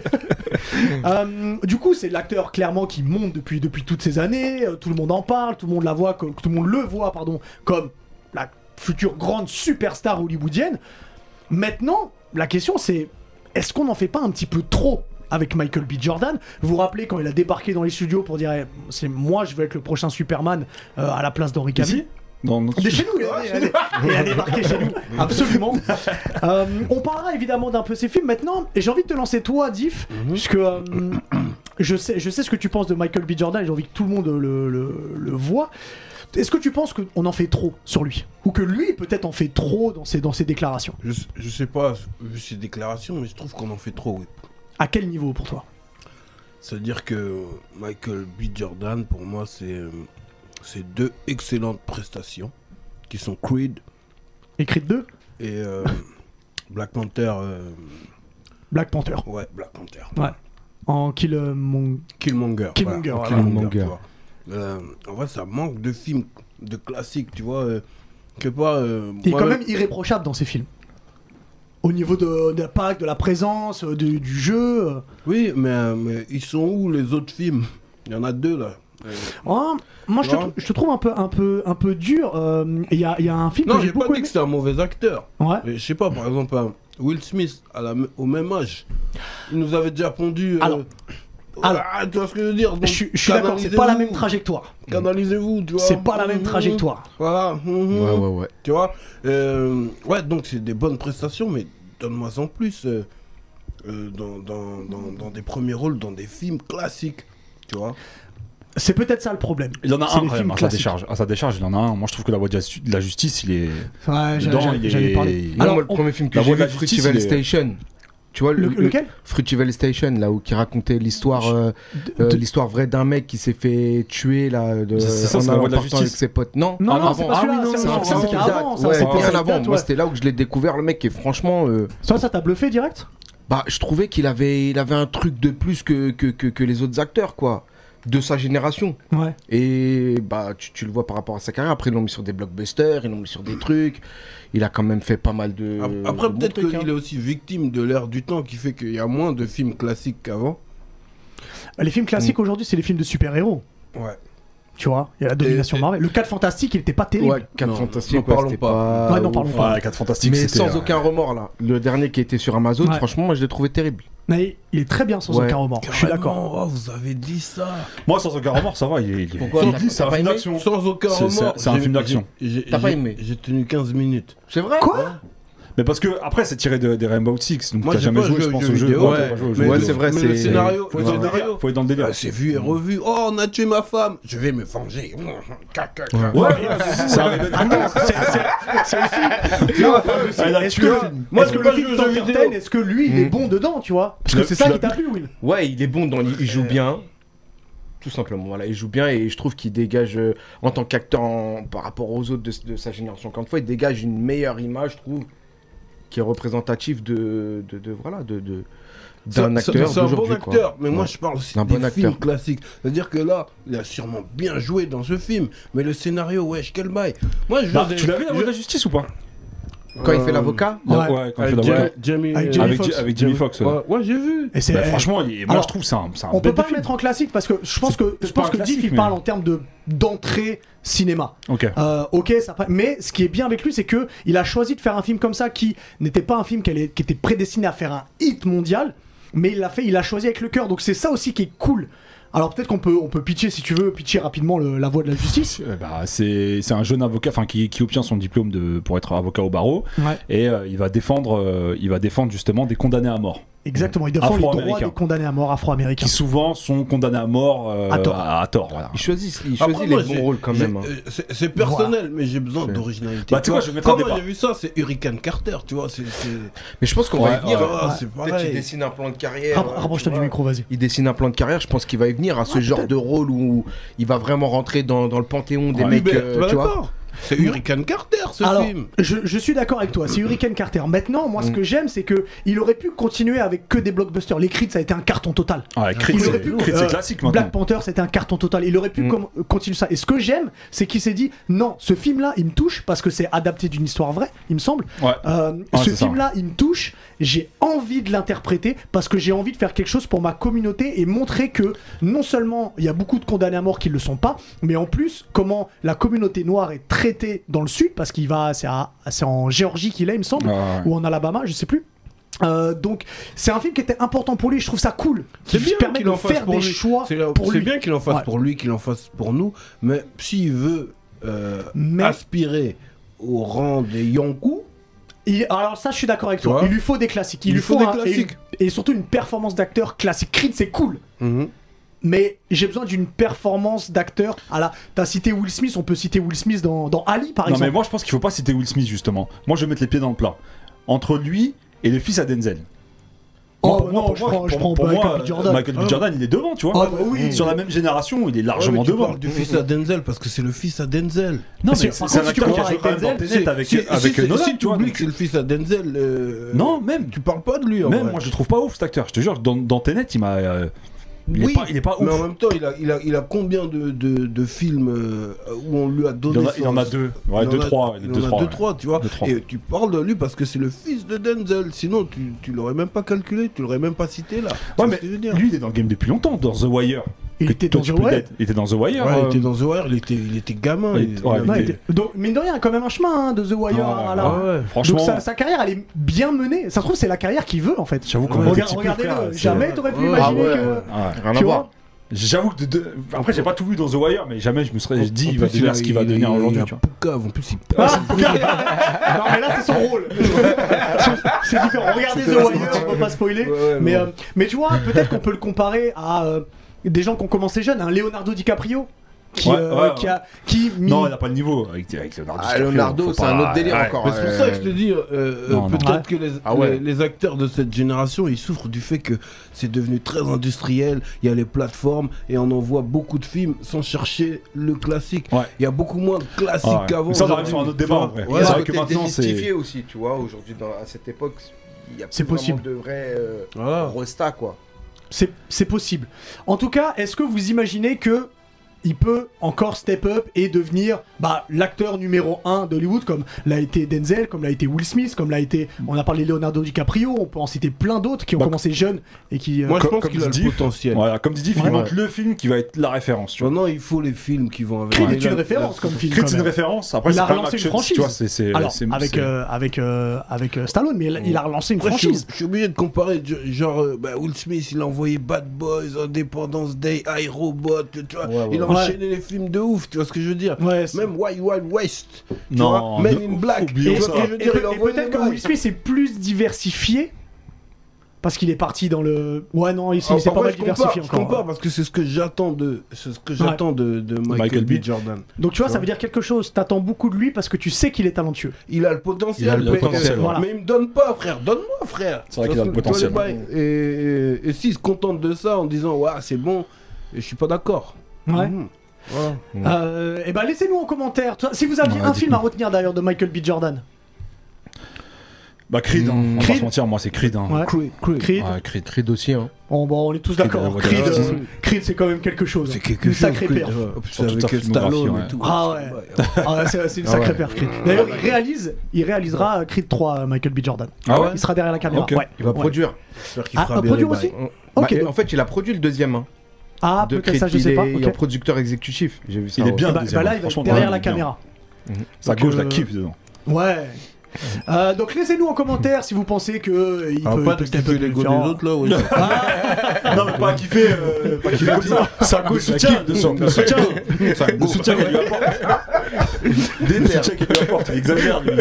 Speaker 1: Euh, du coup, c'est l'acteur clairement qui monte depuis, depuis toutes ces années. Euh, tout le monde en parle, tout le monde la voit, comme, tout le monde le voit, pardon, comme la future grande superstar hollywoodienne. Maintenant, la question c'est est-ce qu'on n'en fait pas un petit peu trop avec Michael B. Jordan? Vous vous rappelez quand il a débarqué dans les studios pour dire eh, c'est moi, je veux être le prochain Superman euh, à la place d'Henry Cavill.
Speaker 2: Ici Dans notre-
Speaker 1: De chez nous, il a, il a- il a débarqué chez nous, absolument. Euh, on parlera évidemment d'un peu ces films maintenant, et j'ai envie de te lancer toi, Diff, puisque euh, je, sais, je sais ce que tu penses de Michael B. Jordan, et j'ai envie que tout le monde le, le, le voit. Est-ce que tu penses qu'on en fait trop sur lui? Ou que lui, peut-être, en fait trop dans ses, dans ses déclarations?
Speaker 3: Je, je sais pas, vu ses déclarations, mais je trouve qu'on en fait trop, oui.
Speaker 1: À quel niveau pour toi?
Speaker 3: C'est-à-dire que Michael B. Jordan, pour moi, c'est euh, c'est deux excellentes prestations qui sont Creed
Speaker 1: Écrite deux,
Speaker 3: et euh, Black Panther. euh,
Speaker 1: Black Panther,
Speaker 3: ouais, Black Panther.
Speaker 1: Ouais. en Kill... euh, mon...
Speaker 3: Killmonger.
Speaker 1: Killmonger,
Speaker 3: voilà,
Speaker 1: voilà.
Speaker 3: Killmonger,
Speaker 4: Killmonger.
Speaker 3: tu vois. Euh, en vrai, ça manque de films, de classiques, tu vois. Euh, que pas, euh,
Speaker 1: Il est
Speaker 3: moi,
Speaker 1: quand
Speaker 3: le-
Speaker 1: même irréprochable dans ses films. Au niveau de, de l'impact, de la présence, euh, de- du jeu... euh.
Speaker 3: Oui, mais, euh, mais ils sont où les autres films? Il y en a deux là. Euh,
Speaker 1: Oh, moi, je te,
Speaker 3: Non.
Speaker 1: trou- je te trouve un peu, un peu, un peu dur. euh, Il y, a, il y a un film
Speaker 3: Non,
Speaker 1: que j'ai
Speaker 3: j'ai pas
Speaker 1: beaucoup
Speaker 3: dit
Speaker 1: aimé.
Speaker 3: que c'est un mauvais acteur.
Speaker 1: Ouais.
Speaker 3: Mais je sais pas, par exemple, un Will Smith, à la m- au même âge, il nous avait déjà pondu. euh,
Speaker 1: Alors- alors-
Speaker 3: ah, tu vois ce que je veux dire? Donc,
Speaker 1: Je suis- je suis d'accord, c'est pas la même trajectoire.
Speaker 3: Canalisez-vous, tu vois.
Speaker 1: C'est pas la même
Speaker 3: Mhm.
Speaker 1: trajectoire.
Speaker 3: Voilà. mhm.
Speaker 4: Ouais, ouais, ouais.
Speaker 3: Tu vois euh, Ouais, donc c'est des bonnes prestations, mais donne-moi en plus euh, euh, dans, dans, dans, dans des premiers rôles, dans des films classiques. Tu vois
Speaker 1: C'est peut-être ça le problème.
Speaker 2: Il en a
Speaker 1: C'est
Speaker 2: un
Speaker 1: les
Speaker 2: quand
Speaker 1: films
Speaker 2: même à sa
Speaker 1: classiques.
Speaker 2: décharge. À sa décharge, il en a un. Moi, je trouve que la voix de la ju- de la justice, il est.
Speaker 1: Ouais, j'ai-
Speaker 2: Dedans,
Speaker 1: j'ai-
Speaker 2: il est-
Speaker 1: j'allais parler.
Speaker 4: Non,
Speaker 1: Alors,
Speaker 4: moi, le
Speaker 1: on-
Speaker 4: premier film que
Speaker 2: La
Speaker 4: j'ai
Speaker 2: voix de
Speaker 4: vu,
Speaker 2: la justice,
Speaker 4: Fruitvale
Speaker 2: il est-
Speaker 4: Station. Tu vois,
Speaker 1: le-
Speaker 4: le,
Speaker 1: lequel
Speaker 4: Fruitvale Station, là où qui racontait l'histoire, euh,
Speaker 1: De-
Speaker 4: euh,
Speaker 1: de-
Speaker 4: l'histoire vraie d'un mec qui s'est fait tuer là, de,
Speaker 2: C'est- c'est ça,
Speaker 4: en
Speaker 2: c'est la voix de la
Speaker 4: partant avec
Speaker 2: justice.
Speaker 4: ses potes. Non,
Speaker 1: Non,
Speaker 2: Ah,
Speaker 1: non,
Speaker 2: non,
Speaker 1: c'est
Speaker 2: bon.
Speaker 1: pas
Speaker 2: Ah
Speaker 1: celui-là.
Speaker 2: oui, non,
Speaker 1: c'est-
Speaker 2: non,
Speaker 1: ça,
Speaker 2: non,
Speaker 1: c'était
Speaker 4: qui
Speaker 1: avant.
Speaker 4: date.
Speaker 1: Ça,
Speaker 4: Ouais,
Speaker 1: c'était
Speaker 4: bien
Speaker 1: ça
Speaker 4: avant.
Speaker 1: date,
Speaker 4: Moi,
Speaker 1: ouais.
Speaker 4: c'était là où je l'ai découvert, le mec, et franchement, euh,
Speaker 1: Ça, ça t'a bluffé direct?
Speaker 4: bah, je trouvais qu'il avait, il avait un truc de plus que, que, que, que les autres acteurs, quoi, de sa génération.
Speaker 1: Ouais.
Speaker 4: Et bah, tu, tu le vois par rapport à sa carrière. Après, ils l'ont mis sur des blockbusters, ils l'ont mis sur des trucs. Il a quand même fait pas mal de.
Speaker 3: Ap-
Speaker 4: de
Speaker 3: Après,
Speaker 4: bons
Speaker 3: peut-être
Speaker 4: trucs,
Speaker 3: qu'il
Speaker 4: hein.
Speaker 3: est aussi victime de l'ère du temps qui fait qu'il y a moins de films classiques qu'avant.
Speaker 1: Bah, les films classiques aujourd'hui, c'est les films de super-héros.
Speaker 3: Ouais.
Speaker 1: Tu vois, il y a la domination
Speaker 3: Et- et-
Speaker 1: Marvel. Le quatre Fantastique, il était pas terrible.
Speaker 4: Ouais, quatre
Speaker 3: Non,
Speaker 4: Fantastiques,
Speaker 3: n'en
Speaker 4: ouais,
Speaker 3: parlons
Speaker 4: c'était
Speaker 3: pas.
Speaker 1: Ouais, n'en
Speaker 4: ouf.
Speaker 1: parlons pas.
Speaker 2: Ouais, quatre fantastiques.
Speaker 4: Mais
Speaker 2: c'était,
Speaker 4: sans
Speaker 2: euh,
Speaker 4: aucun remords, là. Le dernier qui était sur Amazon,
Speaker 1: Ouais.
Speaker 4: franchement, moi, je l'ai trouvé terrible.
Speaker 1: Mais il est très bien sans
Speaker 4: Ouais.
Speaker 1: aucun remords. Je suis d'accord.
Speaker 3: Carrément, oh, vous avez dit ça.
Speaker 2: Moi, sans aucun remords, ça va. Il est. il est-
Speaker 4: Pourquoi
Speaker 2: il
Speaker 4: T'as-
Speaker 2: dit, c'est
Speaker 4: t'as
Speaker 2: un
Speaker 4: pas
Speaker 2: film
Speaker 4: aimé
Speaker 2: d'action.
Speaker 3: Sans aucun
Speaker 2: C'est-
Speaker 3: remords.
Speaker 2: c'est- c'est un
Speaker 3: j'ai-
Speaker 2: film d'action.
Speaker 3: j'ai- j'ai-
Speaker 4: T'as pas
Speaker 3: j'ai-
Speaker 4: aimé
Speaker 3: J'ai tenu quinze minutes.
Speaker 4: C'est vrai
Speaker 1: Quoi?
Speaker 2: Mais parce que après, c'est tiré de- des Rainbow Six. Donc,
Speaker 3: Moi,
Speaker 2: t'as
Speaker 3: j'ai
Speaker 2: jamais
Speaker 3: pas
Speaker 2: joué,
Speaker 3: joué
Speaker 2: je
Speaker 3: aux
Speaker 2: pense,
Speaker 3: jeux
Speaker 2: au jeu.
Speaker 3: vidéo,
Speaker 2: Ouais, t'as
Speaker 3: ouais.
Speaker 2: pas joué aux
Speaker 3: Mais
Speaker 2: jeux
Speaker 4: Ouais,
Speaker 3: le-
Speaker 2: vidéo.
Speaker 4: c'est vrai,
Speaker 3: mais le
Speaker 4: c'est-
Speaker 3: scénario,
Speaker 2: Faut
Speaker 3: le
Speaker 2: être dans le
Speaker 3: scénario,
Speaker 2: délire. Faut être dans le délire.
Speaker 3: ah, c'est vu et revu. Oh, on a tué ma femme. Je vais me venger. Caca.
Speaker 2: Ouais, ça arrive.
Speaker 1: Attends, c'est- c'est- c'est aussi. Là, on parle de ça.
Speaker 2: Elle a
Speaker 1: Est-ce
Speaker 2: tué
Speaker 1: que,
Speaker 2: le film.
Speaker 3: Moi,
Speaker 1: est-ce
Speaker 3: je
Speaker 1: que
Speaker 3: peux
Speaker 1: le
Speaker 3: pas
Speaker 1: film
Speaker 3: jouer aux jeux
Speaker 1: t'entertaine,
Speaker 3: vidéo.
Speaker 1: est-ce que lui, il est
Speaker 4: Mm.
Speaker 1: bon dedans, tu vois? Parce
Speaker 2: Tu
Speaker 1: que
Speaker 2: l'as-
Speaker 1: c'est
Speaker 2: tu
Speaker 1: ça
Speaker 2: l'as
Speaker 1: qui t'a plu, Will.
Speaker 4: Ouais, il est bon, dans, il joue bien. Tout simplement, voilà, il joue bien et je trouve qu'il dégage, euh, en tant qu'acteur en- par rapport aux autres de, de sa génération, encore une fois, il dégage une meilleure image, je trouve, qui est représentative de, de, de voilà, de, de d'un
Speaker 3: C'est-
Speaker 4: acteur
Speaker 3: C'est un bon
Speaker 4: d'aujourd'hui, quoi.
Speaker 3: acteur, mais moi
Speaker 4: Ouais.
Speaker 3: je parle aussi
Speaker 4: Un
Speaker 3: des
Speaker 4: bon
Speaker 3: films
Speaker 4: acteur.
Speaker 3: classiques. C'est-à-dire que là, il a sûrement bien joué dans ce film, mais le scénario, wesh, quel bail. Moi je
Speaker 2: Bah,
Speaker 3: veux des-
Speaker 2: tu l'as vu la voix de
Speaker 3: je-
Speaker 2: la justice ou pas?
Speaker 4: Quand il
Speaker 3: Euh,
Speaker 4: fait l'avocat
Speaker 2: Ouais,
Speaker 1: Ouais.
Speaker 2: ouais, quand il fait
Speaker 3: Avec,
Speaker 2: l'avocat.
Speaker 3: Ja- Jamie,
Speaker 1: Avec
Speaker 3: euh,
Speaker 1: Jamie
Speaker 2: Avec,
Speaker 1: Foxx.
Speaker 2: Ja- avec Jamie Foxx. ouais.
Speaker 3: Ouais, ouais, j'ai vu.
Speaker 1: Et c'est
Speaker 2: Bah, franchement, il est- moi
Speaker 1: Alors,
Speaker 2: je trouve que c'est un, c'est un
Speaker 1: on peut
Speaker 2: bête
Speaker 1: pas
Speaker 2: de
Speaker 1: le
Speaker 2: film.
Speaker 1: mettre en classique parce que je pense
Speaker 2: C'est
Speaker 1: que
Speaker 2: peut-être
Speaker 1: je pense
Speaker 2: pas un
Speaker 1: que Diff
Speaker 2: classique,
Speaker 1: il
Speaker 2: mais-
Speaker 1: parle en termes de d'entrée cinéma.
Speaker 2: Ok.
Speaker 1: Euh, ok, ça pa- mais ce qui est bien avec lui, c'est que il a choisi de faire un film comme ça qui n'était pas un film qui, allait- qui était prédestiné à faire un hit mondial, mais il l'a fait, il a choisi avec le cœur. Donc c'est ça aussi qui est cool. Alors peut-être qu'on peut on peut pitcher si tu veux pitcher rapidement le- la voie de la justice.
Speaker 2: Euh, bah, c'est c'est un jeune avocat, enfin qui, qui obtient son diplôme de pour être avocat au barreau
Speaker 1: Ouais.
Speaker 2: et euh, il va défendre, euh, il va défendre justement des condamnés à mort,
Speaker 1: Exactement. Il défend les droits
Speaker 2: Afro-américain.
Speaker 1: des condamnés à mort afro-américains.
Speaker 2: qui souvent sont condamnés à mort euh,
Speaker 1: À tort.
Speaker 2: À, à tort, voilà.
Speaker 4: Il choisit, il
Speaker 3: Après,
Speaker 4: choisit
Speaker 3: moi,
Speaker 4: les
Speaker 3: j'ai-
Speaker 4: bons rôles quand
Speaker 3: j'ai-
Speaker 4: même. hein.
Speaker 3: euh, C'est c'est personnel, mais j'ai besoin
Speaker 4: C'est-
Speaker 3: d'originalité.
Speaker 2: Bah, tu vois, je vais mettre un
Speaker 3: Comment
Speaker 2: débat.
Speaker 3: j'ai vu ça, c'est Hurricane Carter, tu vois. c'est c'est-
Speaker 4: Mais je pense qu'on
Speaker 2: Ouais,
Speaker 4: va y venir.
Speaker 2: ouais.
Speaker 4: hein.
Speaker 3: Ah, c'est
Speaker 4: Peut-être qu'il
Speaker 3: pareil.
Speaker 4: dessine un plan de carrière.
Speaker 1: Rap-
Speaker 4: euh,
Speaker 1: Rapproche-toi
Speaker 4: tu
Speaker 1: du
Speaker 4: vois.
Speaker 1: micro, vas-y.
Speaker 4: Il dessine un plan de carrière, je pense qu'il va y venir à ce genre de rôle où il va vraiment rentrer dans, dans le panthéon des
Speaker 2: Ouais.
Speaker 4: mecs,
Speaker 3: Mais,
Speaker 4: euh,
Speaker 3: bah,
Speaker 4: tu vois.
Speaker 3: d'accord. C'est Hurricane Carter, ce
Speaker 1: Alors,
Speaker 3: film.
Speaker 1: je, je suis d'accord avec toi, c'est Hurricane Carter. Maintenant, moi, ce
Speaker 4: Mm.
Speaker 1: que j'aime, c'est que il aurait pu continuer avec que des blockbusters. Les Creed, ça a été un carton total.
Speaker 2: Ouais, Creed,
Speaker 1: Il
Speaker 2: c'est
Speaker 1: aurait pu,
Speaker 2: Creed,
Speaker 1: euh,
Speaker 2: c'est classique maintenant.
Speaker 1: Black Panther, c'était un carton total. Il aurait pu
Speaker 4: Mm.
Speaker 1: com- euh, continuer ça. Et ce que j'aime, c'est qu'il s'est dit non, ce film-là, il me touche parce que c'est adapté d'une histoire vraie, il me semble.
Speaker 2: Ouais.
Speaker 1: Euh,
Speaker 2: Ouais,
Speaker 1: ce
Speaker 2: c'est ça.
Speaker 1: film-là, il me touche. J'ai envie de l'interpréter parce que j'ai envie de faire quelque chose pour ma communauté et montrer que non seulement il y a beaucoup de condamnés à mort qui ne le sont pas, mais en plus comment la communauté noire est traitée dans le sud parce qu'il va, c'est, à- c'est en Géorgie qu'il est, il me semble,
Speaker 2: Ouais, ouais.
Speaker 1: ou en Alabama, je sais plus. Euh, donc c'est un film qui était important pour lui. Je trouve ça cool.
Speaker 3: C'est
Speaker 1: Qui
Speaker 3: bien
Speaker 1: permet
Speaker 3: qu'il
Speaker 1: de
Speaker 3: en fasse
Speaker 1: faire
Speaker 3: pour
Speaker 1: des
Speaker 3: lui.
Speaker 1: choix
Speaker 3: C'est la-
Speaker 1: pour
Speaker 3: c'est
Speaker 1: lui.
Speaker 3: bien qu'il en fasse
Speaker 1: Ouais.
Speaker 3: pour lui, qu'il en fasse pour nous, mais s'il veut euh,
Speaker 1: Mais-
Speaker 3: aspirer au rang des Yonkou,
Speaker 1: Il- alors ça, je suis d'accord avec
Speaker 3: Tu
Speaker 1: toi.
Speaker 3: vois
Speaker 1: Il lui faut des classiques. Il,
Speaker 3: Il
Speaker 1: lui
Speaker 3: lui faut
Speaker 1: faut
Speaker 3: des
Speaker 1: un-
Speaker 3: classiques.
Speaker 1: Et, et surtout une performance d'acteur classique. Creed, c'est cool.
Speaker 3: mhm.
Speaker 1: Mais j'ai besoin d'une performance d'acteur. Ah là, t'as cité Will Smith, on peut citer Will Smith dans, dans Ali par
Speaker 2: Non
Speaker 1: exemple.
Speaker 2: mais moi je pense qu'il faut pas citer Will Smith justement. Moi je vais mettre les pieds dans le plat. Entre lui et le fils à Denzel.
Speaker 1: Oh,
Speaker 2: Moi, pour
Speaker 1: non,
Speaker 2: moi,
Speaker 1: je
Speaker 2: pour
Speaker 1: prends-
Speaker 2: moi,
Speaker 1: je
Speaker 2: pour-
Speaker 1: prends
Speaker 2: pour
Speaker 1: Michael
Speaker 2: moi,
Speaker 1: B. Jordan.
Speaker 2: Michael B.
Speaker 3: Ah.
Speaker 2: Jordan, il est devant, tu vois.
Speaker 1: Ah, bah oui.
Speaker 2: Sur la même génération, il est
Speaker 3: Ouais,
Speaker 2: largement
Speaker 3: mais tu
Speaker 2: devant.
Speaker 3: parles du fils à Denzel parce que c'est le fils à Denzel.
Speaker 2: Non
Speaker 1: Parce
Speaker 2: mais
Speaker 1: que,
Speaker 2: c'est
Speaker 1: par
Speaker 2: c'est un
Speaker 1: contre, si tu
Speaker 2: acteur qui a
Speaker 1: compares
Speaker 2: joué quand même dans
Speaker 1: avec
Speaker 2: Tenet avec
Speaker 3: Si-
Speaker 2: avec
Speaker 3: si,
Speaker 2: Nolan,
Speaker 3: si
Speaker 2: tu
Speaker 3: tu
Speaker 2: vois.
Speaker 3: oublies
Speaker 2: donc-
Speaker 3: que c'est le fils à Denzel, euh,
Speaker 2: Non, même.
Speaker 3: tu parles pas de lui en
Speaker 2: Même
Speaker 3: vrai.
Speaker 2: moi je le trouve pas ouf cet acteur. Je te jure, dans, dans Tenet, il m'a. euh, il,
Speaker 3: Oui,
Speaker 2: est pas, il est pas
Speaker 3: mais
Speaker 2: ouf.
Speaker 3: en même temps, il a, il a, il a combien de, de, de films euh, où on lui a
Speaker 2: Il
Speaker 3: donné
Speaker 2: en a, il en a
Speaker 3: son-
Speaker 2: deux. Ouais,
Speaker 3: il
Speaker 2: deux,
Speaker 3: en a-
Speaker 2: trois.
Speaker 3: Il
Speaker 2: deux,
Speaker 3: en a
Speaker 2: trois,
Speaker 3: deux,
Speaker 2: ouais.
Speaker 3: trois, tu vois.
Speaker 2: Deux, trois.
Speaker 3: Et tu parles de lui parce que c'est le fils de Denzel. Sinon, tu, tu l'aurais même pas calculé, tu l'aurais même pas cité là. Tu
Speaker 2: Ouais,
Speaker 3: vois
Speaker 2: mais
Speaker 3: ce que je veux dire.
Speaker 2: lui, il est dans le game depuis longtemps, dans The Wire.
Speaker 1: Il
Speaker 2: Que
Speaker 1: était
Speaker 2: toi,
Speaker 1: dans
Speaker 2: tu
Speaker 1: The
Speaker 2: peux
Speaker 1: Wire.
Speaker 2: l'être. Il était dans The Wire.
Speaker 3: Ouais,
Speaker 2: euh,
Speaker 3: il était dans The Wire, il était, il était gamin.
Speaker 2: Il-
Speaker 3: il-
Speaker 2: ouais,
Speaker 3: il
Speaker 1: Ouais,
Speaker 3: était-
Speaker 1: il était- Donc, mine de rien, quand même un chemin hein, de The Wire
Speaker 2: Ouais,
Speaker 1: à la.
Speaker 3: Ouais, ouais.
Speaker 2: Franchement,
Speaker 1: Donc sa, sa carrière, elle est bien menée. Ça se trouve, c'est la carrière qu'il veut en fait.
Speaker 2: j'avoue qu'on
Speaker 3: Ouais.
Speaker 2: était
Speaker 1: Regarde-
Speaker 2: petits peu,
Speaker 1: Regardez-le.
Speaker 2: frère, c'est-
Speaker 1: Jamais t'aurais pu
Speaker 3: Ouais.
Speaker 1: imaginer
Speaker 4: Ah ouais,
Speaker 1: que.
Speaker 4: ouais.
Speaker 2: Ouais.
Speaker 4: Rien à
Speaker 1: Tu
Speaker 4: voir.
Speaker 1: vois
Speaker 2: J'avoue que de- de- après j'ai pas tout vu dans The Wire, mais jamais je me serais dit
Speaker 3: En
Speaker 2: il va
Speaker 3: plus,
Speaker 2: devenir
Speaker 3: a-
Speaker 2: ce qu'il va
Speaker 3: il-
Speaker 2: devenir
Speaker 3: il-
Speaker 2: aujourd'hui.
Speaker 3: il a
Speaker 2: tu vois.
Speaker 3: Poucave, en plus, il
Speaker 1: Ah, non mais là c'est son rôle. C'est différent. Regardez The Wire, on va pas spoiler.
Speaker 3: Ouais, ouais,
Speaker 1: Mais,
Speaker 3: ouais.
Speaker 1: euh, mais tu vois, peut-être qu'on peut le comparer à euh, des gens qui ont commencé jeunes, un Leonardo DiCaprio qui,
Speaker 2: Ouais,
Speaker 1: euh,
Speaker 2: ouais,
Speaker 1: qui a qui mis-
Speaker 2: Non, il a pas le niveau avec, avec Leonardo.
Speaker 4: Ah,
Speaker 2: DiCaprio,
Speaker 4: Leonardo,
Speaker 2: faut
Speaker 4: c'est
Speaker 2: pas-
Speaker 4: un autre délire
Speaker 2: ouais.
Speaker 4: encore.
Speaker 3: Mais c'est pour ça que je te
Speaker 4: euh,
Speaker 3: dis, euh, euh,
Speaker 2: Non, non.
Speaker 3: peut-être
Speaker 1: Ouais.
Speaker 3: que les,
Speaker 4: Ah ouais.
Speaker 3: les, les acteurs de cette génération, ils souffrent du fait que c'est devenu très industriel, il y a les plateformes et on en voit beaucoup de films sans chercher le classique.
Speaker 2: Ouais.
Speaker 3: Il y a beaucoup moins de classiques
Speaker 2: Ouais.
Speaker 3: qu'avant.
Speaker 2: Mais ça, on arrive
Speaker 3: aujourd'hui,
Speaker 2: sur un autre
Speaker 3: tu
Speaker 2: débat,
Speaker 3: vois.
Speaker 2: en vrai.
Speaker 3: Ouais,
Speaker 4: Il y a
Speaker 2: c'est
Speaker 4: un
Speaker 2: vrai que
Speaker 4: côté
Speaker 2: maintenant, c'est-
Speaker 4: démystifié aussi, tu vois, aujourd'hui, dans- à cette époque, il y a
Speaker 1: C'est
Speaker 4: plus
Speaker 1: possible.
Speaker 4: vraiment de vrais euh,
Speaker 3: Voilà.
Speaker 4: restats, quoi.
Speaker 1: C'est c'est possible. En tout cas, est-ce que vous imaginez que il peut encore step up et devenir bah, l'acteur numéro un d'Hollywood comme l'a été Denzel, comme l'a été Will Smith, comme l'a été, on a parlé Leonardo DiCaprio, on peut en citer plein d'autres qui ont
Speaker 2: Bah,
Speaker 1: commencé jeunes et qui... euh,
Speaker 3: Moi, je
Speaker 2: Comme-
Speaker 3: pense
Speaker 2: comme
Speaker 3: qu'il a
Speaker 2: dit
Speaker 3: le
Speaker 2: Diff,
Speaker 3: potentiel.
Speaker 2: Voilà, comme dit Diff, il
Speaker 1: Ouais.
Speaker 2: manque le film qui va être la référence. Tu vois.
Speaker 3: Maintenant, il faut les films qui vont avec.
Speaker 1: Creed
Speaker 3: Mais
Speaker 1: est une
Speaker 3: la-
Speaker 1: référence
Speaker 3: la-
Speaker 1: comme film.
Speaker 2: Creed,
Speaker 1: quand
Speaker 2: c'est une
Speaker 1: même.
Speaker 2: référence. Après,
Speaker 1: Il
Speaker 2: c'est
Speaker 1: a
Speaker 2: pas
Speaker 1: relancé
Speaker 2: Max
Speaker 1: une
Speaker 2: Schultz,
Speaker 1: franchise.
Speaker 2: tu vois, c'est- c'est-
Speaker 1: Alors,
Speaker 2: c'est-
Speaker 1: avec,
Speaker 2: c'est-
Speaker 1: euh, avec, euh, avec euh, Stallone, mais il, il a relancé une
Speaker 3: Après, je,
Speaker 1: franchise.
Speaker 3: suis, je suis obligé de comparer, je- genre, euh, bah, Will Smith, il a envoyé Bad Boys, Independence Day, iRobot, tu vois,
Speaker 4: Ouais, ouais.
Speaker 3: il a
Speaker 1: Ouais.
Speaker 3: enchaîné les films de ouf, tu vois ce que je veux dire.
Speaker 1: Ouais, c'est-
Speaker 3: Même Wild Wild West, tu
Speaker 2: Non,
Speaker 3: vois, Men
Speaker 2: de-
Speaker 3: in Black,
Speaker 2: oublions
Speaker 3: tu vois
Speaker 2: ça.
Speaker 3: ce que je veux
Speaker 1: Et,
Speaker 3: dire,
Speaker 1: peut-
Speaker 3: il a
Speaker 1: et
Speaker 3: envoyé
Speaker 1: peut-être
Speaker 3: des
Speaker 1: que
Speaker 3: bails.
Speaker 1: Will Smith est plus diversifié parce qu'il est parti dans le. Ouais, non, il s'est
Speaker 3: En-
Speaker 1: il s'est
Speaker 3: en
Speaker 1: pas
Speaker 3: vrai,
Speaker 1: mal
Speaker 3: je compare,
Speaker 1: diversifié
Speaker 3: je
Speaker 1: encore.
Speaker 3: compare parce que c'est ce que j'attends de, c'est ce que j'attends de, de Michael,
Speaker 2: Michael
Speaker 3: B.
Speaker 2: B.
Speaker 3: Jordan.
Speaker 1: Donc tu vois,
Speaker 3: Tu
Speaker 1: ça
Speaker 3: vois.
Speaker 1: veut dire quelque chose. T'attends beaucoup de lui parce que tu sais qu'il est talentueux.
Speaker 3: Il a le potentiel,
Speaker 2: Il a le
Speaker 3: mais,
Speaker 2: potentiel,
Speaker 3: euh,
Speaker 1: voilà.
Speaker 3: mais il me donne pas, frère. Donne-moi, frère.
Speaker 2: C'est vrai
Speaker 3: Tu
Speaker 2: qu'il a
Speaker 3: vois
Speaker 2: le
Speaker 3: ce que- tu vois
Speaker 2: potentiel.
Speaker 3: les bails. Et, et, et s'il se contente de ça en disant, ouais, c'est bon, je suis pas d'accord.
Speaker 1: Ouais.
Speaker 3: Mhm. Voilà.
Speaker 1: Euh, et ben laissez-nous en commentaire. Toi, si vous aviez
Speaker 2: Ouais,
Speaker 1: un film
Speaker 2: dites-nous.
Speaker 1: à retenir d'ailleurs de Michael B. Jordan.
Speaker 2: Bah Creed, hein. on va
Speaker 1: Creed.
Speaker 2: pas se mentir, moi c'est Creed. Hein.
Speaker 1: Ouais.
Speaker 3: Creed, Creed.
Speaker 1: Creed.
Speaker 2: Ouais, Creed.
Speaker 4: Creed aussi, hein.
Speaker 1: Bon, bon, on est tous d'accord.
Speaker 2: Creed,
Speaker 1: Creed,
Speaker 2: ouais,
Speaker 1: euh,
Speaker 3: ouais.
Speaker 1: Creed, c'est quand même quelque chose.
Speaker 3: C'est
Speaker 1: hein.
Speaker 3: quelque
Speaker 1: Une
Speaker 3: chose.
Speaker 1: sacrée
Speaker 3: Creed.
Speaker 1: perf.
Speaker 3: En plus,
Speaker 2: Sur toute
Speaker 3: avec
Speaker 2: sa
Speaker 3: Stallone
Speaker 2: filmographie,
Speaker 3: et tout.
Speaker 1: Ah ouais. Ah ouais, c'est c'est une
Speaker 4: Ah
Speaker 1: sacrée
Speaker 4: ouais.
Speaker 1: perf, Creed. D'ailleurs, il réalise, il réalisera euh, Creed trois, euh, Michael B. Jordan.
Speaker 2: Ah ouais
Speaker 1: Il sera derrière la caméra.
Speaker 2: Ok.
Speaker 1: Ouais.
Speaker 4: Il va
Speaker 1: Ouais.
Speaker 4: produire.
Speaker 3: J'espère qu'il
Speaker 1: Ah,
Speaker 3: fera
Speaker 1: euh,
Speaker 3: bien
Speaker 1: produire
Speaker 3: les
Speaker 1: aussi
Speaker 3: bails.
Speaker 1: Ok.
Speaker 4: Bah, en fait, il a produit le deuxième. Hein,
Speaker 1: Ah,
Speaker 4: de
Speaker 1: peut-être
Speaker 4: Creed.
Speaker 1: ça, je
Speaker 4: il
Speaker 1: sais
Speaker 4: est,
Speaker 1: pas.
Speaker 4: il est
Speaker 1: ok.
Speaker 4: producteur exécutif. J'ai vu ça.
Speaker 2: Il est
Speaker 4: ouais.
Speaker 2: bien.
Speaker 1: Bah,
Speaker 2: le deuxième,
Speaker 1: bah là,
Speaker 2: hein.
Speaker 1: il va être
Speaker 2: Franchement,
Speaker 1: derrière
Speaker 2: ouais,
Speaker 1: la
Speaker 2: il est bien.
Speaker 1: caméra.
Speaker 2: Sa
Speaker 1: Donc,
Speaker 2: gauche, la
Speaker 1: euh,
Speaker 2: kiffe dedans.
Speaker 1: Ouais. Euh, donc laissez-nous en commentaire si vous pensez que euh, il
Speaker 3: Ah,
Speaker 1: peut,
Speaker 3: pas
Speaker 1: il peut
Speaker 3: de
Speaker 1: step up
Speaker 3: kiffer les
Speaker 1: le
Speaker 3: go des
Speaker 1: faire.
Speaker 3: autres là, ouais.
Speaker 2: Non, mais pas à kiffer, euh, pas kiffer comme ça.
Speaker 3: Ça cause
Speaker 2: Le soutien, le soutien, le soutien, le soutien qu'il lui apporte. Le soutien qu'il lui apporte, il exagère lui.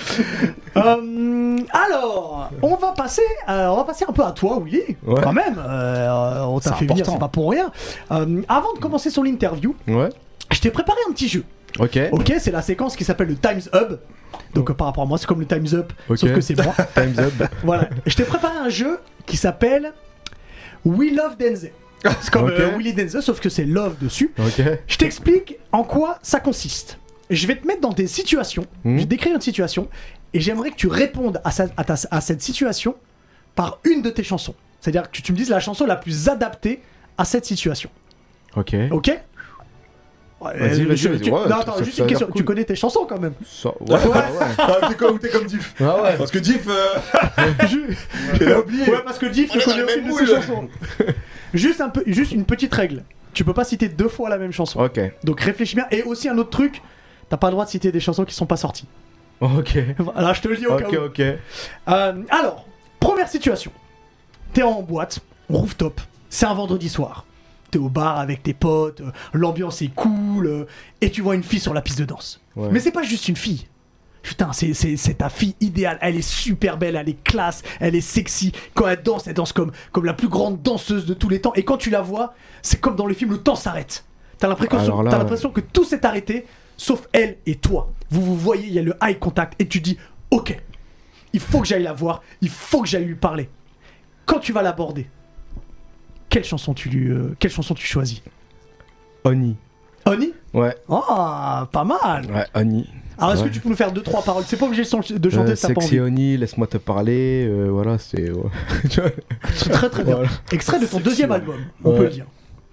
Speaker 1: Euh, alors, on va passer, euh, on va passer un peu à toi, Willy.
Speaker 4: Ouais.
Speaker 1: Quand même, euh, on t'a
Speaker 2: C'est
Speaker 1: fait venir,
Speaker 2: important.
Speaker 1: c'est pas pour rien. Euh, avant de commencer sur l'interview,
Speaker 4: Ouais.
Speaker 1: je t'ai préparé un petit jeu.
Speaker 4: Ok.
Speaker 1: Ok, c'est la séquence qui s'appelle le Times Up. Donc euh, par rapport à moi, c'est comme le Times Up,
Speaker 4: Ok.
Speaker 1: sauf que c'est moi.
Speaker 4: Time's up.
Speaker 1: Voilà. Je t'ai préparé un jeu qui s'appelle We Love Denzel. C'est comme
Speaker 4: Ok.
Speaker 1: euh, Willy Denzel, sauf que c'est Love dessus.
Speaker 4: Ok.
Speaker 1: Je t'explique en quoi ça consiste. Je vais te mettre dans des situations,
Speaker 4: Mhm.
Speaker 1: je vais te décrire une situation, et j'aimerais que tu répondes à, sa- à ta- à cette situation par une de tes chansons. C'est-à-dire que tu, tu me dises la chanson la plus adaptée à cette situation.
Speaker 4: Ok.
Speaker 1: Ok? Ouais,
Speaker 4: Vas-y,
Speaker 1: euh,
Speaker 4: vas-y,
Speaker 1: je-
Speaker 4: vas-y,
Speaker 1: tu-
Speaker 4: ouais,
Speaker 1: non,
Speaker 4: ça-
Speaker 1: attends,
Speaker 4: ça-
Speaker 1: juste
Speaker 4: ça
Speaker 1: une
Speaker 4: a l'air
Speaker 1: question.
Speaker 4: cool.
Speaker 1: Tu connais tes chansons quand même?
Speaker 4: Ça- Ouais, ouais, ouais.
Speaker 2: Ah, t'es comme, t'es comme Diff.
Speaker 4: Ah ouais.
Speaker 2: Parce que Diff, euh,
Speaker 1: Je-
Speaker 2: il a oublié.
Speaker 1: Ouais, parce que Diff
Speaker 2: On
Speaker 1: ne
Speaker 2: est dans
Speaker 1: connaît
Speaker 2: le
Speaker 1: aucune
Speaker 2: même
Speaker 1: de ses
Speaker 2: moule.
Speaker 1: chansons. Juste, un peu, juste une petite règle. Tu peux pas citer deux fois la même chanson.
Speaker 4: Ok.
Speaker 1: Donc réfléchis bien. Et aussi un autre truc, t'as pas le droit de citer des chansons qui sont pas sorties.
Speaker 4: Ok.
Speaker 1: Voilà, je te le dis au cas
Speaker 4: Ok,
Speaker 1: où.
Speaker 4: ok.
Speaker 1: Euh, alors, première situation. T'es en boîte, rooftop, c'est un vendredi soir. T'es au bar avec tes potes, euh, l'ambiance est cool, euh, et tu vois une fille sur la piste de danse.
Speaker 4: Ouais.
Speaker 1: Mais c'est pas juste une fille. Putain, c'est, c'est, c'est ta fille idéale. Elle est super belle, elle est classe, elle est sexy. Quand elle danse, elle danse comme, comme la plus grande danseuse de tous les temps. Et quand tu la vois, c'est comme dans le film, le temps s'arrête. T'as l'impression,
Speaker 4: Alors là,
Speaker 1: t'as l'impression que tout s'est arrêté, sauf elle et toi. Vous vous voyez, il y a le eye contact, et tu dis, ok, il faut que j'aille la voir, il faut que j'aille lui parler. Quand tu vas l'aborder, quelle chanson tu, lui, euh, quelle chanson tu choisis?
Speaker 4: Oni.
Speaker 1: Honey?
Speaker 4: Ouais.
Speaker 1: Ah, pas mal.
Speaker 4: Ouais, Oni.
Speaker 1: Alors, est-ce
Speaker 4: Ouais.
Speaker 1: que tu peux nous faire deux, trois paroles? C'est pas obligé de chan- de chanter
Speaker 4: Euh,
Speaker 1: si t'as pas
Speaker 4: Sexy
Speaker 1: envie.
Speaker 4: Oni, laisse-moi te parler. euh, voilà, c'est. ouais. Tu vois.
Speaker 1: C'est très très bien.
Speaker 4: Voilà.
Speaker 1: Extrait de ton deuxième album, on
Speaker 4: Ouais.
Speaker 1: peut le dire.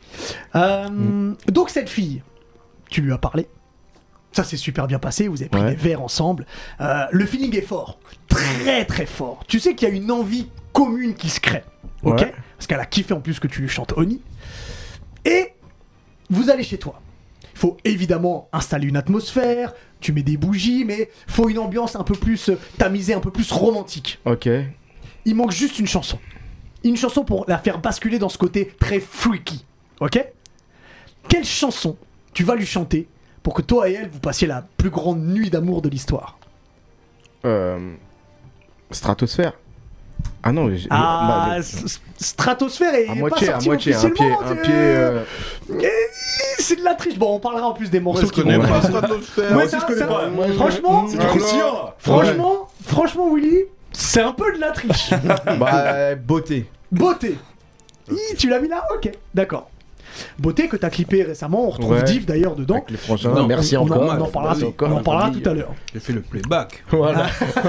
Speaker 1: Euh, Donc cette fille, tu lui as parlé. Ça s'est super bien passé, vous avez pris
Speaker 4: Ouais.
Speaker 1: des verres ensemble. Euh, le feeling est fort, très très fort. Tu sais qu'il y a une envie commune qui se crée, ok?
Speaker 4: Ouais.
Speaker 1: Parce qu'elle a kiffé en plus que tu lui chantes Oni. Et vous allez chez toi. Il faut évidemment installer une atmosphère, tu mets des bougies, mais faut une ambiance un peu plus euh, tamisée, un peu plus romantique.
Speaker 4: Ok.
Speaker 1: Il manque juste une chanson. Une chanson pour la faire basculer dans ce côté très freaky. Ok? Quelle chanson tu vas lui chanter pour que toi et elle vous passiez la plus grande nuit d'amour de l'histoire?
Speaker 4: Euh... Stratosphère. Ah non, j'ai-
Speaker 1: Ah,
Speaker 4: bah,
Speaker 1: s- s- Stratosphère est
Speaker 4: à
Speaker 1: pas
Speaker 4: moitié, à
Speaker 1: sorti
Speaker 4: moitié, un pied,
Speaker 1: officiellement.
Speaker 4: un
Speaker 1: c'est-
Speaker 4: pied. euh,
Speaker 1: Eh, C'est de la triche. Bon, on parlera en plus des morceaux
Speaker 3: Moi, je
Speaker 1: qui
Speaker 3: connais
Speaker 1: vont-
Speaker 3: pas Stratosphère.
Speaker 1: Ouais,
Speaker 2: aussi,
Speaker 1: ça-
Speaker 2: je connais
Speaker 1: ça-
Speaker 2: pas.
Speaker 3: Moi, je-
Speaker 1: Franchement,
Speaker 2: C'est
Speaker 3: Mmh,
Speaker 2: du
Speaker 3: alors,
Speaker 2: croustillant là.
Speaker 1: franchement, franchement, Willy, c'est un peu de la triche.
Speaker 4: Bah, euh, beauté.
Speaker 1: Beauté. Hi, tu l'as mis là? Ok, d'accord. Beauté que t'as clippé récemment, on retrouve
Speaker 4: Ouais.
Speaker 1: Div d'ailleurs dedans.
Speaker 4: Avec les frangins.
Speaker 3: Non,
Speaker 4: merci
Speaker 1: on, on
Speaker 4: encore.
Speaker 1: en- on en parlera,
Speaker 4: Merci encore,
Speaker 1: on en
Speaker 4: la
Speaker 1: parlera
Speaker 4: famille.
Speaker 1: tout à l'heure.
Speaker 3: J'ai fait le playback.
Speaker 4: Voilà.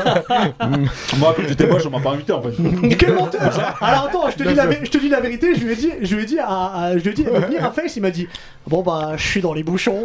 Speaker 2: Moi, quand j'étais moche, on m'a pas invité en fait.
Speaker 1: Quel menteur! Alors attends, je te, dis la, vé- je te dis la vérité, je lui ai dit, je lui ai dit à, à- je lui ai dit, venir à Face, il m'a dit, bon bah, je suis dans les bouchons.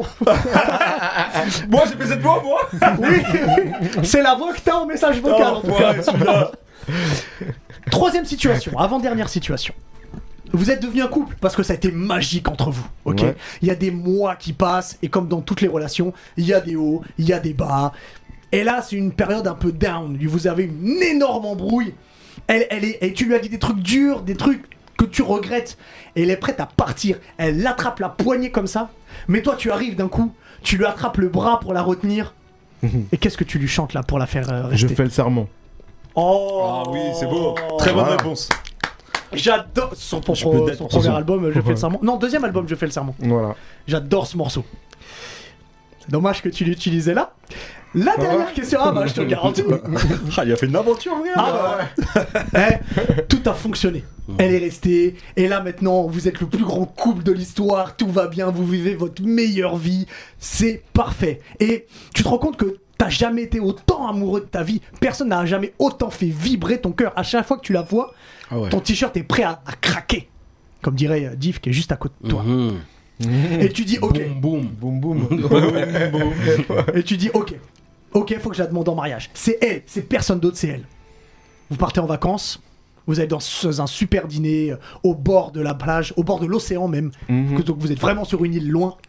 Speaker 2: Moi, j'ai fait cette voix, moi.
Speaker 1: Oui, oui, c'est la voix que t'as en message vocal en tout cas.
Speaker 2: ouais, celui-là.
Speaker 1: Troisième situation, avant-dernière situation. Vous êtes devenu un couple parce que ça a été magique entre vous, ok?
Speaker 4: Ouais.
Speaker 1: Il y a des mois qui passent et comme dans toutes les relations, il y a des hauts, il y a des bas. Et là, c'est une période un peu down. Vous avez une énorme embrouille. Elle, elle est, et tu lui as dit des trucs durs, des trucs que tu regrettes. Et elle est prête à partir. Elle l'attrape la poignée comme ça. Mais toi, tu arrives d'un coup, tu lui attrapes le bras pour la retenir. Et qu'est-ce que tu lui chantes là pour la faire euh,
Speaker 4: Je
Speaker 1: rester?
Speaker 4: fais le serment.
Speaker 1: Oh
Speaker 2: Ah oui, c'est beau. Très bonne
Speaker 4: Voilà.
Speaker 2: réponse.
Speaker 1: J'adore son,
Speaker 2: Je
Speaker 1: pro-
Speaker 2: peux
Speaker 1: son
Speaker 2: d'être
Speaker 1: premier
Speaker 2: son-
Speaker 1: album, Je fais le
Speaker 4: Ouais.
Speaker 1: serment. Non, deuxième album, Je fais le serment.
Speaker 4: Voilà.
Speaker 1: J'adore ce morceau. C'est dommage que tu l'utilisais là. La dernière question, ah bah je te le garantis.
Speaker 2: Ah, il a fait une aventure, regarde.
Speaker 1: Ah bah ouais. Eh, tout a fonctionné. Elle est restée. Et là maintenant, vous êtes le plus grand couple de l'histoire. Tout va bien. Vous vivez votre meilleure vie. C'est parfait. Et tu te rends compte que t'as jamais été autant amoureux de ta vie. Personne n'a jamais autant fait vibrer ton cœur. À chaque fois que tu la vois,
Speaker 3: Ah ouais.
Speaker 1: ton t-shirt est prêt à, à craquer. Comme dirait euh, Div qui est juste à côté de toi.
Speaker 3: Mhm.
Speaker 1: Et tu dis ok.
Speaker 4: Boum, boum, boum, boum.
Speaker 1: Et tu dis ok. Ok, faut que je la demande en mariage. C'est elle, c'est personne d'autre, c'est elle. Vous partez en vacances, vous allez dans un super dîner euh, au bord de la plage, au bord de l'océan même.
Speaker 4: Mhm.
Speaker 1: Donc vous êtes vraiment sur une île loin.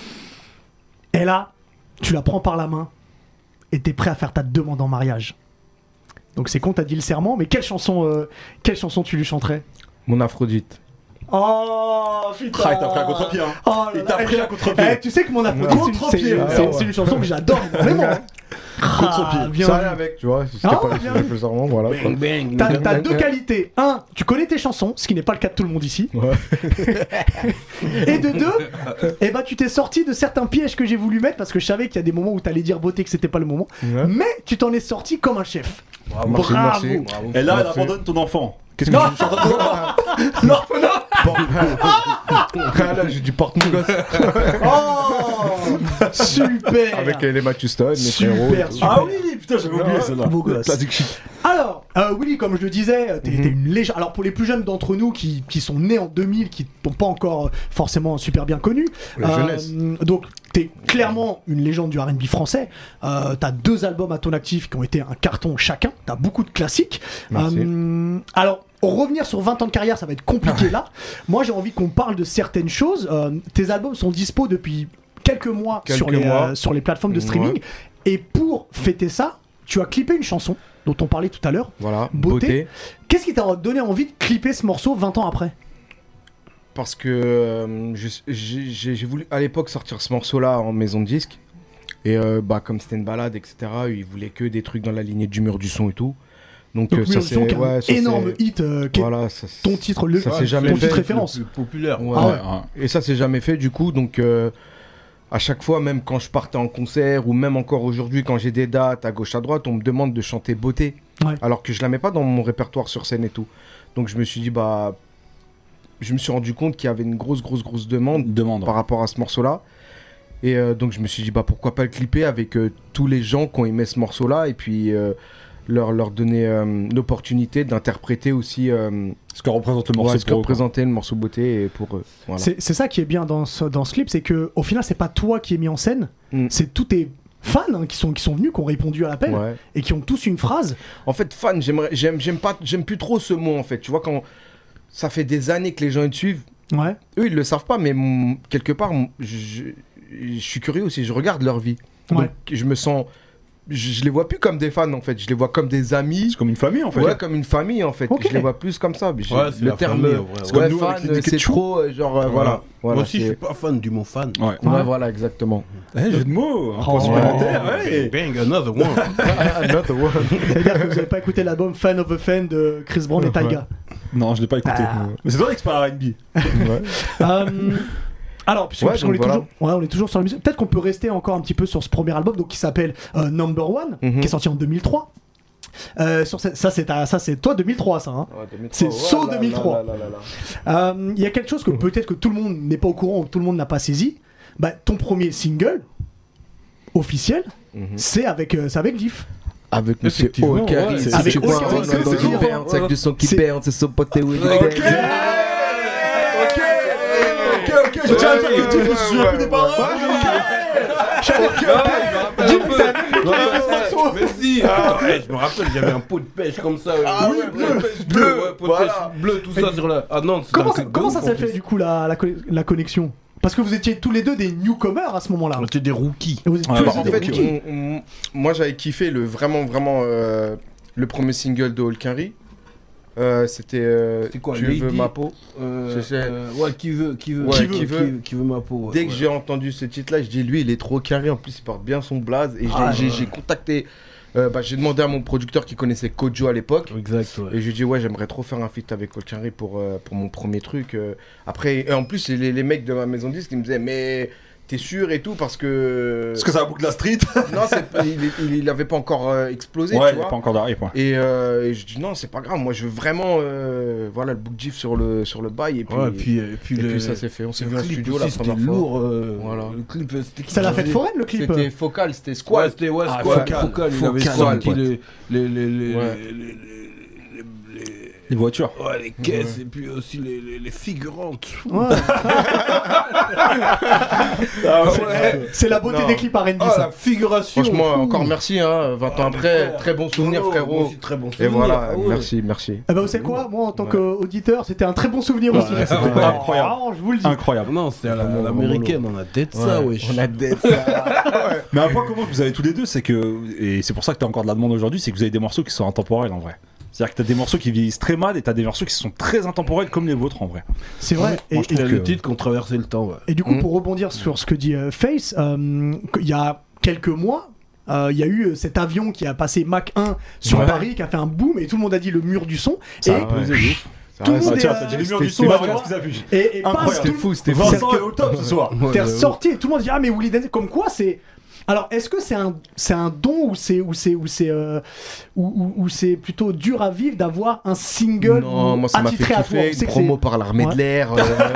Speaker 1: Et là, tu la prends par la main et t'es prêt à faire ta demande en mariage. Donc c'est con, t'as dit le serment, mais quelle chanson, euh, quelle chanson tu lui chanterais?
Speaker 4: Mon Aphrodite.
Speaker 1: Oh putain!
Speaker 2: Ah, il t'a pris un contre-pied, hein.
Speaker 1: Oh là
Speaker 2: Il
Speaker 1: là.
Speaker 2: t'a pris
Speaker 1: Eh,
Speaker 2: un contre-pied.
Speaker 1: eh, tu sais que mon Aphrodite, c'est une-
Speaker 2: Contre-pied.
Speaker 1: c'est-
Speaker 2: Ah,
Speaker 1: c'est
Speaker 4: ouais.
Speaker 1: c'est une chanson que j'adore énormément.
Speaker 2: Contre-pied.
Speaker 1: Ah, bien
Speaker 4: Ça
Speaker 1: vu.
Speaker 4: allait avec, tu vois. Si c'était
Speaker 1: Ah,
Speaker 4: pas
Speaker 1: ouais,
Speaker 4: les
Speaker 1: bien
Speaker 4: filles
Speaker 1: vu.
Speaker 4: le serment, voilà. quoi.
Speaker 3: Bang, bang.
Speaker 1: T'as t'as deux qualités. Un, tu connais tes chansons, ce qui n'est pas le cas de tout le monde ici.
Speaker 4: Ouais.
Speaker 1: Et de deux, eh ben, tu t'es sorti de certains pièges que j'ai voulu mettre parce que je savais qu'il y a des moments où t'allais dire beauté que c'était pas le moment.
Speaker 4: Ouais.
Speaker 1: Mais tu t'en es sorti comme un chef.
Speaker 3: Bravo.
Speaker 4: Merci,
Speaker 1: Bravo.
Speaker 4: merci.
Speaker 3: Bravo.
Speaker 2: Et là, elle
Speaker 4: Merci.
Speaker 2: abandonne ton enfant. Qu'est-ce que
Speaker 1: Non.
Speaker 2: tu chantes à ton enfant?
Speaker 1: L'orphelin.
Speaker 4: Ah, là, j'ai du porte-mon gosse.
Speaker 1: Oh, super.
Speaker 4: Avec euh, les Matuston, les
Speaker 1: Super,
Speaker 4: frérots.
Speaker 1: super.
Speaker 2: Ah oui, putain, j'avais oublié celle-là.
Speaker 1: Beau gosse.
Speaker 2: Classique shit.
Speaker 1: Alors, euh, Willy, comme je le disais, t'es
Speaker 4: Mhm.
Speaker 1: t'es une légende. Alors, pour les plus jeunes d'entre nous qui, qui sont nés en deux mille, qui n'ont pas encore euh, forcément super bien connu,
Speaker 4: La jeunesse.
Speaker 1: donc t'es clairement une légende du R and B français. Euh, t'as deux albums à ton actif qui ont été un carton chacun. T'as beaucoup de classiques.
Speaker 4: Merci.
Speaker 1: Euh, alors, revenir sur vingt ans de carrière, ça va être compliqué là. Moi, j'ai envie qu'on parle de certaines choses. Euh, tes albums sont dispo depuis quelques mois,
Speaker 4: Quelques
Speaker 1: sur, les,
Speaker 4: mois.
Speaker 1: euh, sur les plateformes de streaming.
Speaker 4: Ouais.
Speaker 1: Et pour fêter ça, tu as clippé une chanson dont on parlait tout à l'heure.
Speaker 4: Voilà,
Speaker 1: Beauté.
Speaker 4: beauté.
Speaker 1: Qu'est-ce qui t'a donné envie de clipper ce morceau vingt ans après?
Speaker 4: Parce que euh, je- j'ai j'ai- j'ai voulu à l'époque sortir ce morceau-là en maison de disque. Et euh, bah, comme c'était une balade, et cetera, ils voulaient que des trucs dans la lignée du mur du son et tout. Donc,
Speaker 1: Donc,
Speaker 4: euh, ça
Speaker 1: Mur du Son, qui
Speaker 4: c'est.
Speaker 1: est un
Speaker 4: Ouais, ça,
Speaker 1: énorme
Speaker 4: c'est-
Speaker 1: hit, euh, qui est
Speaker 4: Voilà, ça,
Speaker 1: ton titre, le,
Speaker 4: ça
Speaker 1: ton
Speaker 4: s'est jamais
Speaker 1: titre
Speaker 4: fait.
Speaker 1: référence.
Speaker 3: Le plus populaire.
Speaker 4: Ouais.
Speaker 1: Ah ouais.
Speaker 2: Ouais.
Speaker 4: Et ça, c'est jamais fait du coup. Donc, euh, à chaque fois, même quand je partais en concert ou même encore aujourd'hui, quand j'ai des dates à gauche à droite, on me demande de chanter beauté.
Speaker 1: Ouais.
Speaker 4: Alors que je la mets pas dans mon répertoire sur scène et tout. Donc, je me suis dit, bah. Je me suis rendu compte qu'il y avait une grosse, grosse, grosse demande
Speaker 2: Demande.
Speaker 4: par rapport à ce morceau-là. Et euh, donc, je me suis dit, bah pourquoi pas le clipper avec euh, tous les gens qui ont aimé ce morceau-là et puis euh, leur, leur donner euh, l'opportunité d'interpréter aussi euh,
Speaker 2: Ce que représente le morceau
Speaker 4: ouais, ce que
Speaker 2: pour eux, quoi.
Speaker 4: représentait le morceau beauté et pour eux. Voilà.
Speaker 1: C'est c'est ça qui est bien dans ce, dans ce clip, c'est que au final, c'est pas toi qui es mis en scène,
Speaker 4: Mm.
Speaker 1: c'est tous tes fans hein, qui, sont, qui sont venus, qui ont répondu à l'appel
Speaker 4: Ouais.
Speaker 1: et qui ont tous une phrase.
Speaker 4: En fait, fan, j'aimerais, j'aime, j'aime pas, j'aime plus trop ce mot en fait. Tu vois, quand ça fait des années que les gens ils te suivent,
Speaker 1: Ouais.
Speaker 4: eux ils le savent pas, mais mm, quelque part, mm, je, je suis curieux aussi. Je regarde leur vie,
Speaker 1: Ouais.
Speaker 4: donc je me sens, je, je les vois plus comme des fans en fait. Je les vois comme des amis.
Speaker 2: C'est comme une famille en fait.
Speaker 4: Ouais, comme une famille en fait.
Speaker 1: Ok.
Speaker 4: Je les vois plus comme ça. J'ai-
Speaker 3: Ouais, c'est
Speaker 4: le
Speaker 3: la
Speaker 4: terme,
Speaker 3: famille, en vrai.
Speaker 4: ouais,
Speaker 2: C'est comme nous
Speaker 4: fan,
Speaker 2: avec les
Speaker 4: c'est
Speaker 2: Ketchum.
Speaker 4: trop, euh, genre, euh, voilà. voilà.
Speaker 3: Moi aussi, je
Speaker 4: c'est-
Speaker 3: suis pas fan du mot fan.
Speaker 2: Ouais.
Speaker 4: Ouais,
Speaker 1: Ouais.
Speaker 4: voilà, exactement.
Speaker 2: Eh, jeu de mots, un point
Speaker 1: Oh.
Speaker 2: supplémentaire, ouais.
Speaker 3: Bang, another one.
Speaker 4: Another one.
Speaker 1: C'est-à-dire que vous n'avez pas écouté l'album Fan of a Fan de Chris Brown et Tyga.
Speaker 2: Non, je l'ai pas écouté.
Speaker 1: Ah.
Speaker 2: Mais c'est toi l'expert R and B.
Speaker 4: Ouais.
Speaker 1: Euh, alors, puisque,
Speaker 4: Ouais,
Speaker 1: puisqu'on
Speaker 4: donc
Speaker 1: est,
Speaker 4: voilà.
Speaker 1: toujours, ouais, on est toujours sur la musique, peut-être qu'on peut rester encore un petit peu sur ce premier album donc, qui s'appelle euh, Number One,
Speaker 4: Mhm.
Speaker 1: qui est sorti en deux mille trois. Euh, sur ce- ça, c'est ta- ça, c'est toi deux mille trois, ça. Hein. C'est saut deux mille trois. Euh, Il y a quelque chose que peut-être que tout le monde n'est pas au courant ou tout le monde n'a pas saisi. Bah, ton premier single officiel,
Speaker 4: Mhm.
Speaker 1: c'est avec, euh, c'est avec Diff.
Speaker 4: Avec Monsieur
Speaker 3: Effectivement,
Speaker 4: O'Carry,
Speaker 3: ouais,
Speaker 4: c'est
Speaker 1: avec
Speaker 4: tu
Speaker 1: O'Carry,
Speaker 4: vois,
Speaker 1: c'est-
Speaker 4: c'est
Speaker 1: c'est-
Speaker 4: qui
Speaker 1: c'est-
Speaker 4: perd, c'est que du son qui
Speaker 1: c'est-
Speaker 4: perd, c'est son pote Willy.
Speaker 2: Ok, ok, ok, je tiens à dire que tu me souviens plus des paroles.
Speaker 3: Mais si, attends, hey, je me rappelle, j'avais un pot de pêche comme ça.
Speaker 2: Ah
Speaker 3: oui,
Speaker 2: ouais, bleu,
Speaker 3: bleu, ouais, pot de
Speaker 4: voilà.
Speaker 3: pêche bleu, tout ça sur la. Ah non, c'est
Speaker 1: Comment
Speaker 3: un
Speaker 1: ça,
Speaker 3: truc
Speaker 1: comment
Speaker 3: de
Speaker 1: ça
Speaker 3: ouf,
Speaker 1: s'est
Speaker 3: en
Speaker 1: fait
Speaker 3: plus.
Speaker 1: du coup la, la, co- la connexion? Parce que vous étiez tous les deux des newcomers à ce moment-là.
Speaker 3: On était des rookies.
Speaker 1: Et vous étiez
Speaker 2: Ouais,
Speaker 1: tous
Speaker 2: bah,
Speaker 1: les
Speaker 4: En
Speaker 1: deux des
Speaker 4: fait,
Speaker 1: rookies.
Speaker 4: on- on- moi j'avais kiffé le, vraiment, vraiment euh, le premier single de O'Carry. Euh, C'était euh,
Speaker 3: C'est quoi,
Speaker 4: Tu
Speaker 3: Lady
Speaker 4: veux ma peau.
Speaker 3: Euh,
Speaker 4: C'est- c'est-
Speaker 3: euh, ouais, qui veut, qui veut,
Speaker 4: Ouais,
Speaker 3: qui,
Speaker 4: qui
Speaker 3: veut,
Speaker 4: veut.
Speaker 3: qui, qui veut ma peau. ouais,
Speaker 4: Dès que
Speaker 3: ouais.
Speaker 4: j'ai entendu ce titre-là, je dis lui, il est trop carré. En plus, il porte bien son blaze. Et j'ai
Speaker 1: Ah,
Speaker 4: j'ai-
Speaker 3: ouais.
Speaker 4: j'ai contacté. euh, bah, j'ai demandé à mon producteur qui connaissait Kojo à l'époque.
Speaker 3: Exact, ouais.
Speaker 4: Et je lui ai dit, ouais, j'aimerais trop faire un feat avec O'Carry pour, euh, pour mon premier truc. euh. Après, et en plus, les, les mecs de ma maison de disque, ils me disaient, mais t'es sûr et tout parce que.
Speaker 2: Parce que ça boucle la street.
Speaker 4: Non, c'est pas- il, il, il avait pas encore euh, explosé,
Speaker 2: Ouais,
Speaker 4: tu
Speaker 2: il n'y a
Speaker 4: vois.
Speaker 2: pas encore d'arrêt, quoi.
Speaker 4: Et, euh, et je dis non, c'est pas grave. Moi, je veux vraiment, euh, voilà, le book gif sur le sur le bail et puis.
Speaker 3: Ouais, et puis, et puis,
Speaker 4: et
Speaker 3: le,
Speaker 4: puis ça s'est fait. On s'est
Speaker 3: le
Speaker 4: vu en
Speaker 3: clip
Speaker 4: studio
Speaker 3: aussi,
Speaker 4: la
Speaker 3: c'était
Speaker 4: première fois.
Speaker 3: lourd. euh,
Speaker 4: Voilà.
Speaker 3: Le clip, c'était.
Speaker 1: C'est la fête foraine le clip.
Speaker 4: C'était focal, c'était
Speaker 3: Ouais,
Speaker 4: squad.
Speaker 3: c'était ouais,
Speaker 2: Ah,
Speaker 3: Squad,
Speaker 2: Focal.
Speaker 3: Focal, il avait
Speaker 2: Focal,
Speaker 3: sorti
Speaker 2: ouais.
Speaker 3: les, les, les, les,
Speaker 4: Ouais.
Speaker 3: les, les, les- les-
Speaker 2: Les voitures.
Speaker 3: ouais, les caisses et puis aussi les, les, les figurantes.
Speaker 1: Ouais.
Speaker 3: ouais.
Speaker 1: C'est la beauté
Speaker 4: Non.
Speaker 1: des clips R and B,
Speaker 3: Oh,
Speaker 1: ça.
Speaker 3: la figuration.
Speaker 4: Franchement,
Speaker 3: Ouh.
Speaker 4: encore merci, hein. vingt ans après, très bon souvenir,
Speaker 3: Oh, moi
Speaker 4: frérot.
Speaker 3: aussi, très bon
Speaker 4: Et
Speaker 3: souvenir.
Speaker 4: voilà,
Speaker 3: Ah ouais.
Speaker 4: merci, merci.
Speaker 1: Eh ben, vous savez quoi? Moi, en tant
Speaker 4: Ouais.
Speaker 1: qu'auditeur, c'était un très bon souvenir aussi.
Speaker 2: c'était
Speaker 1: C'était
Speaker 2: incroyable.
Speaker 1: Ah, je vous le dis.
Speaker 2: Incroyable.
Speaker 3: Non, c'était à la-
Speaker 2: Vraiment,
Speaker 3: l'américaine, on a tête ça, wesh.
Speaker 4: On a des.
Speaker 2: Mais un point commun que vous avez tous les deux, c'est que, et c'est pour ça que tu as encore de la demande aujourd'hui, c'est que vous avez des morceaux qui sont intemporels en vrai. C'est-à-dire que tu as des morceaux qui vieillissent très mal et tu as des morceaux qui sont très intemporels comme les vôtres en vrai.
Speaker 1: C'est vrai. Et,
Speaker 2: Moi, je
Speaker 3: Il y a
Speaker 2: trouve
Speaker 3: le
Speaker 2: que-
Speaker 3: titre qui ont traversé le temps, ouais.
Speaker 1: et du coup,
Speaker 4: Mm.
Speaker 1: pour rebondir sur ce que dit euh, Face, euh, il y a quelques mois, euh, il y a eu euh, cet avion qui a passé Mach un sur
Speaker 4: Ouais.
Speaker 1: Paris, qui a fait un boom, et tout le monde a dit le mur du son.
Speaker 2: Ça
Speaker 1: et,
Speaker 2: a implosé de ouf.
Speaker 1: Tout le monde
Speaker 2: Ah,
Speaker 1: est,
Speaker 2: tiens,
Speaker 1: euh,
Speaker 2: t'as dit le mur
Speaker 4: c'était-
Speaker 2: du son,
Speaker 4: c'était
Speaker 2: après,
Speaker 1: fort.
Speaker 2: qu'est-ce qu'ils abusent.
Speaker 1: et, et pas
Speaker 2: Incroyable.
Speaker 1: tout
Speaker 4: C'était
Speaker 1: le-
Speaker 4: fou, c'était
Speaker 2: Vincent
Speaker 1: C'est-à-dire
Speaker 2: est
Speaker 1: que-
Speaker 2: au top ce soir.
Speaker 3: Ouais,
Speaker 1: T'es
Speaker 3: j'avoue.
Speaker 1: ressorti et tout le monde dit ah mais Willy Dance comme quoi c'est alors est-ce que c'est un c'est un don ou c'est ou c'est ou c'est euh, ou, ou- ou c'est plutôt dur à vivre d'avoir un single
Speaker 4: Non,
Speaker 1: ou
Speaker 4: moi ça m'a fait
Speaker 1: attitré à toi.
Speaker 4: kiffer.
Speaker 1: On sait
Speaker 4: Une
Speaker 1: que
Speaker 4: promo
Speaker 1: c'est-
Speaker 4: par l'armée
Speaker 1: Ouais.
Speaker 4: de l'air. euh,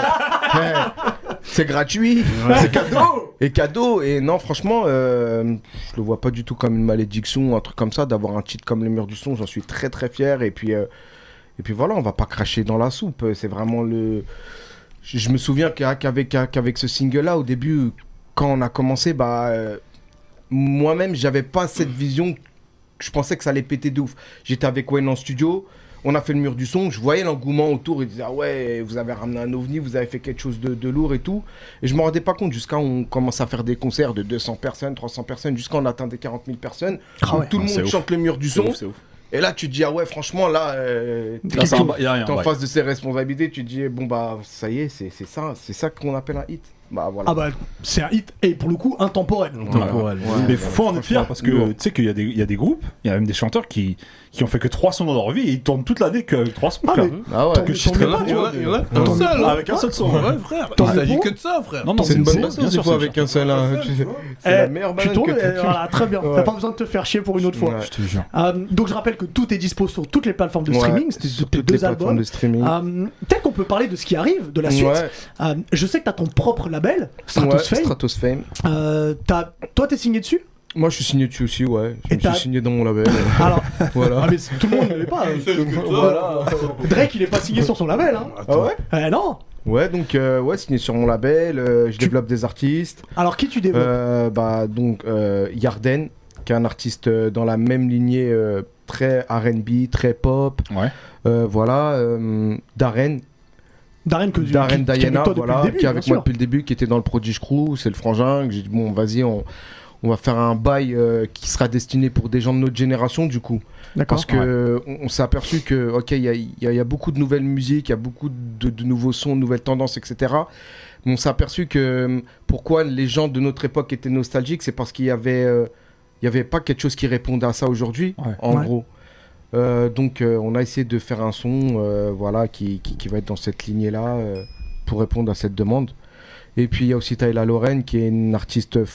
Speaker 4: ouais. C'est gratuit. C'est cadeau. Et cadeau. Et non, franchement, euh, je le vois pas du tout comme une malédiction ou un truc comme ça. D'avoir un titre comme Les Murs du Son, j'en suis très très fier. Et puis, euh, et puis voilà, on va pas cracher dans la soupe. C'est vraiment le. Je, je me souviens qu'à- qu'avec qu'avec ce single-là, au début, quand on a commencé, bah. euh, moi-même, j'avais pas cette vision. Je pensais que ça allait péter de ouf. J'étais avec Wayne en studio. On a fait le mur du son, je voyais l'engouement autour, ils disaient ah ouais, vous avez ramené un ovni, vous avez fait quelque chose de, de lourd et tout. Et je me rendais pas compte jusqu'à on commence à faire des concerts de deux cents personnes, trois cents personnes, jusqu'à on atteint des quarante mille personnes.
Speaker 1: Ah
Speaker 4: où
Speaker 1: ouais.
Speaker 4: tout le
Speaker 2: Ah, c'est
Speaker 4: monde
Speaker 2: ouf.
Speaker 4: chante le mur du
Speaker 2: C'est
Speaker 4: son.
Speaker 2: ouf, c'est ouf.
Speaker 4: Et là tu te dis ah ouais, franchement là, euh, t'es
Speaker 2: Là, c'est un ba- y a rien.
Speaker 4: t'es en
Speaker 2: ouais.
Speaker 4: face de ses responsabilités, tu te dis bon bah ça y est, c'est c'est ça, c'est ça qu'on appelle un hit. Bah voilà.
Speaker 1: Ah bah c'est un hit et pour le coup intemporel.
Speaker 3: Temporel.
Speaker 4: Ouais.
Speaker 2: Mais faut en être fier parce que
Speaker 4: Lourd.
Speaker 2: tu sais qu'il y, a des- il y a des groupes, il y a même des chanteurs qui, qui ont fait que trois sons dans leur vie et ils tournent toute l'année qu'avec trois sons.
Speaker 1: Ah,
Speaker 2: frère.
Speaker 1: mais-
Speaker 4: Ah ouais.
Speaker 1: Tant
Speaker 2: que
Speaker 1: mieux
Speaker 2: je
Speaker 1: pas,
Speaker 2: serais
Speaker 3: Il y en a-
Speaker 1: tu
Speaker 3: il y en
Speaker 1: vois.
Speaker 3: a- il y en a
Speaker 1: Tant
Speaker 3: un
Speaker 1: mieux
Speaker 3: seul.
Speaker 1: pas.
Speaker 2: Avec un seul son.
Speaker 3: Ouais, frère.
Speaker 1: Tant
Speaker 3: Il
Speaker 1: mieux
Speaker 3: s'agit
Speaker 1: pour.
Speaker 3: que de ça, frère.
Speaker 2: Non, non,
Speaker 4: C'est une bonne
Speaker 2: bien
Speaker 4: baston des
Speaker 2: sûr,
Speaker 4: fois
Speaker 2: c'est
Speaker 4: avec
Speaker 2: sûr.
Speaker 4: un seul. hein.
Speaker 3: Ouais,
Speaker 4: Tu-
Speaker 3: ouais.
Speaker 4: C'est
Speaker 1: Eh,
Speaker 4: la meilleure
Speaker 1: tu
Speaker 4: banane
Speaker 1: tournes,
Speaker 4: que
Speaker 1: et
Speaker 4: t'as.
Speaker 1: voilà, très bien.
Speaker 4: Ouais.
Speaker 1: T'as pas besoin de te faire chier pour une autre fois.
Speaker 4: Ouais.
Speaker 2: Je te jure.
Speaker 1: Euh, donc je rappelle que tout est dispo sur toutes les plateformes de
Speaker 4: Ouais,
Speaker 1: streaming, c'était
Speaker 4: sur
Speaker 1: tes
Speaker 4: toutes les
Speaker 1: deux
Speaker 4: plateformes
Speaker 1: albums.
Speaker 4: de streaming.
Speaker 1: Euh, Peut-être qu'on peut parler de ce qui arrive, de la suite.
Speaker 4: Ouais.
Speaker 1: Euh, je sais que t'as ton propre label, Stratos
Speaker 4: Ouais,
Speaker 1: Fame.
Speaker 4: Stratos Fame.
Speaker 1: Euh, t'as- toi, t'es signé dessus.
Speaker 4: Moi, je suis signé dessus aussi, ouais. Je
Speaker 1: Et
Speaker 4: me
Speaker 1: t'as-
Speaker 4: suis signé dans mon label.
Speaker 1: Alors,
Speaker 4: Voilà.
Speaker 1: ah, mais c'est- tout le monde ne l'est pas. hein.
Speaker 3: Voilà.
Speaker 1: Drake, il est pas signé sur son label. Hein.
Speaker 4: Ah ouais
Speaker 1: Eh non.
Speaker 4: Ouais, donc, euh, ouais, signé sur mon label. euh, je développe des artistes.
Speaker 1: Alors qui tu développes
Speaker 4: Euh, bah, donc, euh, Yarden, qui est un artiste euh, dans la même lignée, euh, très R and B, très pop.
Speaker 2: Ouais.
Speaker 4: Euh, voilà. euh, Darren,
Speaker 1: Darren que
Speaker 4: Darren
Speaker 1: qui- qui est avec
Speaker 4: Diana,
Speaker 1: toi depuis
Speaker 4: voilà,
Speaker 1: le début,
Speaker 4: qui est avec
Speaker 1: bien
Speaker 4: moi
Speaker 1: sûr.
Speaker 4: depuis le début, qui était dans le Prodigy Crew, c'est le frangin. Que j'ai dit, bon, vas-y, on, on va faire un bail euh, qui sera destiné pour des gens de notre génération, du coup.
Speaker 1: D'accord.
Speaker 4: Parce que on, on s'est aperçu que, ok, il y a, il y a- il y a beaucoup de nouvelles musiques, il y a beaucoup de, de nouveaux sons, de nouvelles tendances, et cetera. Mais on s'est aperçu que hum, pourquoi les gens de notre époque étaient nostalgiques, c'est parce qu'il y avait, euh, il y avait pas quelque chose qui répondait à ça aujourd'hui,
Speaker 2: Ouais.
Speaker 4: en
Speaker 1: Ouais.
Speaker 4: gros. Euh, donc euh, on a essayé de faire un son, euh, voilà, qui, qui, qui va être dans cette lignée-là euh, pour répondre à cette demande. Et puis il y a aussi Tayla Lorraine, qui est une artiste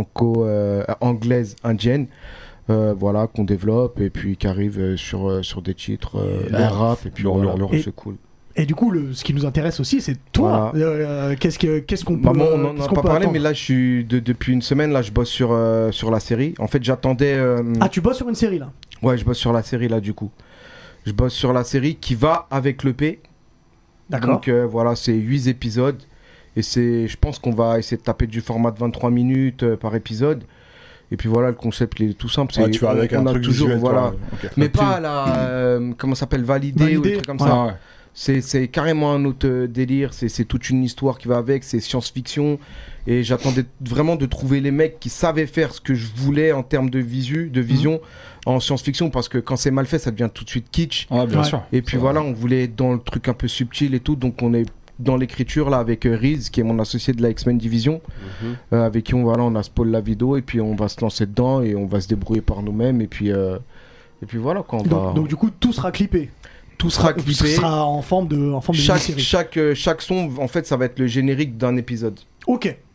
Speaker 4: franco-anglaise, indienne. Euh, voilà, qu'on développe et puis qui arrive euh, sur, euh, sur des titres euh,
Speaker 2: Lourd.
Speaker 4: un rap et puis
Speaker 2: Lourd,
Speaker 4: voilà,
Speaker 2: lourd, lourd.
Speaker 4: c'est cool.
Speaker 1: Et du coup, le, ce qui nous intéresse aussi, c'est toi.
Speaker 4: Voilà.
Speaker 1: Euh, qu'est-ce que qu'est-ce qu'on peut
Speaker 4: Maman, on n'en
Speaker 1: qu'est-ce
Speaker 4: a
Speaker 1: qu'on
Speaker 4: pas
Speaker 1: peut
Speaker 4: parlé,
Speaker 1: attendre
Speaker 4: mais là je suis de- depuis une semaine, là je bosse sur, euh, sur la série. En fait, j'attendais. euh,
Speaker 1: Ah, tu bosses sur une série là.
Speaker 4: Ouais, je bosse sur la série là du coup. Je bosse sur la série qui va avec l'E P.
Speaker 1: D'accord.
Speaker 4: Donc euh, voilà, c'est huit épisodes. Et c'est, je pense qu'on va essayer de taper du format de vingt-trois minutes euh, par épisode. Et puis voilà, le concept il est tout simple.
Speaker 2: Ouais,
Speaker 4: c'est-
Speaker 2: tu vas avec
Speaker 4: on,
Speaker 2: un
Speaker 4: on a
Speaker 2: truc
Speaker 4: toujours,
Speaker 2: visuel, toi,
Speaker 4: voilà.
Speaker 2: ouais. Ok.
Speaker 4: Mais
Speaker 2: Donc, tu-
Speaker 4: pas à la. euh, comment ça s'appelle Validé, ou
Speaker 1: Validé,
Speaker 4: des trucs comme
Speaker 1: ouais.
Speaker 4: ça.
Speaker 2: Ah ouais.
Speaker 4: C'est, c'est carrément un autre euh, délire. C'est, c'est toute une histoire qui va avec. C'est science-fiction. Et j'attendais vraiment de trouver les mecs qui savaient faire ce que je voulais en termes de visu, de vision en science-fiction. Parce que quand c'est mal fait, ça devient tout de suite kitsch.
Speaker 2: Ouais, bien
Speaker 1: Ouais.
Speaker 2: sûr.
Speaker 4: Et puis
Speaker 2: Ça-
Speaker 4: voilà, on voulait être dans le truc un peu subtil et tout. Donc on est dans l'écriture là avec euh, Riz, qui est mon associé de la X-Men Division. euh, avec qui on, voilà, on a spoil la vidéo. Et puis on va se lancer dedans et on va se débrouiller par nous-mêmes. Et puis, euh, et puis voilà, quand on
Speaker 1: Donc,
Speaker 4: va.
Speaker 1: donc, du coup, tout sera clippé.
Speaker 4: tout sera
Speaker 1: Tout
Speaker 4: clippé.
Speaker 1: sera en forme de en forme de
Speaker 4: Chaque,
Speaker 1: mini-série.
Speaker 4: chaque, euh, chaque son, en fait, ça va être le générique d'un épisode.
Speaker 1: Ok.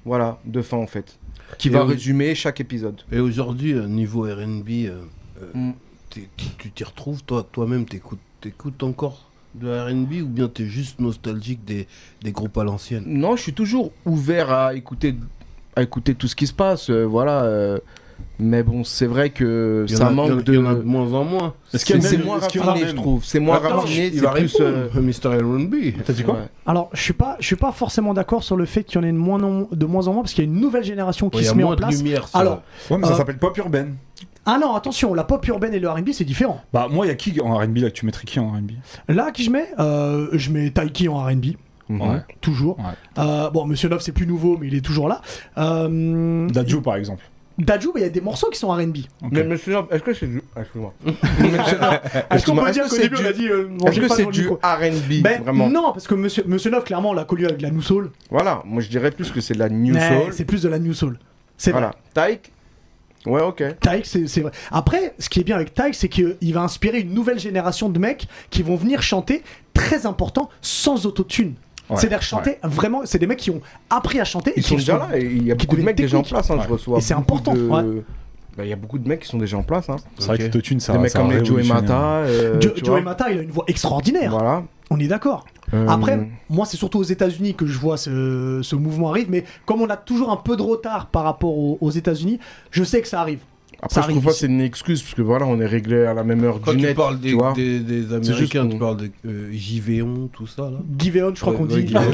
Speaker 4: voilà, de fin en fait, qui
Speaker 3: Et
Speaker 4: va
Speaker 3: oui.
Speaker 4: résumer chaque épisode.
Speaker 3: Et aujourd'hui, euh, niveau R and B, euh, euh,
Speaker 4: Mm.
Speaker 3: t'es- tu tu t'y retrouves, toi, toi-même, t'écoutes, t'écoutes encore de la R and B ou bien t'es juste nostalgique des, des groupes à l'ancienne?
Speaker 4: Non, je suis toujours ouvert à écouter, à écouter tout ce qui se passe, euh, voilà. euh, mais bon, c'est vrai que
Speaker 3: Il y en
Speaker 4: ça
Speaker 3: a- il y en
Speaker 4: manque
Speaker 3: a-
Speaker 4: de.
Speaker 3: il y en a de moins en moins.
Speaker 2: Est-ce qu'il y a
Speaker 4: C'est
Speaker 2: même-
Speaker 4: moins
Speaker 2: est-ce qu'il y en a
Speaker 4: raffiné, je
Speaker 2: même
Speaker 4: trouve. C'est moins
Speaker 3: Attends,
Speaker 4: raffiné,
Speaker 3: il
Speaker 4: c'est
Speaker 3: va
Speaker 4: plus.
Speaker 3: répondre,
Speaker 4: euh,
Speaker 3: mister R and B.
Speaker 2: T'as dit quoi?
Speaker 4: ouais.
Speaker 1: Alors, je suis pas, je suis pas forcément d'accord sur le fait qu'il y en ait de moins en, de moins en moins parce qu'il y a une nouvelle génération qui
Speaker 3: Il y a
Speaker 1: se met
Speaker 3: moins
Speaker 1: en
Speaker 3: de
Speaker 1: place.
Speaker 3: lumière. sur-
Speaker 1: Alors,
Speaker 2: Ouais, mais ça
Speaker 1: Euh,
Speaker 2: s'appelle pop urbaine.
Speaker 1: ah non, attention, la pop urbaine et le R and B c'est différent.
Speaker 2: Bah, moi, il y a qui en R and B là? Tu mettrais qui en R and B?
Speaker 1: Là, qui je mets euh, Je mets Taiki en R and B.
Speaker 4: Mhm.
Speaker 2: Ouais.
Speaker 1: Toujours.
Speaker 2: Ouais.
Speaker 1: Euh, bon, Monsieur Love, c'est plus nouveau, mais il est toujours là. Euh,
Speaker 2: Dadju, par exemple.
Speaker 1: Dadju, bah, il y a des morceaux qui sont R and B.
Speaker 2: Ok.
Speaker 4: Mais monsieur, Jean, est-ce que c'est du. Ah, excuse-moi.
Speaker 1: Est-ce qu'on peut
Speaker 4: Est-ce
Speaker 1: dire
Speaker 4: que
Speaker 1: qu'au
Speaker 4: c'est
Speaker 1: début,
Speaker 4: du-
Speaker 1: on a dit. euh,
Speaker 4: Est-ce
Speaker 1: mangez
Speaker 4: que
Speaker 1: pas
Speaker 4: c'est
Speaker 1: dans le
Speaker 4: du
Speaker 1: micro.
Speaker 4: R and B
Speaker 1: Ben,
Speaker 4: vraiment?
Speaker 1: Non, parce que Monsieur, Monsieur Love, clairement, on l'a connu avec la New Soul.
Speaker 4: Voilà, moi je dirais plus que c'est de la New
Speaker 1: Mais
Speaker 4: Soul.
Speaker 1: c'est plus de la New Soul. C'est vrai.
Speaker 4: Voilà. Taïk. Ouais, ok.
Speaker 1: Tyke, c'est c'est vrai. Après, ce qui est bien avec Tyke, c'est qu'il va inspirer une nouvelle génération de mecs qui vont venir chanter, très important, sans autotune.
Speaker 2: Ouais,
Speaker 1: C'est-à-dire chanter vraiment, c'est des mecs qui ont appris à chanter.
Speaker 4: Ils
Speaker 1: et qui
Speaker 4: sont déjà
Speaker 1: sont-
Speaker 4: là et il y a
Speaker 1: qui
Speaker 4: beaucoup de
Speaker 1: deviennent
Speaker 4: mecs déjà en
Speaker 1: techniques.
Speaker 4: place. Hein,
Speaker 2: Ouais.
Speaker 4: Je reçois.
Speaker 1: Et c'est
Speaker 4: beaucoup
Speaker 1: important,
Speaker 4: de-
Speaker 1: ouais.
Speaker 4: Bah, il y a beaucoup de mecs qui sont déjà en place. Hein.
Speaker 2: C'est vrai
Speaker 3: Ok.
Speaker 2: que l'autotune, ça
Speaker 4: Des mecs
Speaker 2: ça a
Speaker 4: comme les Joey
Speaker 2: révolutionné.
Speaker 4: Mata. euh,
Speaker 1: Jo-
Speaker 4: tu
Speaker 1: Joey
Speaker 4: vois.
Speaker 1: Mata, il a une voix extraordinaire.
Speaker 4: Voilà.
Speaker 1: On est d'accord.
Speaker 4: Euh,
Speaker 1: Après, moi, c'est surtout aux États-Unis que je vois ce, ce mouvement arrive, mais comme on a toujours un peu de retard par rapport aux, aux États-Unis, je sais que ça arrive.
Speaker 4: Après,
Speaker 1: ça
Speaker 4: je trouve
Speaker 1: arrive
Speaker 4: pas que
Speaker 1: ici.
Speaker 4: c'est une excuse parce que voilà, on est réglé à la même heure
Speaker 3: Quand
Speaker 4: du
Speaker 3: tu
Speaker 4: net.
Speaker 3: parles des,
Speaker 4: tu vois.
Speaker 3: des, des
Speaker 4: juste
Speaker 3: Américains,
Speaker 4: qu'on-
Speaker 3: tu parles de euh, J V O N, tout ça là.
Speaker 1: Giveon, je crois
Speaker 3: Ouais,
Speaker 1: qu'on
Speaker 3: ouais,
Speaker 1: dit.
Speaker 3: Giveon.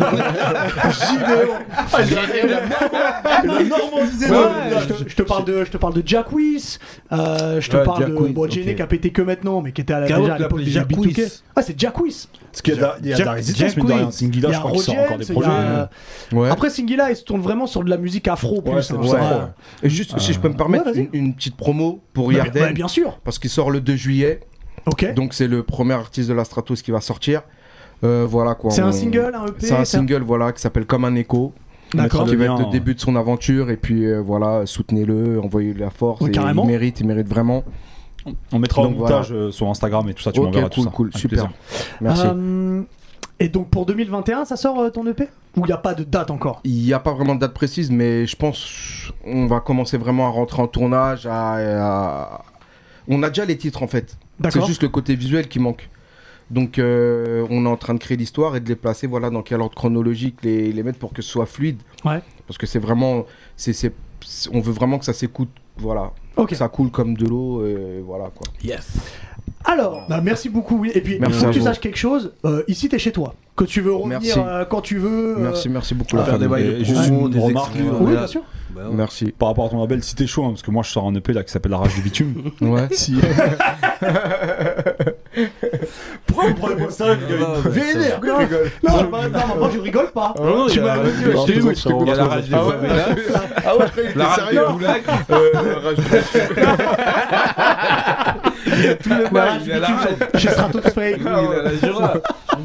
Speaker 2: La normandisée
Speaker 1: Ouais,
Speaker 2: de-
Speaker 1: je, te, je te parle de, je te parle de Jack Whis, euh, je te
Speaker 3: Ouais,
Speaker 1: parle
Speaker 3: Jack
Speaker 1: de
Speaker 3: Whis,
Speaker 1: bon, Jenny
Speaker 3: ok.
Speaker 1: qui a pété que maintenant, mais qui était à la,
Speaker 3: Carole
Speaker 1: déjà à l'époque
Speaker 3: l'appelait
Speaker 1: des
Speaker 3: Jack
Speaker 1: B deux K.
Speaker 3: Whis.
Speaker 1: Ah, c'est Jack Whis.
Speaker 2: Parce qu'il y a de la- il y a de la
Speaker 1: Jack-
Speaker 2: résistance,
Speaker 1: Jack
Speaker 2: mais de rien.
Speaker 1: Whis.
Speaker 2: Singila,
Speaker 1: Il y
Speaker 2: je
Speaker 1: a
Speaker 2: crois qu'il sort
Speaker 1: Rogers,
Speaker 2: encore des
Speaker 1: il y
Speaker 2: projets.
Speaker 1: a-
Speaker 4: Ouais.
Speaker 1: Après, Singila, il se tourne vraiment sur de la musique afro plus.
Speaker 2: Ouais, c'est
Speaker 1: hein.
Speaker 2: pour ça.
Speaker 1: Ouais.
Speaker 2: Ouais.
Speaker 4: Et juste, si je peux me permettre,
Speaker 1: Ouais, vas-y.
Speaker 4: une, une petite promo pour
Speaker 1: Ouais,
Speaker 4: Yarden.
Speaker 1: ouais, bien sûr.
Speaker 4: Parce qu'il sort le deux juillet.
Speaker 1: Ok.
Speaker 4: Donc c'est le premier artiste de la Stratos qui va sortir. Euh, voilà quoi.
Speaker 1: C'est
Speaker 4: on-
Speaker 1: un single, un E P.
Speaker 4: C'est un single voilà qui s'appelle Comme un écho.
Speaker 1: D'accord.
Speaker 4: Qui va
Speaker 2: lien,
Speaker 4: être le
Speaker 2: hein.
Speaker 4: début de son aventure et puis euh, voilà, soutenez-le, envoyez-lui la force.
Speaker 1: Ouais,
Speaker 4: et
Speaker 1: carrément.
Speaker 4: il mérite, il mérite vraiment.
Speaker 2: On mettra au
Speaker 4: Donc,
Speaker 2: montage euh, sur Instagram et tout ça, tu
Speaker 4: Ok,
Speaker 2: m'enverras tout
Speaker 4: cool,
Speaker 2: ça.
Speaker 4: cool,
Speaker 2: Avec
Speaker 4: super.
Speaker 2: plaisir.
Speaker 4: Merci.
Speaker 1: Euh, et donc pour deux mille vingt et un, ça sort euh, ton E P? Ou il n'y a pas de date encore?
Speaker 4: Il n'y a pas vraiment de date précise, mais je pense on va commencer vraiment à rentrer en tournage. À, à- On a déjà les titres en fait. C'est
Speaker 1: D'accord.
Speaker 4: juste le côté visuel qui manque. Donc euh, on est en train de créer l'histoire et de les placer voilà, dans quel ordre chronologique, les, les mettre pour que ce soit fluide.
Speaker 1: Ouais.
Speaker 4: Parce que c'est vraiment... c'est c'est- c'est- on veut vraiment que ça s'écoute. Voilà.
Speaker 1: Ok.
Speaker 4: Que ça coule comme de l'eau. Et voilà quoi.
Speaker 3: Yes.
Speaker 1: Alors, bah, merci beaucoup. Oui. Et puis, il
Speaker 4: Merci
Speaker 1: faut
Speaker 4: à
Speaker 1: que tu
Speaker 4: vous.
Speaker 1: saches quelque chose. euh, ici, t'es chez toi. Que tu veux revenir
Speaker 4: Merci.
Speaker 1: euh, quand tu veux. euh,
Speaker 4: Merci, merci beaucoup.
Speaker 3: On
Speaker 4: la
Speaker 3: va faire des
Speaker 4: famille.
Speaker 3: bails de
Speaker 2: Et juste
Speaker 3: promo,
Speaker 2: une
Speaker 3: des
Speaker 2: remarque,
Speaker 3: exclus.
Speaker 2: euh,
Speaker 3: on
Speaker 1: Oui,
Speaker 3: est
Speaker 1: bien
Speaker 3: là.
Speaker 1: sûr.
Speaker 3: Bah ouais.
Speaker 4: Merci.
Speaker 2: Par rapport à ton label, si t'es chaud, hein, parce que moi je sors un E P là qui s'appelle La Rage du Bitume.
Speaker 4: Ouais.
Speaker 2: Si. Pourquoi vous prenez pas ça, les gars? Vénère,
Speaker 1: Non, non, bah, non, moi je rigole pas.
Speaker 3: Ah non,
Speaker 1: Tu
Speaker 3: il y a
Speaker 1: m'as
Speaker 3: la
Speaker 1: dit,
Speaker 3: rage
Speaker 1: ouais,
Speaker 3: du-
Speaker 1: je t'ai vu,
Speaker 3: il y a la rage des
Speaker 4: Ah ouais.
Speaker 3: favelas.
Speaker 4: Ah ouais, je croyais que
Speaker 3: La
Speaker 4: t'étais
Speaker 3: rage
Speaker 4: sérieux.
Speaker 3: des boulacs.
Speaker 4: Euh, rage
Speaker 3: Il y a tous les
Speaker 1: La
Speaker 3: bails,
Speaker 1: rage
Speaker 3: il a la
Speaker 1: du
Speaker 3: rage.
Speaker 1: bitume chez Stratospheric.
Speaker 3: Il a la Jura.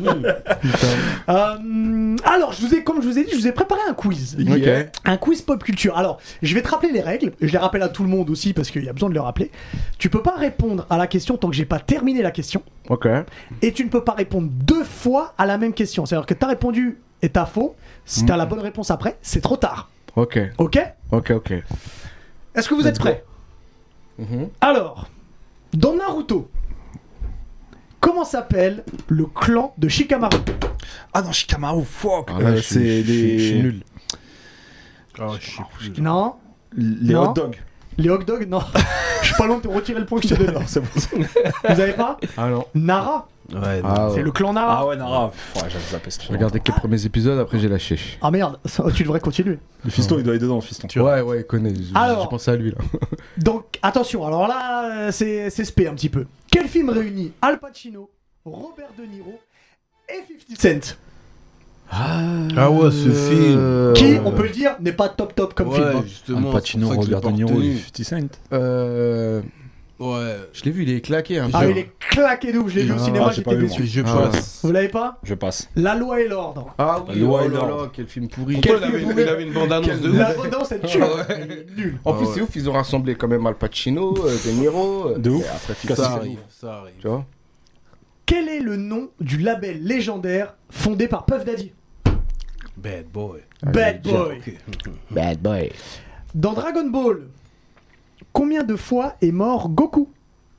Speaker 1: Euh, alors, je vous ai, comme je vous ai dit, je vous ai préparé un quiz.
Speaker 4: Ok.
Speaker 1: Un quiz pop culture. Alors, je vais te rappeler les règles. Je les rappelle à tout le monde aussi parce qu'il y a besoin de le rappeler. Tu peux pas répondre à la question tant que j'ai pas terminé la question.
Speaker 4: Ok.
Speaker 1: Et tu ne peux pas répondre deux fois à la même question. C'est-à-dire que tu as répondu et t'as faux. Si tu as
Speaker 4: Mhm.
Speaker 1: la bonne réponse après, c'est trop tard.
Speaker 4: Ok.
Speaker 1: Ok?
Speaker 4: Ok, ok.
Speaker 1: Est-ce que vous
Speaker 4: Let's
Speaker 1: êtes prêts?
Speaker 4: Mhm.
Speaker 1: Alors, dans Naruto, comment s'appelle le clan de Shikamaru?
Speaker 2: Ah non, Shikamaru, fuck.
Speaker 4: Ah là,
Speaker 2: Euh,
Speaker 4: je suis-
Speaker 2: c'est
Speaker 4: je suis- je suis
Speaker 2: les...
Speaker 4: nul.
Speaker 3: Ah, je sais plus.
Speaker 1: Non?
Speaker 2: les
Speaker 1: Non.
Speaker 2: hot dogs.
Speaker 1: Les hot dogs? Non. Je suis pas loin de te retirer le point que je t'ai donné.
Speaker 2: C'est bon, ça.
Speaker 1: Vous avez pas?
Speaker 4: Ah non.
Speaker 1: Nara?
Speaker 3: Ouais, non.
Speaker 4: Ah
Speaker 1: C'est
Speaker 4: ouais.
Speaker 1: le clan Nara.
Speaker 2: Ah ouais, Nara. Pff, Ouais, j'avais zappé ce
Speaker 4: J'ai
Speaker 2: truc.
Speaker 4: regardé que les premiers épisodes, après j'ai lâché.
Speaker 1: Ah merde, ça- tu devrais continuer.
Speaker 2: Le fiston, il doit être dedans, le fiston.
Speaker 4: Ouais, ouais, il connaît. J-
Speaker 1: Alors.
Speaker 4: J'ai pensé à lui là.
Speaker 1: Donc, attention, alors là, euh, c'est c'est spé un petit peu. Quel film réunit Al Pacino, Robert De Niro et fifty Cent?
Speaker 3: Ah ouais, ce film.
Speaker 4: Euh,
Speaker 1: Qui, on peut le dire, n'est pas top top comme
Speaker 3: Ouais,
Speaker 1: film. hein.
Speaker 3: justement.
Speaker 2: Al Pacino,
Speaker 3: c'est pour ça que je l'ai
Speaker 2: Robert
Speaker 3: pas
Speaker 2: De Niro
Speaker 3: retenu.
Speaker 2: et fifty Cent.
Speaker 4: Euh.
Speaker 3: Ouais.
Speaker 4: Je l'ai vu, il est claqué. Hein,
Speaker 1: Ah,
Speaker 4: putain.
Speaker 1: il est claqué double, je l'ai vu au
Speaker 2: Ah,
Speaker 1: cinéma,
Speaker 2: j'ai
Speaker 1: j'étais
Speaker 2: pas vu,
Speaker 1: déçu.
Speaker 2: moi.
Speaker 3: Je
Speaker 4: Ah ouais.
Speaker 3: passe.
Speaker 1: Vous l'avez pas?
Speaker 2: Je passe.
Speaker 1: La loi et l'ordre.
Speaker 4: Ah oui,
Speaker 2: Loi
Speaker 4: oh
Speaker 2: et
Speaker 4: là
Speaker 2: l'ordre.
Speaker 4: là, quel film pourri.
Speaker 3: Pourquoi il avait, il avait une bande-annonce de
Speaker 1: La
Speaker 3: ouf.
Speaker 1: bande-annonce, elle tue.
Speaker 3: Ah ouais.
Speaker 1: Elle est nulle.
Speaker 4: En
Speaker 3: Ah
Speaker 4: plus,
Speaker 3: ouais.
Speaker 4: c'est ouf, ils ont rassemblé quand même Al Pacino, euh, De Niro. euh,
Speaker 2: De ouf.
Speaker 4: et après,
Speaker 2: Cassé.
Speaker 3: Ça
Speaker 2: Ça
Speaker 3: arrive, ça arrive.
Speaker 4: tu vois.
Speaker 1: Quel est le nom du label légendaire fondé par Puff Daddy?
Speaker 3: Bad boy.
Speaker 1: Bad boy.
Speaker 4: Bad boy.
Speaker 1: Dans Dragon Ball, combien de fois est mort Goku?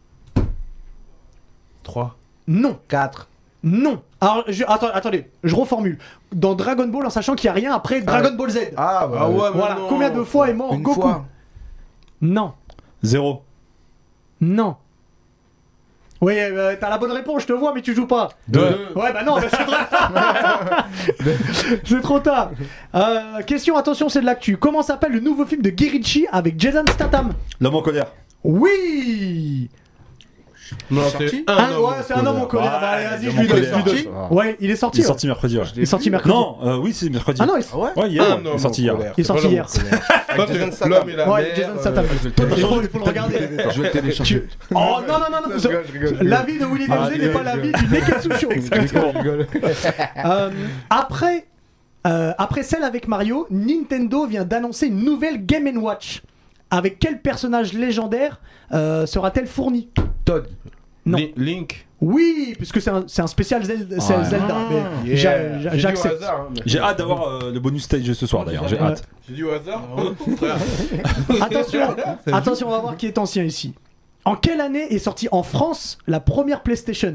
Speaker 3: trois.
Speaker 1: Non.
Speaker 4: quatre.
Speaker 1: Non. Alors, je, attends, attendez, je reformule. Dans Dragon Ball, en sachant qu'il n'y a rien après Dragon Ball Z.
Speaker 4: Ah, bah,
Speaker 3: Ah ouais, mais
Speaker 1: Voilà.
Speaker 3: non.
Speaker 1: Combien de fois est mort
Speaker 4: Une
Speaker 1: Goku?
Speaker 4: fois.
Speaker 1: Non.
Speaker 2: Zéro.
Speaker 1: Non. Oui, euh, t'as la bonne réponse, je te vois, mais tu joues pas.
Speaker 3: Deux.
Speaker 1: Ouais, bah non, bah c'est trop tard. C'est trop tard. Euh, question, attention, c'est de l'actu. Comment s'appelle le nouveau film de Guy Ritchie avec Jason Statham?
Speaker 2: L'homme en colère.
Speaker 1: Oui.
Speaker 3: Non,
Speaker 4: Sorti
Speaker 3: c'est
Speaker 1: Ah,
Speaker 3: un homme
Speaker 1: ouais, c'est un homme en colère.
Speaker 2: Ouais,
Speaker 1: Bah, allez, vas-y,
Speaker 2: l'homme
Speaker 1: je
Speaker 2: en
Speaker 1: lui donne.
Speaker 2: colère.
Speaker 1: je lui donne.
Speaker 4: Sorti
Speaker 1: Ouais, il est sorti.
Speaker 2: Il est
Speaker 1: ouais.
Speaker 2: sorti mercredi. Ouais.
Speaker 1: Il est sorti mercredi.
Speaker 2: Non, euh, oui, c'est mercredi.
Speaker 1: Ah non, il,
Speaker 4: Ah ouais
Speaker 2: Ouais, hier,
Speaker 3: Un
Speaker 2: ouais, il est
Speaker 3: homme
Speaker 2: sorti
Speaker 3: en
Speaker 2: hier.
Speaker 3: colère.
Speaker 1: il est sorti hier.
Speaker 3: Toi,
Speaker 4: Jason
Speaker 3: t'es
Speaker 4: Statham.
Speaker 3: l'homme et la
Speaker 1: Ouais,
Speaker 3: mer,
Speaker 1: Jason
Speaker 3: euh,
Speaker 1: Statham.
Speaker 3: je vais
Speaker 1: Il
Speaker 3: te-
Speaker 1: faut, il faut le regarder.
Speaker 4: Je vais le télécharger.
Speaker 1: Oh non, non, non, non.
Speaker 4: Je rigole, je rigole, je rigole.
Speaker 1: L'avis de Willy
Speaker 2: Ah,
Speaker 1: Denzé n'est
Speaker 2: rigole,
Speaker 1: pas
Speaker 2: rigole.
Speaker 1: l'avis du Neketsu Show.
Speaker 4: Exactement.
Speaker 1: Euh, après, euh, après celle avec Mario, Nintendo vient d'annoncer une nouvelle Game and Watch. Avec quel personnage légendaire euh, sera-t-elle fournie?
Speaker 4: Todd.
Speaker 1: Non.
Speaker 3: Li- Link.
Speaker 1: Oui, puisque c'est un, c'est un spécial Zelda. c'est
Speaker 2: Ouais.
Speaker 1: Zelda mais
Speaker 3: Yeah.
Speaker 1: j'a- j'a-
Speaker 3: J'ai dit au
Speaker 1: j'accepte.
Speaker 3: hasard, hein, mais-
Speaker 2: J'ai hâte d'avoir euh, le bonus stage de ce soir d'ailleurs. J'ai
Speaker 1: Ouais.
Speaker 2: hâte.
Speaker 3: J'ai dit au hasard. Frère.
Speaker 1: Attention, attention, on va voir qui est ancien ici. En quelle année est sortie en France la première PlayStation?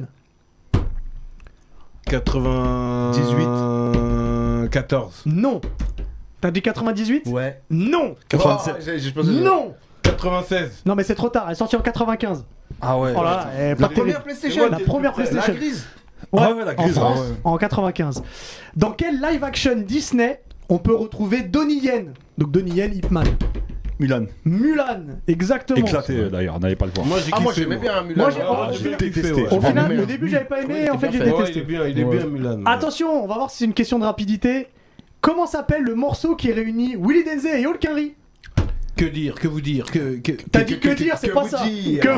Speaker 3: quatre-vingt-dix-huit. quatorze.
Speaker 1: Non. T'as dit quatre-vingt-dix-huit?
Speaker 4: Ouais.
Speaker 1: Non.
Speaker 2: quatre-vingt-dix-sept.
Speaker 4: Oh, j'ai- j'ai pensé-
Speaker 1: Non.
Speaker 3: quatre-vingt-seize.
Speaker 1: Non, mais c'est trop tard. Elle est sortie en quatre-vingt-quinze.
Speaker 2: Ah ouais.
Speaker 1: Oh là là, elle est pas
Speaker 4: La
Speaker 1: terrible.
Speaker 4: première PlayStation.
Speaker 1: La première
Speaker 4: La
Speaker 1: PlayStation.
Speaker 4: grise.
Speaker 1: Ouais,
Speaker 2: Ah ouais, la
Speaker 1: en
Speaker 2: grise,
Speaker 1: France,
Speaker 2: ah ouais.
Speaker 1: en quatre-vingt-quinze. Dans quel live-action Disney on peut retrouver Donnie Yen? Donc Donnie Yen, Ip Man.
Speaker 2: Mulan.
Speaker 1: Mulan, exactement.
Speaker 2: Éclaté euh, d'ailleurs, n'allez pas le voir.
Speaker 3: Moi j'ai
Speaker 4: Ah, moi
Speaker 3: kiffé.
Speaker 4: j'aimais bien Mulan.
Speaker 1: Moi, j'ai-
Speaker 3: Ah,
Speaker 1: oh,
Speaker 3: j'ai
Speaker 1: j'ai
Speaker 3: bien
Speaker 2: détesté.
Speaker 3: kiffé, ouais.
Speaker 1: Au
Speaker 4: J'ai
Speaker 1: final,
Speaker 4: bien
Speaker 1: au
Speaker 4: aimé.
Speaker 1: début, j'avais pas aimé,
Speaker 4: Ouais,
Speaker 1: en fait,
Speaker 4: c'était
Speaker 1: j'ai
Speaker 4: bien fait.
Speaker 3: Ouais, il est
Speaker 1: détesté.
Speaker 3: bien, il est
Speaker 4: Ouais.
Speaker 3: bien Mulan.
Speaker 1: Attention, on va voir si c'est une question de rapidité. Comment s'appelle le morceau qui réunit Willy Denzé et Hulk Henry?
Speaker 3: Que dire, que vous dire, que. que-
Speaker 1: T'as dit que dire, c'est
Speaker 4: que
Speaker 1: pas
Speaker 4: vous
Speaker 1: ça.
Speaker 4: dire.
Speaker 1: Que-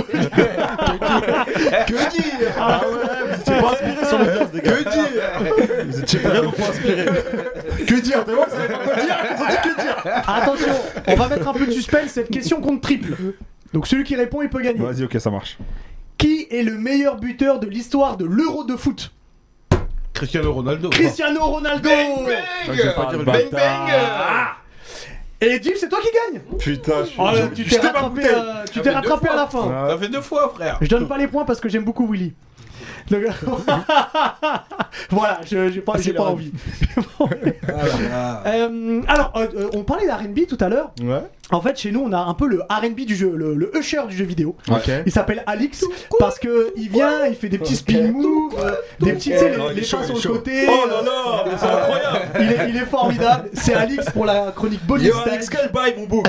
Speaker 4: Que dire
Speaker 2: Ah ouais, vous étiez pas inspiré sur le gaz, les gars.
Speaker 4: Que dire
Speaker 2: Vous étiez vraiment pas inspiré. Que dire? T'es bon, vous savez pas quoi dire? Ils ont dit que dire.
Speaker 1: Attention, on va mettre un peu de suspense, cette question compte triple. Donc celui qui répond, il peut gagner.
Speaker 2: Vas-y, ok, ça marche.
Speaker 1: Qui est le meilleur buteur de l'histoire de l'Euro de foot?
Speaker 3: Cristiano Ronaldo.
Speaker 1: Cristiano Ronaldo.
Speaker 4: Je vais pas dire le
Speaker 2: Bang,
Speaker 4: bang.
Speaker 1: Ah. Et Jim, c'est toi qui gagne.
Speaker 2: Putain, je suis.
Speaker 1: Oh, là,
Speaker 2: je-
Speaker 1: tu
Speaker 2: je
Speaker 1: t'es
Speaker 2: t'ai pas
Speaker 1: rattrapé,
Speaker 2: goûté.
Speaker 1: euh, tu
Speaker 3: Ça
Speaker 1: t'es
Speaker 3: fait
Speaker 1: rattrapé
Speaker 3: deux
Speaker 1: à la
Speaker 3: fois.
Speaker 1: fin.
Speaker 3: Ça fait deux fois, frère.
Speaker 1: Je donne pas les points parce que j'aime beaucoup Willy. Donc, voilà, je- j'ai pas,
Speaker 4: Ah,
Speaker 1: j'ai
Speaker 4: c'est
Speaker 1: pas
Speaker 4: le
Speaker 1: envie.
Speaker 3: Ah,
Speaker 1: Euh, alors, euh, euh, on parlait d'R and B tout à l'heure.
Speaker 4: Ouais.
Speaker 1: En fait, chez nous, on a un peu le R and B du jeu, le, le usher du jeu vidéo.
Speaker 4: Ok.
Speaker 1: Il s'appelle Alix parce que il vient, il fait des petits spin moves, euh, des petits, tu sais, les,
Speaker 2: Oh, il est
Speaker 1: les
Speaker 2: chaud,
Speaker 1: pas
Speaker 2: il
Speaker 1: sur
Speaker 2: est
Speaker 1: le
Speaker 2: chaud.
Speaker 1: côté.
Speaker 2: Oh là là, c'est incroyable.
Speaker 1: Il est, il est formidable. C'est Alix pour la chronique bonus
Speaker 2: Yo,
Speaker 1: stage.
Speaker 2: Alex Calbaï, mon beau.
Speaker 1: Ah,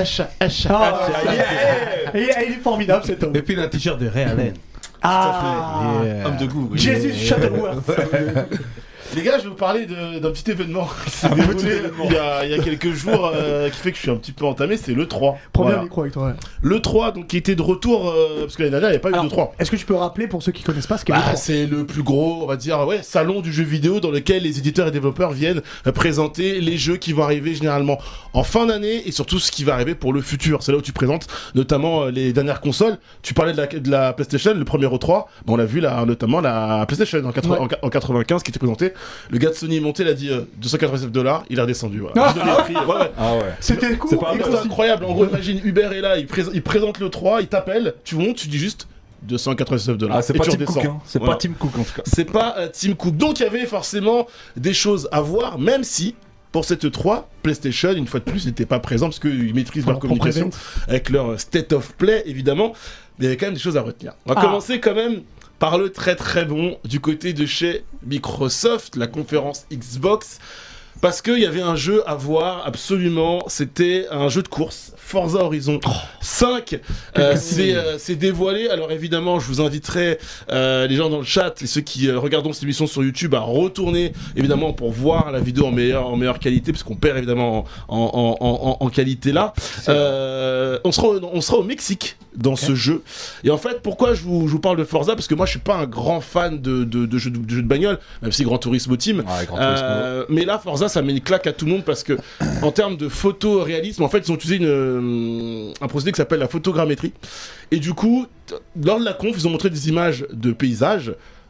Speaker 1: et, et il est formidable cet homme.
Speaker 3: Et puis il a un t-shirt de Ray Allen.
Speaker 1: Ah,
Speaker 3: Yeah.
Speaker 6: Homme de goût. oui.
Speaker 1: Jesus Shuttleworth.
Speaker 6: Les gars, je vais vous parler de- d'un petit événement qui s'est
Speaker 2: Un
Speaker 6: déroulé
Speaker 2: petit événement.
Speaker 6: il y, a, il y a quelques jours euh, qui fait que je suis un petit peu entamé, c'est l'E trois.
Speaker 1: Premier
Speaker 6: Voilà.
Speaker 1: micro avec toi. ouais.
Speaker 6: L'E trois, donc qui était de retour, euh, parce que l'année dernière, il n'y avait pas eu
Speaker 1: Alors,
Speaker 6: d'E trois.
Speaker 1: Est-ce que tu peux rappeler pour ceux qui connaissent pas ce qu'est
Speaker 6: Bah,
Speaker 1: le trois?
Speaker 6: c'est le plus gros, on va dire, ouais, salon du jeu vidéo dans lequel les éditeurs et développeurs viennent euh, présenter les jeux qui vont arriver généralement en fin d'année et surtout ce qui va arriver pour le futur. C'est là où tu présentes notamment euh, les dernières consoles. Tu parlais de la, de la PlayStation, le premier E trois, bah, on l'a vu là, notamment la PlayStation en, quatre-
Speaker 1: Ouais.
Speaker 6: en, en quatre-vingt-quinze qui était présentée. Le gars de Sony est monté, il a dit euh, deux cent quatre-vingt-dix-neuf dollars, il est redescendu. Voilà. Je donne les prix, ouais, ouais.
Speaker 2: Ah ouais.
Speaker 1: C'était cool.
Speaker 2: C'est pas
Speaker 1: et
Speaker 6: C'est
Speaker 1: concis.
Speaker 6: incroyable. En gros, imagine Uber est là, il, prés- il présente le trois, il t'appelle, tu montes, tu dis juste deux cent quatre-vingt-dix-neuf dollars.
Speaker 2: Ah, c'est
Speaker 6: et
Speaker 2: pas
Speaker 6: tu
Speaker 2: Tim
Speaker 6: redescends.
Speaker 2: Cook, hein. C'est
Speaker 6: Voilà.
Speaker 2: pas Tim Cook en tout cas.
Speaker 6: C'est pas euh, Tim Cook. Donc il y avait forcément des choses à voir, même si pour cette E trois, PlayStation, une fois de plus, n'était pas présent parce qu'ils maîtrisent leur
Speaker 1: Leur propre
Speaker 6: communication
Speaker 1: event.
Speaker 6: avec leur state of play, évidemment. Mais il y avait quand même des choses à retenir. On va
Speaker 1: Ah.
Speaker 6: commencer quand même par le très très bon du côté de chez Microsoft, la conférence Xbox. Parce qu'il y avait un jeu à voir absolument, c'était un jeu de course, Forza Horizon cinq, euh, c'est euh, c'est dévoilé. Alors évidemment, je vous inviterai euh, les gens dans le chat et ceux qui euh, regardent cette émission sur YouTube à retourner évidemment pour voir la vidéo en meilleure, en meilleure qualité, parce qu'on perd évidemment en, en, en, en, en qualité là. Euh, on, sera, au- on sera au Mexique dans ce jeu. Et en fait, pourquoi je vous, je vous parle de Forza? Parce que moi je suis pas un grand fan de, de, de, jeux, de, de jeux de bagnole, même si Gran Turismo Team.
Speaker 2: Ouais, Gran Turismo.
Speaker 6: Euh, mais là, Forza, ça met une claque à tout le monde parce que, en termes de photoréalisme, en fait, ils ont utilisé une, euh, un procédé qui s'appelle la photogrammétrie. Et du coup, t- lors de la conf, ils ont montré des images de paysages.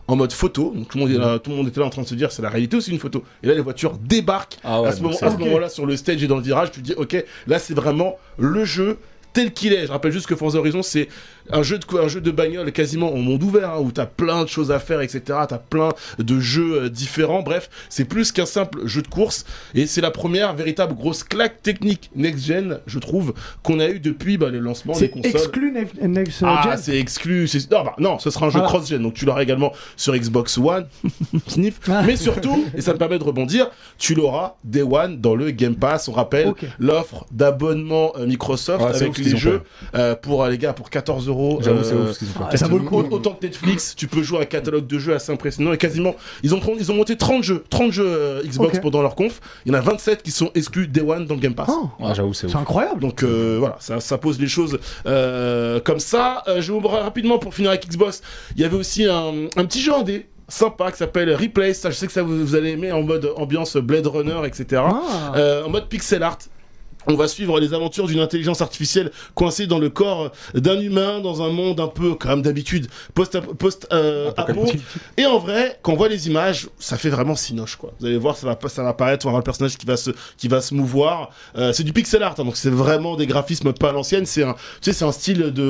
Speaker 6: en mode photo. Donc tout le monde, est là, tout le monde était là en train de se dire c'est la réalité ou c'est une photo. Et là les voitures débarquent
Speaker 2: Ah ouais,
Speaker 6: à ce,
Speaker 2: donc
Speaker 6: moment,
Speaker 2: c'est-
Speaker 6: à ce
Speaker 1: ok.
Speaker 6: moment-là sur le stage et dans le virage. Tu te dis ok, là c'est vraiment le jeu tel qu'il est. Je rappelle juste que Forza Horizon c'est un jeu de co- un jeu de bagnole quasiment en monde ouvert hein, où t'as plein de choses à faire, et cetera. T'as plein de jeux euh, différents. Bref, c'est plus qu'un simple jeu de course et c'est la première véritable grosse claque technique next-gen, je trouve, qu'on a eu depuis bah, le lancement des
Speaker 1: C'est
Speaker 6: consoles.
Speaker 1: exclu Next Next
Speaker 6: Ah,
Speaker 1: Gen.
Speaker 6: c'est exclu. c'est- Non, bah, non, ce sera un jeu
Speaker 1: Voilà.
Speaker 6: cross-gen, donc tu l'auras également sur Xbox One, sniff.
Speaker 1: Ah.
Speaker 6: Mais surtout, et ça me permet de rebondir, tu l'auras Day One dans le Game Pass. On rappelle
Speaker 1: Ok.
Speaker 6: l'offre d'abonnement euh, Microsoft
Speaker 2: Ouais, c'est
Speaker 6: avec
Speaker 2: ouf ce
Speaker 6: les
Speaker 2: qu'ils ont
Speaker 6: jeux euh, pour euh, les gars pour quatorze euros.
Speaker 2: J'avoue, c'est
Speaker 6: euh,
Speaker 2: ouf ce qu'ils ont fait.
Speaker 1: Ah, ça vaut le coup.
Speaker 6: au- Autant que Netflix, tu peux jouer à un catalogue de jeux assez impressionnant et quasiment ils ont, ils ont monté trente jeux, trente jeux euh, Xbox
Speaker 1: Ok.
Speaker 6: pendant leur conf. Il y en a vingt-sept qui sont exclus Day One dans le Game Pass.
Speaker 1: Oh,
Speaker 2: Ah, j'avoue, c'est ouf.
Speaker 1: c'est incroyable.
Speaker 6: Donc euh, voilà, ça, ça pose les choses euh, comme ça. Euh, je vais vous rapidement pour finir avec Xbox. Il y avait aussi un, un petit jeu indé sympa qui s'appelle Replace. Ça, je sais que ça vous, vous allez aimer en mode ambiance Blade Runner, et cetera.
Speaker 1: Ah.
Speaker 6: Euh, en mode pixel art. On va suivre les aventures d'une intelligence artificielle coincée dans le corps d'un humain dans un monde un peu, comme d'habitude, post, post euh,
Speaker 2: Apocalyptique.
Speaker 6: et en vrai, quand on voit les images, ça fait vraiment Cinoche, quoi. Vous allez voir, ça va, pas- ça va apparaître, on va voir le personnage qui va se, qui va se mouvoir. Euh, c'est du pixel art, hein, donc c'est vraiment des graphismes pas à l'ancienne. C'est un, tu sais, c'est un style de,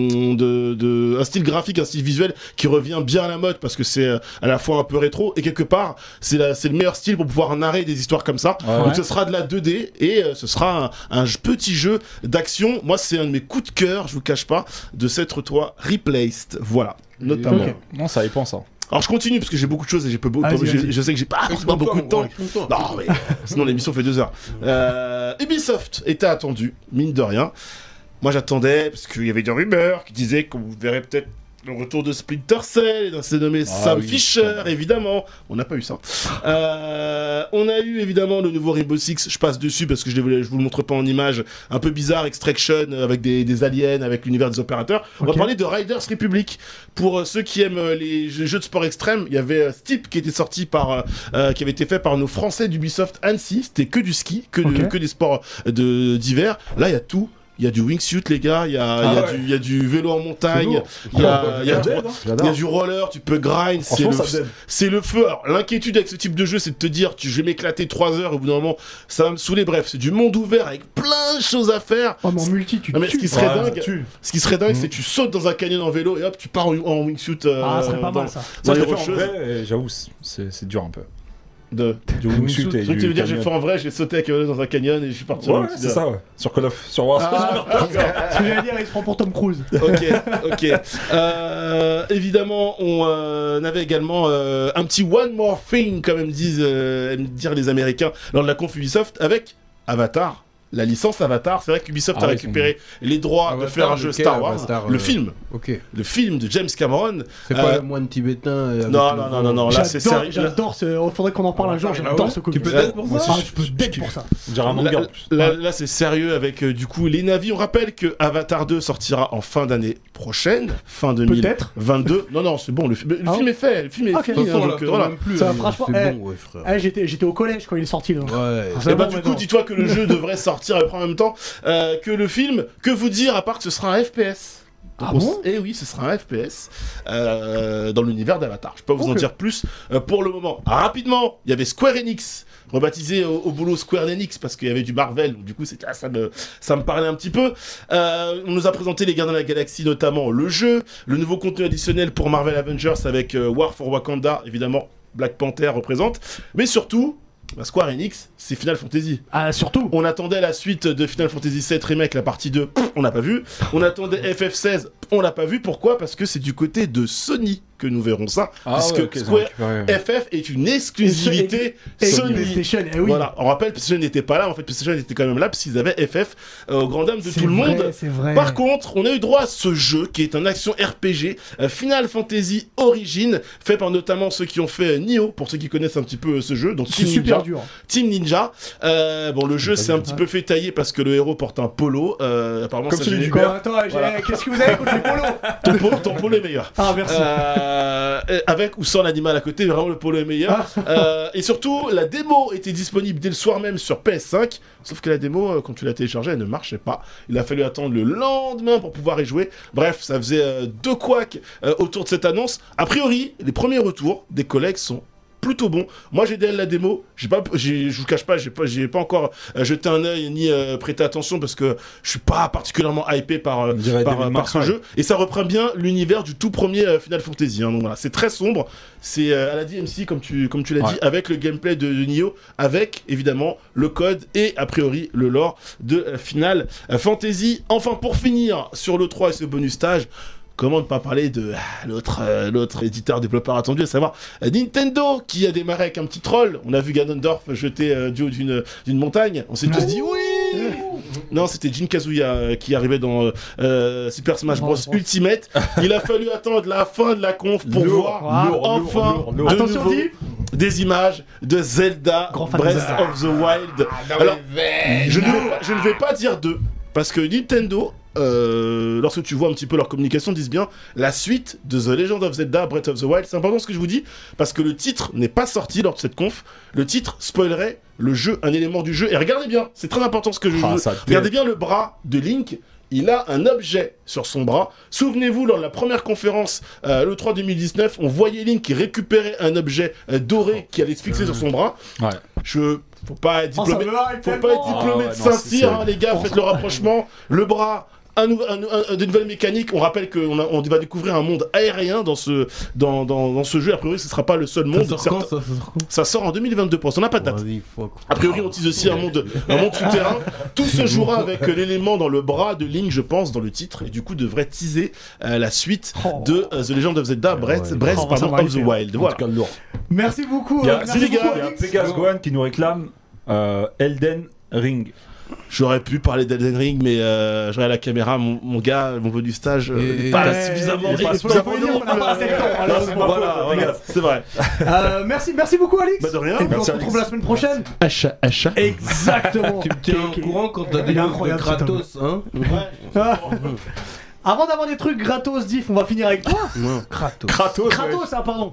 Speaker 6: de, de, un style graphique, un style visuel qui revient bien à la mode parce que c'est euh, à la fois un peu rétro et quelque part, c'est la, c'est le meilleur style pour pouvoir narrer des histoires comme ça.
Speaker 2: Ouais.
Speaker 6: Donc ce sera de la deux D et euh, ce sera un, un j- petit jeu d'action. Moi, c'est un de mes coups de cœur, je vous cache pas, de s'être toi Replaced. Voilà, notamment.
Speaker 1: Ok.
Speaker 2: Non, ça dépend ça.
Speaker 6: Alors je continue parce que j'ai beaucoup de choses et j'ai peu beaucoup.
Speaker 1: Vas-y,
Speaker 6: j'ai-
Speaker 1: vas-y.
Speaker 6: Je sais que j'ai pas forcément beaucoup de temps. Non mais sinon l'émission fait deux heures. Euh, Ubisoft était attendu, mine de rien. Moi j'attendais parce qu'il y avait des rumeurs qui disaient qu'on verrait peut-être le retour de Splinter Cell, et d'un s'est nommé
Speaker 2: Ah
Speaker 6: Sam
Speaker 2: oui,
Speaker 6: Fisher,
Speaker 2: putain.
Speaker 6: évidemment. On n'a pas eu ça. Euh, on a eu évidemment le nouveau Rainbow Six. Je passe dessus parce que je ne vous le montre pas en image. Un peu bizarre, Extraction euh, avec des, des aliens, avec l'univers des opérateurs. On
Speaker 1: Ok.
Speaker 6: va parler de Riders Republic. Pour euh, ceux qui aiment euh, les jeux jeux de sport extrême, il y avait euh, Steep qui était sorti par, euh, euh, qui avait été fait par nos Français d'Ubisoft Annecy. C'était que du ski, que, de-
Speaker 1: Ok.
Speaker 6: que des sports de d'hiver. Là, il y a tout. Il y a du wingsuit, les gars. Il y a, il y a
Speaker 2: Ah ouais.
Speaker 6: du, il y a du vélo en montagne.
Speaker 2: lourd.
Speaker 6: Il y a, il y a du-
Speaker 2: J'adore.
Speaker 6: il y a du roller. Tu peux grind. C'est
Speaker 2: Franchement,
Speaker 6: le,
Speaker 2: ça me donne.
Speaker 6: c'est le feu. Alors, l'inquiétude avec ce type de jeu, c'est de te dire, tu, je vais m'éclater trois heures. Au bout d'un moment, ça va me saouler. Bref, c'est du monde ouvert avec plein de choses à faire.
Speaker 1: Oh, mais en multi, tu
Speaker 6: Non, mais ce
Speaker 1: tues.
Speaker 6: qui serait
Speaker 2: Ouais,
Speaker 6: dingue,
Speaker 2: ça tue.
Speaker 6: ce qui serait dingue,
Speaker 2: Mhm.
Speaker 6: c'est que tu sautes dans un canyon en vélo et hop, tu pars en, en wingsuit. Euh,
Speaker 1: Ah, ça serait pas
Speaker 6: dans-
Speaker 1: mal ça.
Speaker 6: dans
Speaker 2: Ça, je
Speaker 6: les
Speaker 2: l'ai fait en
Speaker 6: rocheuses.
Speaker 2: vrai, et j'avoue, c'est c'est dur un peu.
Speaker 6: De...
Speaker 2: Du wingsuit et
Speaker 6: Donc,
Speaker 2: du
Speaker 6: tu veux dire, j'ai
Speaker 2: canyon.
Speaker 6: fait en vrai, j'ai sauté avec un vélo dans un canyon et je suis parti en
Speaker 2: Ouais,
Speaker 6: wingsuit.
Speaker 2: c'est ça, ouais. Sur Call of, sur Warzone.
Speaker 6: Ah, d'accord.
Speaker 1: Ce que j'allais dire, il se prend pour Tom Cruise.
Speaker 6: Ok, ok. Euh, évidemment, on euh, avait également euh, un petit one more thing, comme aiment, disent, euh, aiment dire les Américains, lors de la conf Ubisoft, avec Avatar. La licence Avatar, c'est vrai qu'Ubisoft
Speaker 2: Ah
Speaker 6: a
Speaker 2: ouais,
Speaker 6: récupéré les droits de
Speaker 3: Avatar,
Speaker 6: faire un jeu
Speaker 3: lequel,
Speaker 6: Star Wars,
Speaker 3: Avatar,
Speaker 6: le
Speaker 3: euh,
Speaker 6: film,
Speaker 3: Ok.
Speaker 6: le film de James Cameron.
Speaker 3: C'est
Speaker 6: Euh,
Speaker 3: pas le moine tibétain. euh, avec
Speaker 6: Non,
Speaker 3: le
Speaker 6: non,
Speaker 3: gros-
Speaker 6: non, non, non, là c'est
Speaker 1: J'adore,
Speaker 6: sérieux.
Speaker 1: j'adore ce. Il faudrait qu'on en parle un jour.
Speaker 3: Ah
Speaker 1: J'adore
Speaker 3: ouais
Speaker 1: ce
Speaker 3: Tu
Speaker 1: comics.
Speaker 3: peux
Speaker 6: Là-
Speaker 3: être pour
Speaker 2: moi
Speaker 3: ça
Speaker 2: aussi,
Speaker 1: Ah, je peux deck pour ça.
Speaker 2: On dirait un
Speaker 6: Là,
Speaker 2: manga en plus.
Speaker 6: là, là, c'est sérieux avec euh, du coup les navis. On rappelle que Avatar deux sortira en fin d'année prochaine, fin deux mille vingt-deux. Non, non, c'est bon, le, fi- le
Speaker 1: Ah
Speaker 6: film est fait, le film est
Speaker 1: Ok.
Speaker 6: fini.
Speaker 3: De toute façon,
Speaker 6: hein,
Speaker 3: là,
Speaker 6: donc, euh,
Speaker 3: t'en
Speaker 6: voilà.
Speaker 3: as même plus,
Speaker 1: Ça,
Speaker 3: hein,
Speaker 1: franchement,
Speaker 3: c'est
Speaker 1: eh.
Speaker 3: bon, ouais, frère.
Speaker 1: Eh, j'étais, j'étais au collège quand il est sorti. Donc.
Speaker 3: Ouais.
Speaker 1: C'est
Speaker 6: Et bah
Speaker 1: bon,
Speaker 6: du coup,
Speaker 1: maintenant.
Speaker 6: dis-toi que le jeu devrait sortir à peu près en même temps euh, que le film. Que vous dire à part que ce sera un F P S.
Speaker 1: Ah
Speaker 6: Donc, on
Speaker 1: bon
Speaker 6: s- Eh oui, ce sera un F P S euh, dans l'univers d'Avatar. Je peux pas vous en
Speaker 1: Ok.
Speaker 6: dire plus euh, pour le moment. Ah, rapidement, il y avait Square Enix, rebaptisé au, au boulot Square Enix parce qu'il y avait du Marvel. Donc, du coup, c'était, ah, ça, me, ça me parlait un petit peu. Euh, on nous a présenté les Gardiens de la Galaxie, notamment le jeu, le nouveau contenu additionnel pour Marvel Avengers avec euh, War for Wakanda, évidemment. Black Panther représente, mais surtout, bah, Square Enix, c'est Final Fantasy.
Speaker 1: Ah, surtout.
Speaker 6: On attendait la suite de Final Fantasy sept Remake, la partie deux, pff, on n'a pas vu. On attendait F F seize, on l'a pas vu. Pourquoi ? Parce que c'est du côté de Sony que nous verrons ça.
Speaker 2: Ah
Speaker 6: puisque
Speaker 2: ouais, ok, ils ont
Speaker 6: Square
Speaker 2: récupéré.
Speaker 6: F F est une exclusivité
Speaker 1: Et
Speaker 6: Sony.
Speaker 1: PlayStation, eh oui.
Speaker 6: Voilà, on rappelle, PlayStation n'était pas là, en fait, PlayStation était quand même là, parce qu'ils avaient F F euh, au grand dam de
Speaker 1: C'est
Speaker 6: tout le
Speaker 1: vrai,
Speaker 6: monde.
Speaker 1: C'est vrai.
Speaker 6: Par contre, on a eu droit à ce jeu qui est un action R P G, euh, Final Fantasy Origin, fait par notamment ceux qui ont fait euh, Nioh, pour ceux qui connaissent un petit peu euh, ce jeu. Donc
Speaker 1: c'est
Speaker 6: Team
Speaker 1: super
Speaker 6: Ninja.
Speaker 1: dur.
Speaker 6: Team Ninja. Euh, bon, le jeu
Speaker 2: Pas
Speaker 6: c'est
Speaker 2: du
Speaker 6: un
Speaker 2: tout.
Speaker 6: petit peu fait tailler parce que le héros porte un polo. Euh, apparemment,
Speaker 2: Comme
Speaker 6: ça
Speaker 2: celui
Speaker 6: gêne-
Speaker 2: du
Speaker 1: Quoi,
Speaker 2: Hubert.
Speaker 1: attends, j'ai-
Speaker 6: Voilà.
Speaker 1: qu'est-ce que vous avez contre les polos
Speaker 6: ton, polo ton polo est meilleur.
Speaker 1: Ah, merci.
Speaker 6: Euh, Euh, avec ou sans l'animal à côté, vraiment le polo est meilleur. Euh, et surtout, la démo était disponible dès le soir même sur P S cinq. Sauf que la démo, euh, quand tu l'as téléchargée, elle ne marchait pas. Il a fallu attendre le lendemain pour pouvoir y jouer. Bref, ça faisait euh, deux couacs euh, autour de cette annonce. A priori, les premiers retours des collègues sont plutôt bon. Moi j'ai D L la démo, j'ai pas, j'ai, je vous cache pas, j'ai pas, j'ai pas encore euh, jeté un œil ni euh, prêté attention parce que je suis pas particulièrement hypé par, euh, par, euh, par ce jeu. Et ça reprend bien l'univers du tout premier euh, Final Fantasy. Hein, donc voilà, c'est très sombre, c'est euh, à la D M C comme tu, comme tu l'as ouais. dit, avec le gameplay de, de Nioh, avec évidemment le code et a priori le lore de euh, Final Fantasy. Enfin pour finir sur l'E trois et ce bonus stage. Comment ne pas parler de ah, l'autre, euh, l'autre éditeur développeur attendu, à savoir euh, Nintendo, qui a démarré avec un petit troll. On a vu Ganondorf jeter euh, du haut d'une, d'une montagne. On s'est tous dit oui. Non, c'était Jin Kazuya euh, qui arrivait dans euh, Super Smash Bros Ultimate. Il a fallu attendre la fin de la conf pour lourd, voir lourd, enfin lourd, lourd, lourd. De nouveau, des images de Zelda Breath of the Wild. Ah, alors, je ne, vais pas, je ne vais pas dire deux, parce que Nintendo... Euh, lorsque tu vois un petit peu leur communication, disent bien la suite de The Legend of Zelda Breath of the Wild. C'est important ce que je vous dis parce que le titre n'est pas sorti lors de cette conf. Le titre spoilerait le jeu, un élément du jeu. Et regardez bien, c'est très important ce que je ah, veux. Regardez bien le bras de Link. Il a un objet sur son bras. Souvenez-vous, lors de la première conférence, euh, l'E trois deux mille dix-neuf, on voyait Link qui récupérait un objet euh, doré qui allait se fixer sur son bras. Ouais. Je... Faut pas être diplômé, oh, faut pas être diplômé ah, ouais, de Saint-Cyr, hein, les gars, faites le rapprochement. Le bras... Un, un, un, de nouvelles mécaniques. On rappelle qu'on on va découvrir un monde aérien dans ce, dans, dans, dans ce jeu. A priori, ce ne sera pas le seul monde.
Speaker 3: Ça sort, quand, ça, ça, sort
Speaker 6: ça sort en deux mille vingt-deux. Pour ça, on n'a pas de date. A priori, on tease aussi un monde, un monde souterrain. Tout se jouera avec l'élément dans le bras de Link, je pense, dans le titre, et du coup, devrait teaser euh, la suite de uh, The Legend of Zelda Breath, ouais, Breath oh, pardon, of the Wild. Voilà.
Speaker 1: Merci beaucoup.
Speaker 2: Il y a,
Speaker 1: merci
Speaker 2: les gars,
Speaker 1: beaucoup,
Speaker 2: il y a Pegas Gohan qui nous réclame euh, Elden Ring.
Speaker 6: J'aurais pu parler d'Elden Ring, mais euh, je regarde la caméra, mon, mon gars, mon vœu du stage, euh, pas ouais, suffisamment.
Speaker 1: Il faut dire qu'on n'a pas assez de temps.
Speaker 6: Voilà, voilà, c'est vrai.
Speaker 1: Euh, merci, merci beaucoup, Alix.
Speaker 6: Bah de rien.
Speaker 1: Et puis on se retrouve la semaine prochaine.
Speaker 6: Achat, achat.
Speaker 1: Exactement.
Speaker 3: Tu me tiens au courant quand t'as des news de gratos, hein.
Speaker 6: Ouais.
Speaker 1: Avant d'avoir des trucs gratos, Diff, on va finir avec toi.
Speaker 3: Non, Kratos.
Speaker 1: Kratos, Kratos, ouais. Ah pardon.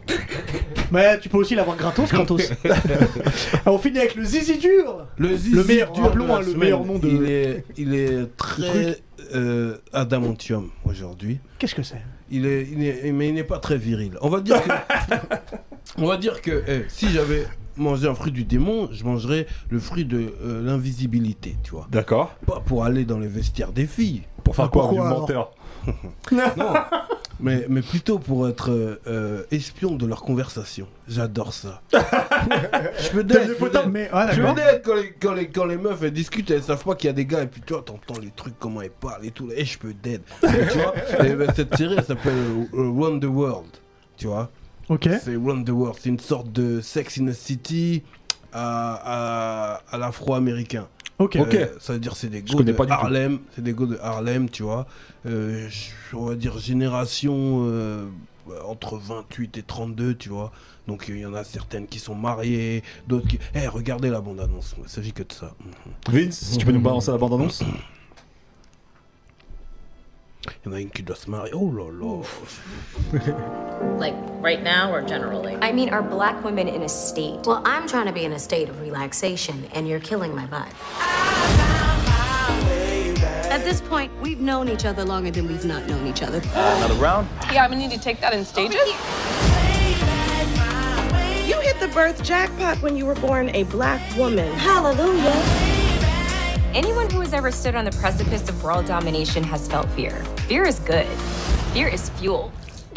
Speaker 1: Mais tu peux aussi l'avoir gratos, Kratos. On finit avec le Zizi dur.
Speaker 3: Le Zizi
Speaker 1: le meilleur,
Speaker 3: dur,
Speaker 1: rappelons, hein, le meilleur nom de.
Speaker 3: Il est, il est très euh, adamantium aujourd'hui.
Speaker 1: Qu'est-ce que c'est?
Speaker 3: Il est, il est, mais il n'est pas très viril. On va dire que, on va dire que eh, si j'avais mangé un fruit du démon, je mangerais le fruit de euh, l'invisibilité, tu vois.
Speaker 2: D'accord.
Speaker 3: Pas pour aller dans les vestiaires des filles.
Speaker 2: Pour faire quoi, du menteur?
Speaker 3: Non, mais, mais plutôt pour être euh, espion de leur conversation. J'adore ça. Je peux d'être, mais ouais, je peux d'être quand les, quand, les, quand les meufs elles discutent, elles savent pas qu'il y a des gars et puis tu vois, t'entends les trucs, comment elles parlent et tout. Et je peux d'être. Tu vois, et, ben, cette série elle s'appelle uh, Run the World. Tu vois.
Speaker 1: Ok.
Speaker 3: C'est Run the World. C'est une sorte de Sex in the City à, à, à l'afro-américain.
Speaker 1: Ok.
Speaker 3: Euh,
Speaker 2: okay.
Speaker 3: Ça veut dire c'est des gars de Harlem, c'est des gars de Harlem, tu vois. Euh, on va dire génération euh, entre vingt-huit et trente-deux, tu vois. Donc il y en a certaines qui sont mariées, d'autres qui. Eh, hey, regardez la bande-annonce. Il s'agit que de ça.
Speaker 2: Vince, si tu peux nous balancer la bande-annonce.
Speaker 3: Il y en a une qui doit se marier. Oh là là.
Speaker 7: Like right now or generally?
Speaker 8: I mean, are black women in a state? Well, I'm trying to be in a state of relaxation, and you're killing my vibe. At this point, we've known each other longer than we've not known each other.
Speaker 9: Another round?
Speaker 10: Yeah, I'm gonna need to take that in stages. You hit the birth jackpot when you were born a black woman.
Speaker 8: Hallelujah.
Speaker 11: Anyone who has ever stood on the precipice of world domination has felt fear. Fear is good. Fear is fuel.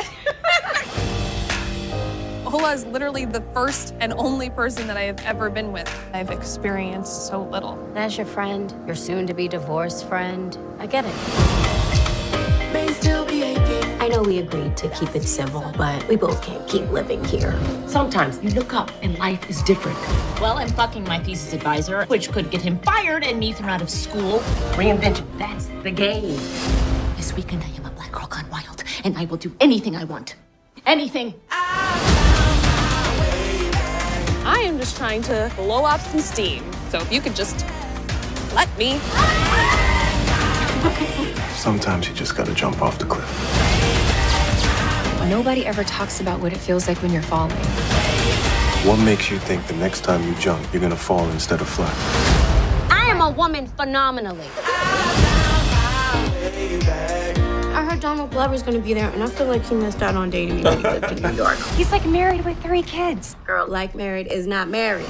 Speaker 12: Ola is literally the first and only person that I have ever been with. I've experienced so little.
Speaker 8: As your friend, your soon-to-be divorced friend, I get it. I know we agreed to keep it civil, but we both can't keep living here.
Speaker 7: Sometimes you look up and life is different. Well, I'm fucking my thesis advisor, which could get him fired and me thrown out of school. Reinvention, that's the game. This weekend I am a black girl gone wild, and I will do anything I want. Anything.
Speaker 12: I am just trying to blow off some steam. So if you could just let me.
Speaker 9: Sometimes you just gotta jump off the cliff.
Speaker 7: I
Speaker 11: Nobody ever talks about what it feels like when you're falling.
Speaker 9: What makes you think the next time you jump, you're gonna fall instead of fly?
Speaker 8: I am a woman phenomenally. I heard Donald Glover's gonna be there, and I feel like he missed out on dating me when he lived in New York.
Speaker 11: He's like married with three kids.
Speaker 8: Girl, like married is not married.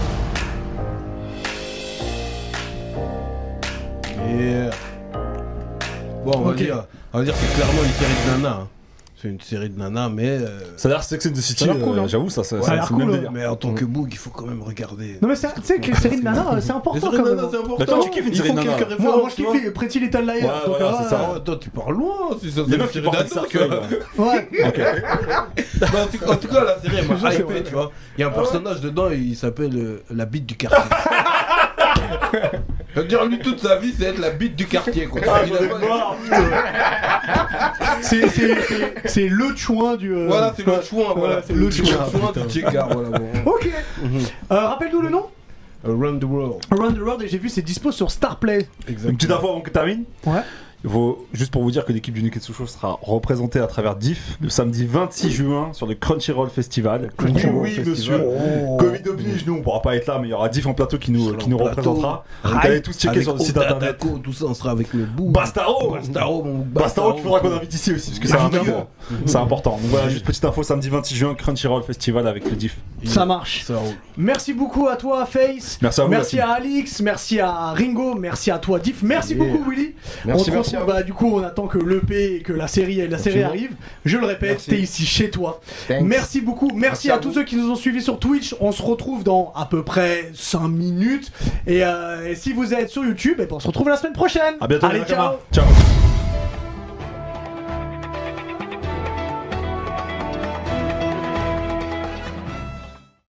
Speaker 3: Yeah. Bon, on va
Speaker 1: Ok.
Speaker 3: dire, on va dire que c'est clairement une série de nanas. hein. C'est une série de nanas, mais. euh,
Speaker 2: Ça a l'air Sex and the City,
Speaker 1: Ça a l'air cool,
Speaker 2: euh,
Speaker 1: hein.
Speaker 2: j'avoue, ça, ça,
Speaker 1: Ça a l'air
Speaker 2: c'est le même
Speaker 1: cool,
Speaker 2: délire.
Speaker 3: Mais en tant que boug, il faut quand même regarder.
Speaker 1: Non mais c'est- tu sais que les séries de nanas, euh, c'est
Speaker 3: Les
Speaker 1: important
Speaker 3: séries
Speaker 1: quand
Speaker 3: de
Speaker 1: même.
Speaker 3: nanas, c'est important.
Speaker 2: Bah, toi, tu kiffes une
Speaker 3: Ils
Speaker 2: série
Speaker 3: font
Speaker 2: de nanas.
Speaker 3: quelques
Speaker 1: Moi,
Speaker 3: références.
Speaker 1: moi je
Speaker 3: tu vois.
Speaker 1: kiffais Pretty Little Liars.
Speaker 2: Ouais,
Speaker 1: donc,
Speaker 2: voilà,
Speaker 1: euh,
Speaker 2: c'est ça.
Speaker 3: Ah ouais, toi, tu pars loin si ça
Speaker 2: Les
Speaker 3: c'est
Speaker 2: meufs
Speaker 3: une
Speaker 2: qui
Speaker 3: série
Speaker 2: portent des
Speaker 3: d'ado,
Speaker 2: cercueils,
Speaker 3: quoi.
Speaker 2: là.
Speaker 1: Ouais.
Speaker 2: Ok.
Speaker 3: Bah, en, tout, en tout cas, la série, elle
Speaker 1: Je
Speaker 3: m'a
Speaker 1: sais,
Speaker 3: hypé,
Speaker 1: ouais.
Speaker 3: tu vois. Il y a un personnage dedans, il s'appelle euh, la bite du quartier. C'est-à-dire, lui, toute sa vie, c'est être la bite du quartier, quoi.
Speaker 2: Ah,
Speaker 3: Il a
Speaker 2: j'en ai
Speaker 3: pas-
Speaker 2: marre.
Speaker 1: C'est- c'est- c'est- C'est le chouin du. euh,
Speaker 3: Voilà, c'est le chouin, voilà.
Speaker 1: Ouais, c'est le chouin.
Speaker 3: chouin du Tchekar, voilà. Bon.
Speaker 1: Ok. Euh, Rappelle-nous le nom.
Speaker 3: Around the World.
Speaker 1: Around the World, et j'ai vu c'est dispo sur Starplay.
Speaker 3: Exactement.
Speaker 2: Une petite info avant que tu termines.
Speaker 1: Ouais.
Speaker 2: Il faut, juste pour vous dire que l'équipe du Neketsu Show sera représentée à travers Diff le samedi vingt-six juin sur le Crunchyroll Festival.
Speaker 3: Crunchyroll
Speaker 2: oui,
Speaker 3: Festival.
Speaker 2: monsieur.
Speaker 3: Oh.
Speaker 2: Covid oblige, nous on pourra pas être là, mais il y aura Diff en plateau qui nous,
Speaker 3: Sur
Speaker 2: qui nous
Speaker 3: plateau.
Speaker 2: représentera. Donc
Speaker 3: Hype.
Speaker 2: allez tous checker
Speaker 3: Avec
Speaker 2: sur le site
Speaker 3: Oda
Speaker 2: internet.
Speaker 3: Dako, tout ça, on sera avec le bout.
Speaker 2: Bastaro
Speaker 3: Bastaro, mon
Speaker 2: Bastaro qu'il faudra qu'on invite ici aussi, parce que c'est un truc,
Speaker 1: Évidemment.
Speaker 2: euh, c'est important. Donc voilà, juste petite info, samedi vingt-six juin, Crunchyroll Festival avec le Diff.
Speaker 1: Ça marche.
Speaker 3: Ça roule.
Speaker 1: Merci beaucoup à toi, Face.
Speaker 2: Merci à vous,
Speaker 1: Merci
Speaker 2: la
Speaker 1: à Alix. Merci à Ringo. Merci à toi, Diff. Merci
Speaker 3: Yeah.
Speaker 1: beaucoup, Willy.
Speaker 2: Merci,
Speaker 1: on te
Speaker 2: merci
Speaker 1: retrouve, bah, du coup, on attend que l'E P et que la série, la série
Speaker 3: Absolument.
Speaker 1: arrive. Je le répète,
Speaker 3: Merci.
Speaker 1: t'es ici chez toi.
Speaker 4: Thanks.
Speaker 1: Merci beaucoup. Merci,
Speaker 3: Merci
Speaker 1: à,
Speaker 3: à
Speaker 1: tous
Speaker 3: vous.
Speaker 1: ceux qui nous ont suivis sur Twitch. On se retrouve dans à peu près cinq minutes. Et, euh, et si vous êtes sur YouTube, et ben, on se retrouve la semaine prochaine.
Speaker 2: À bientôt,
Speaker 1: Allez,
Speaker 2: les Nakamas.
Speaker 1: ciao.
Speaker 2: Ciao.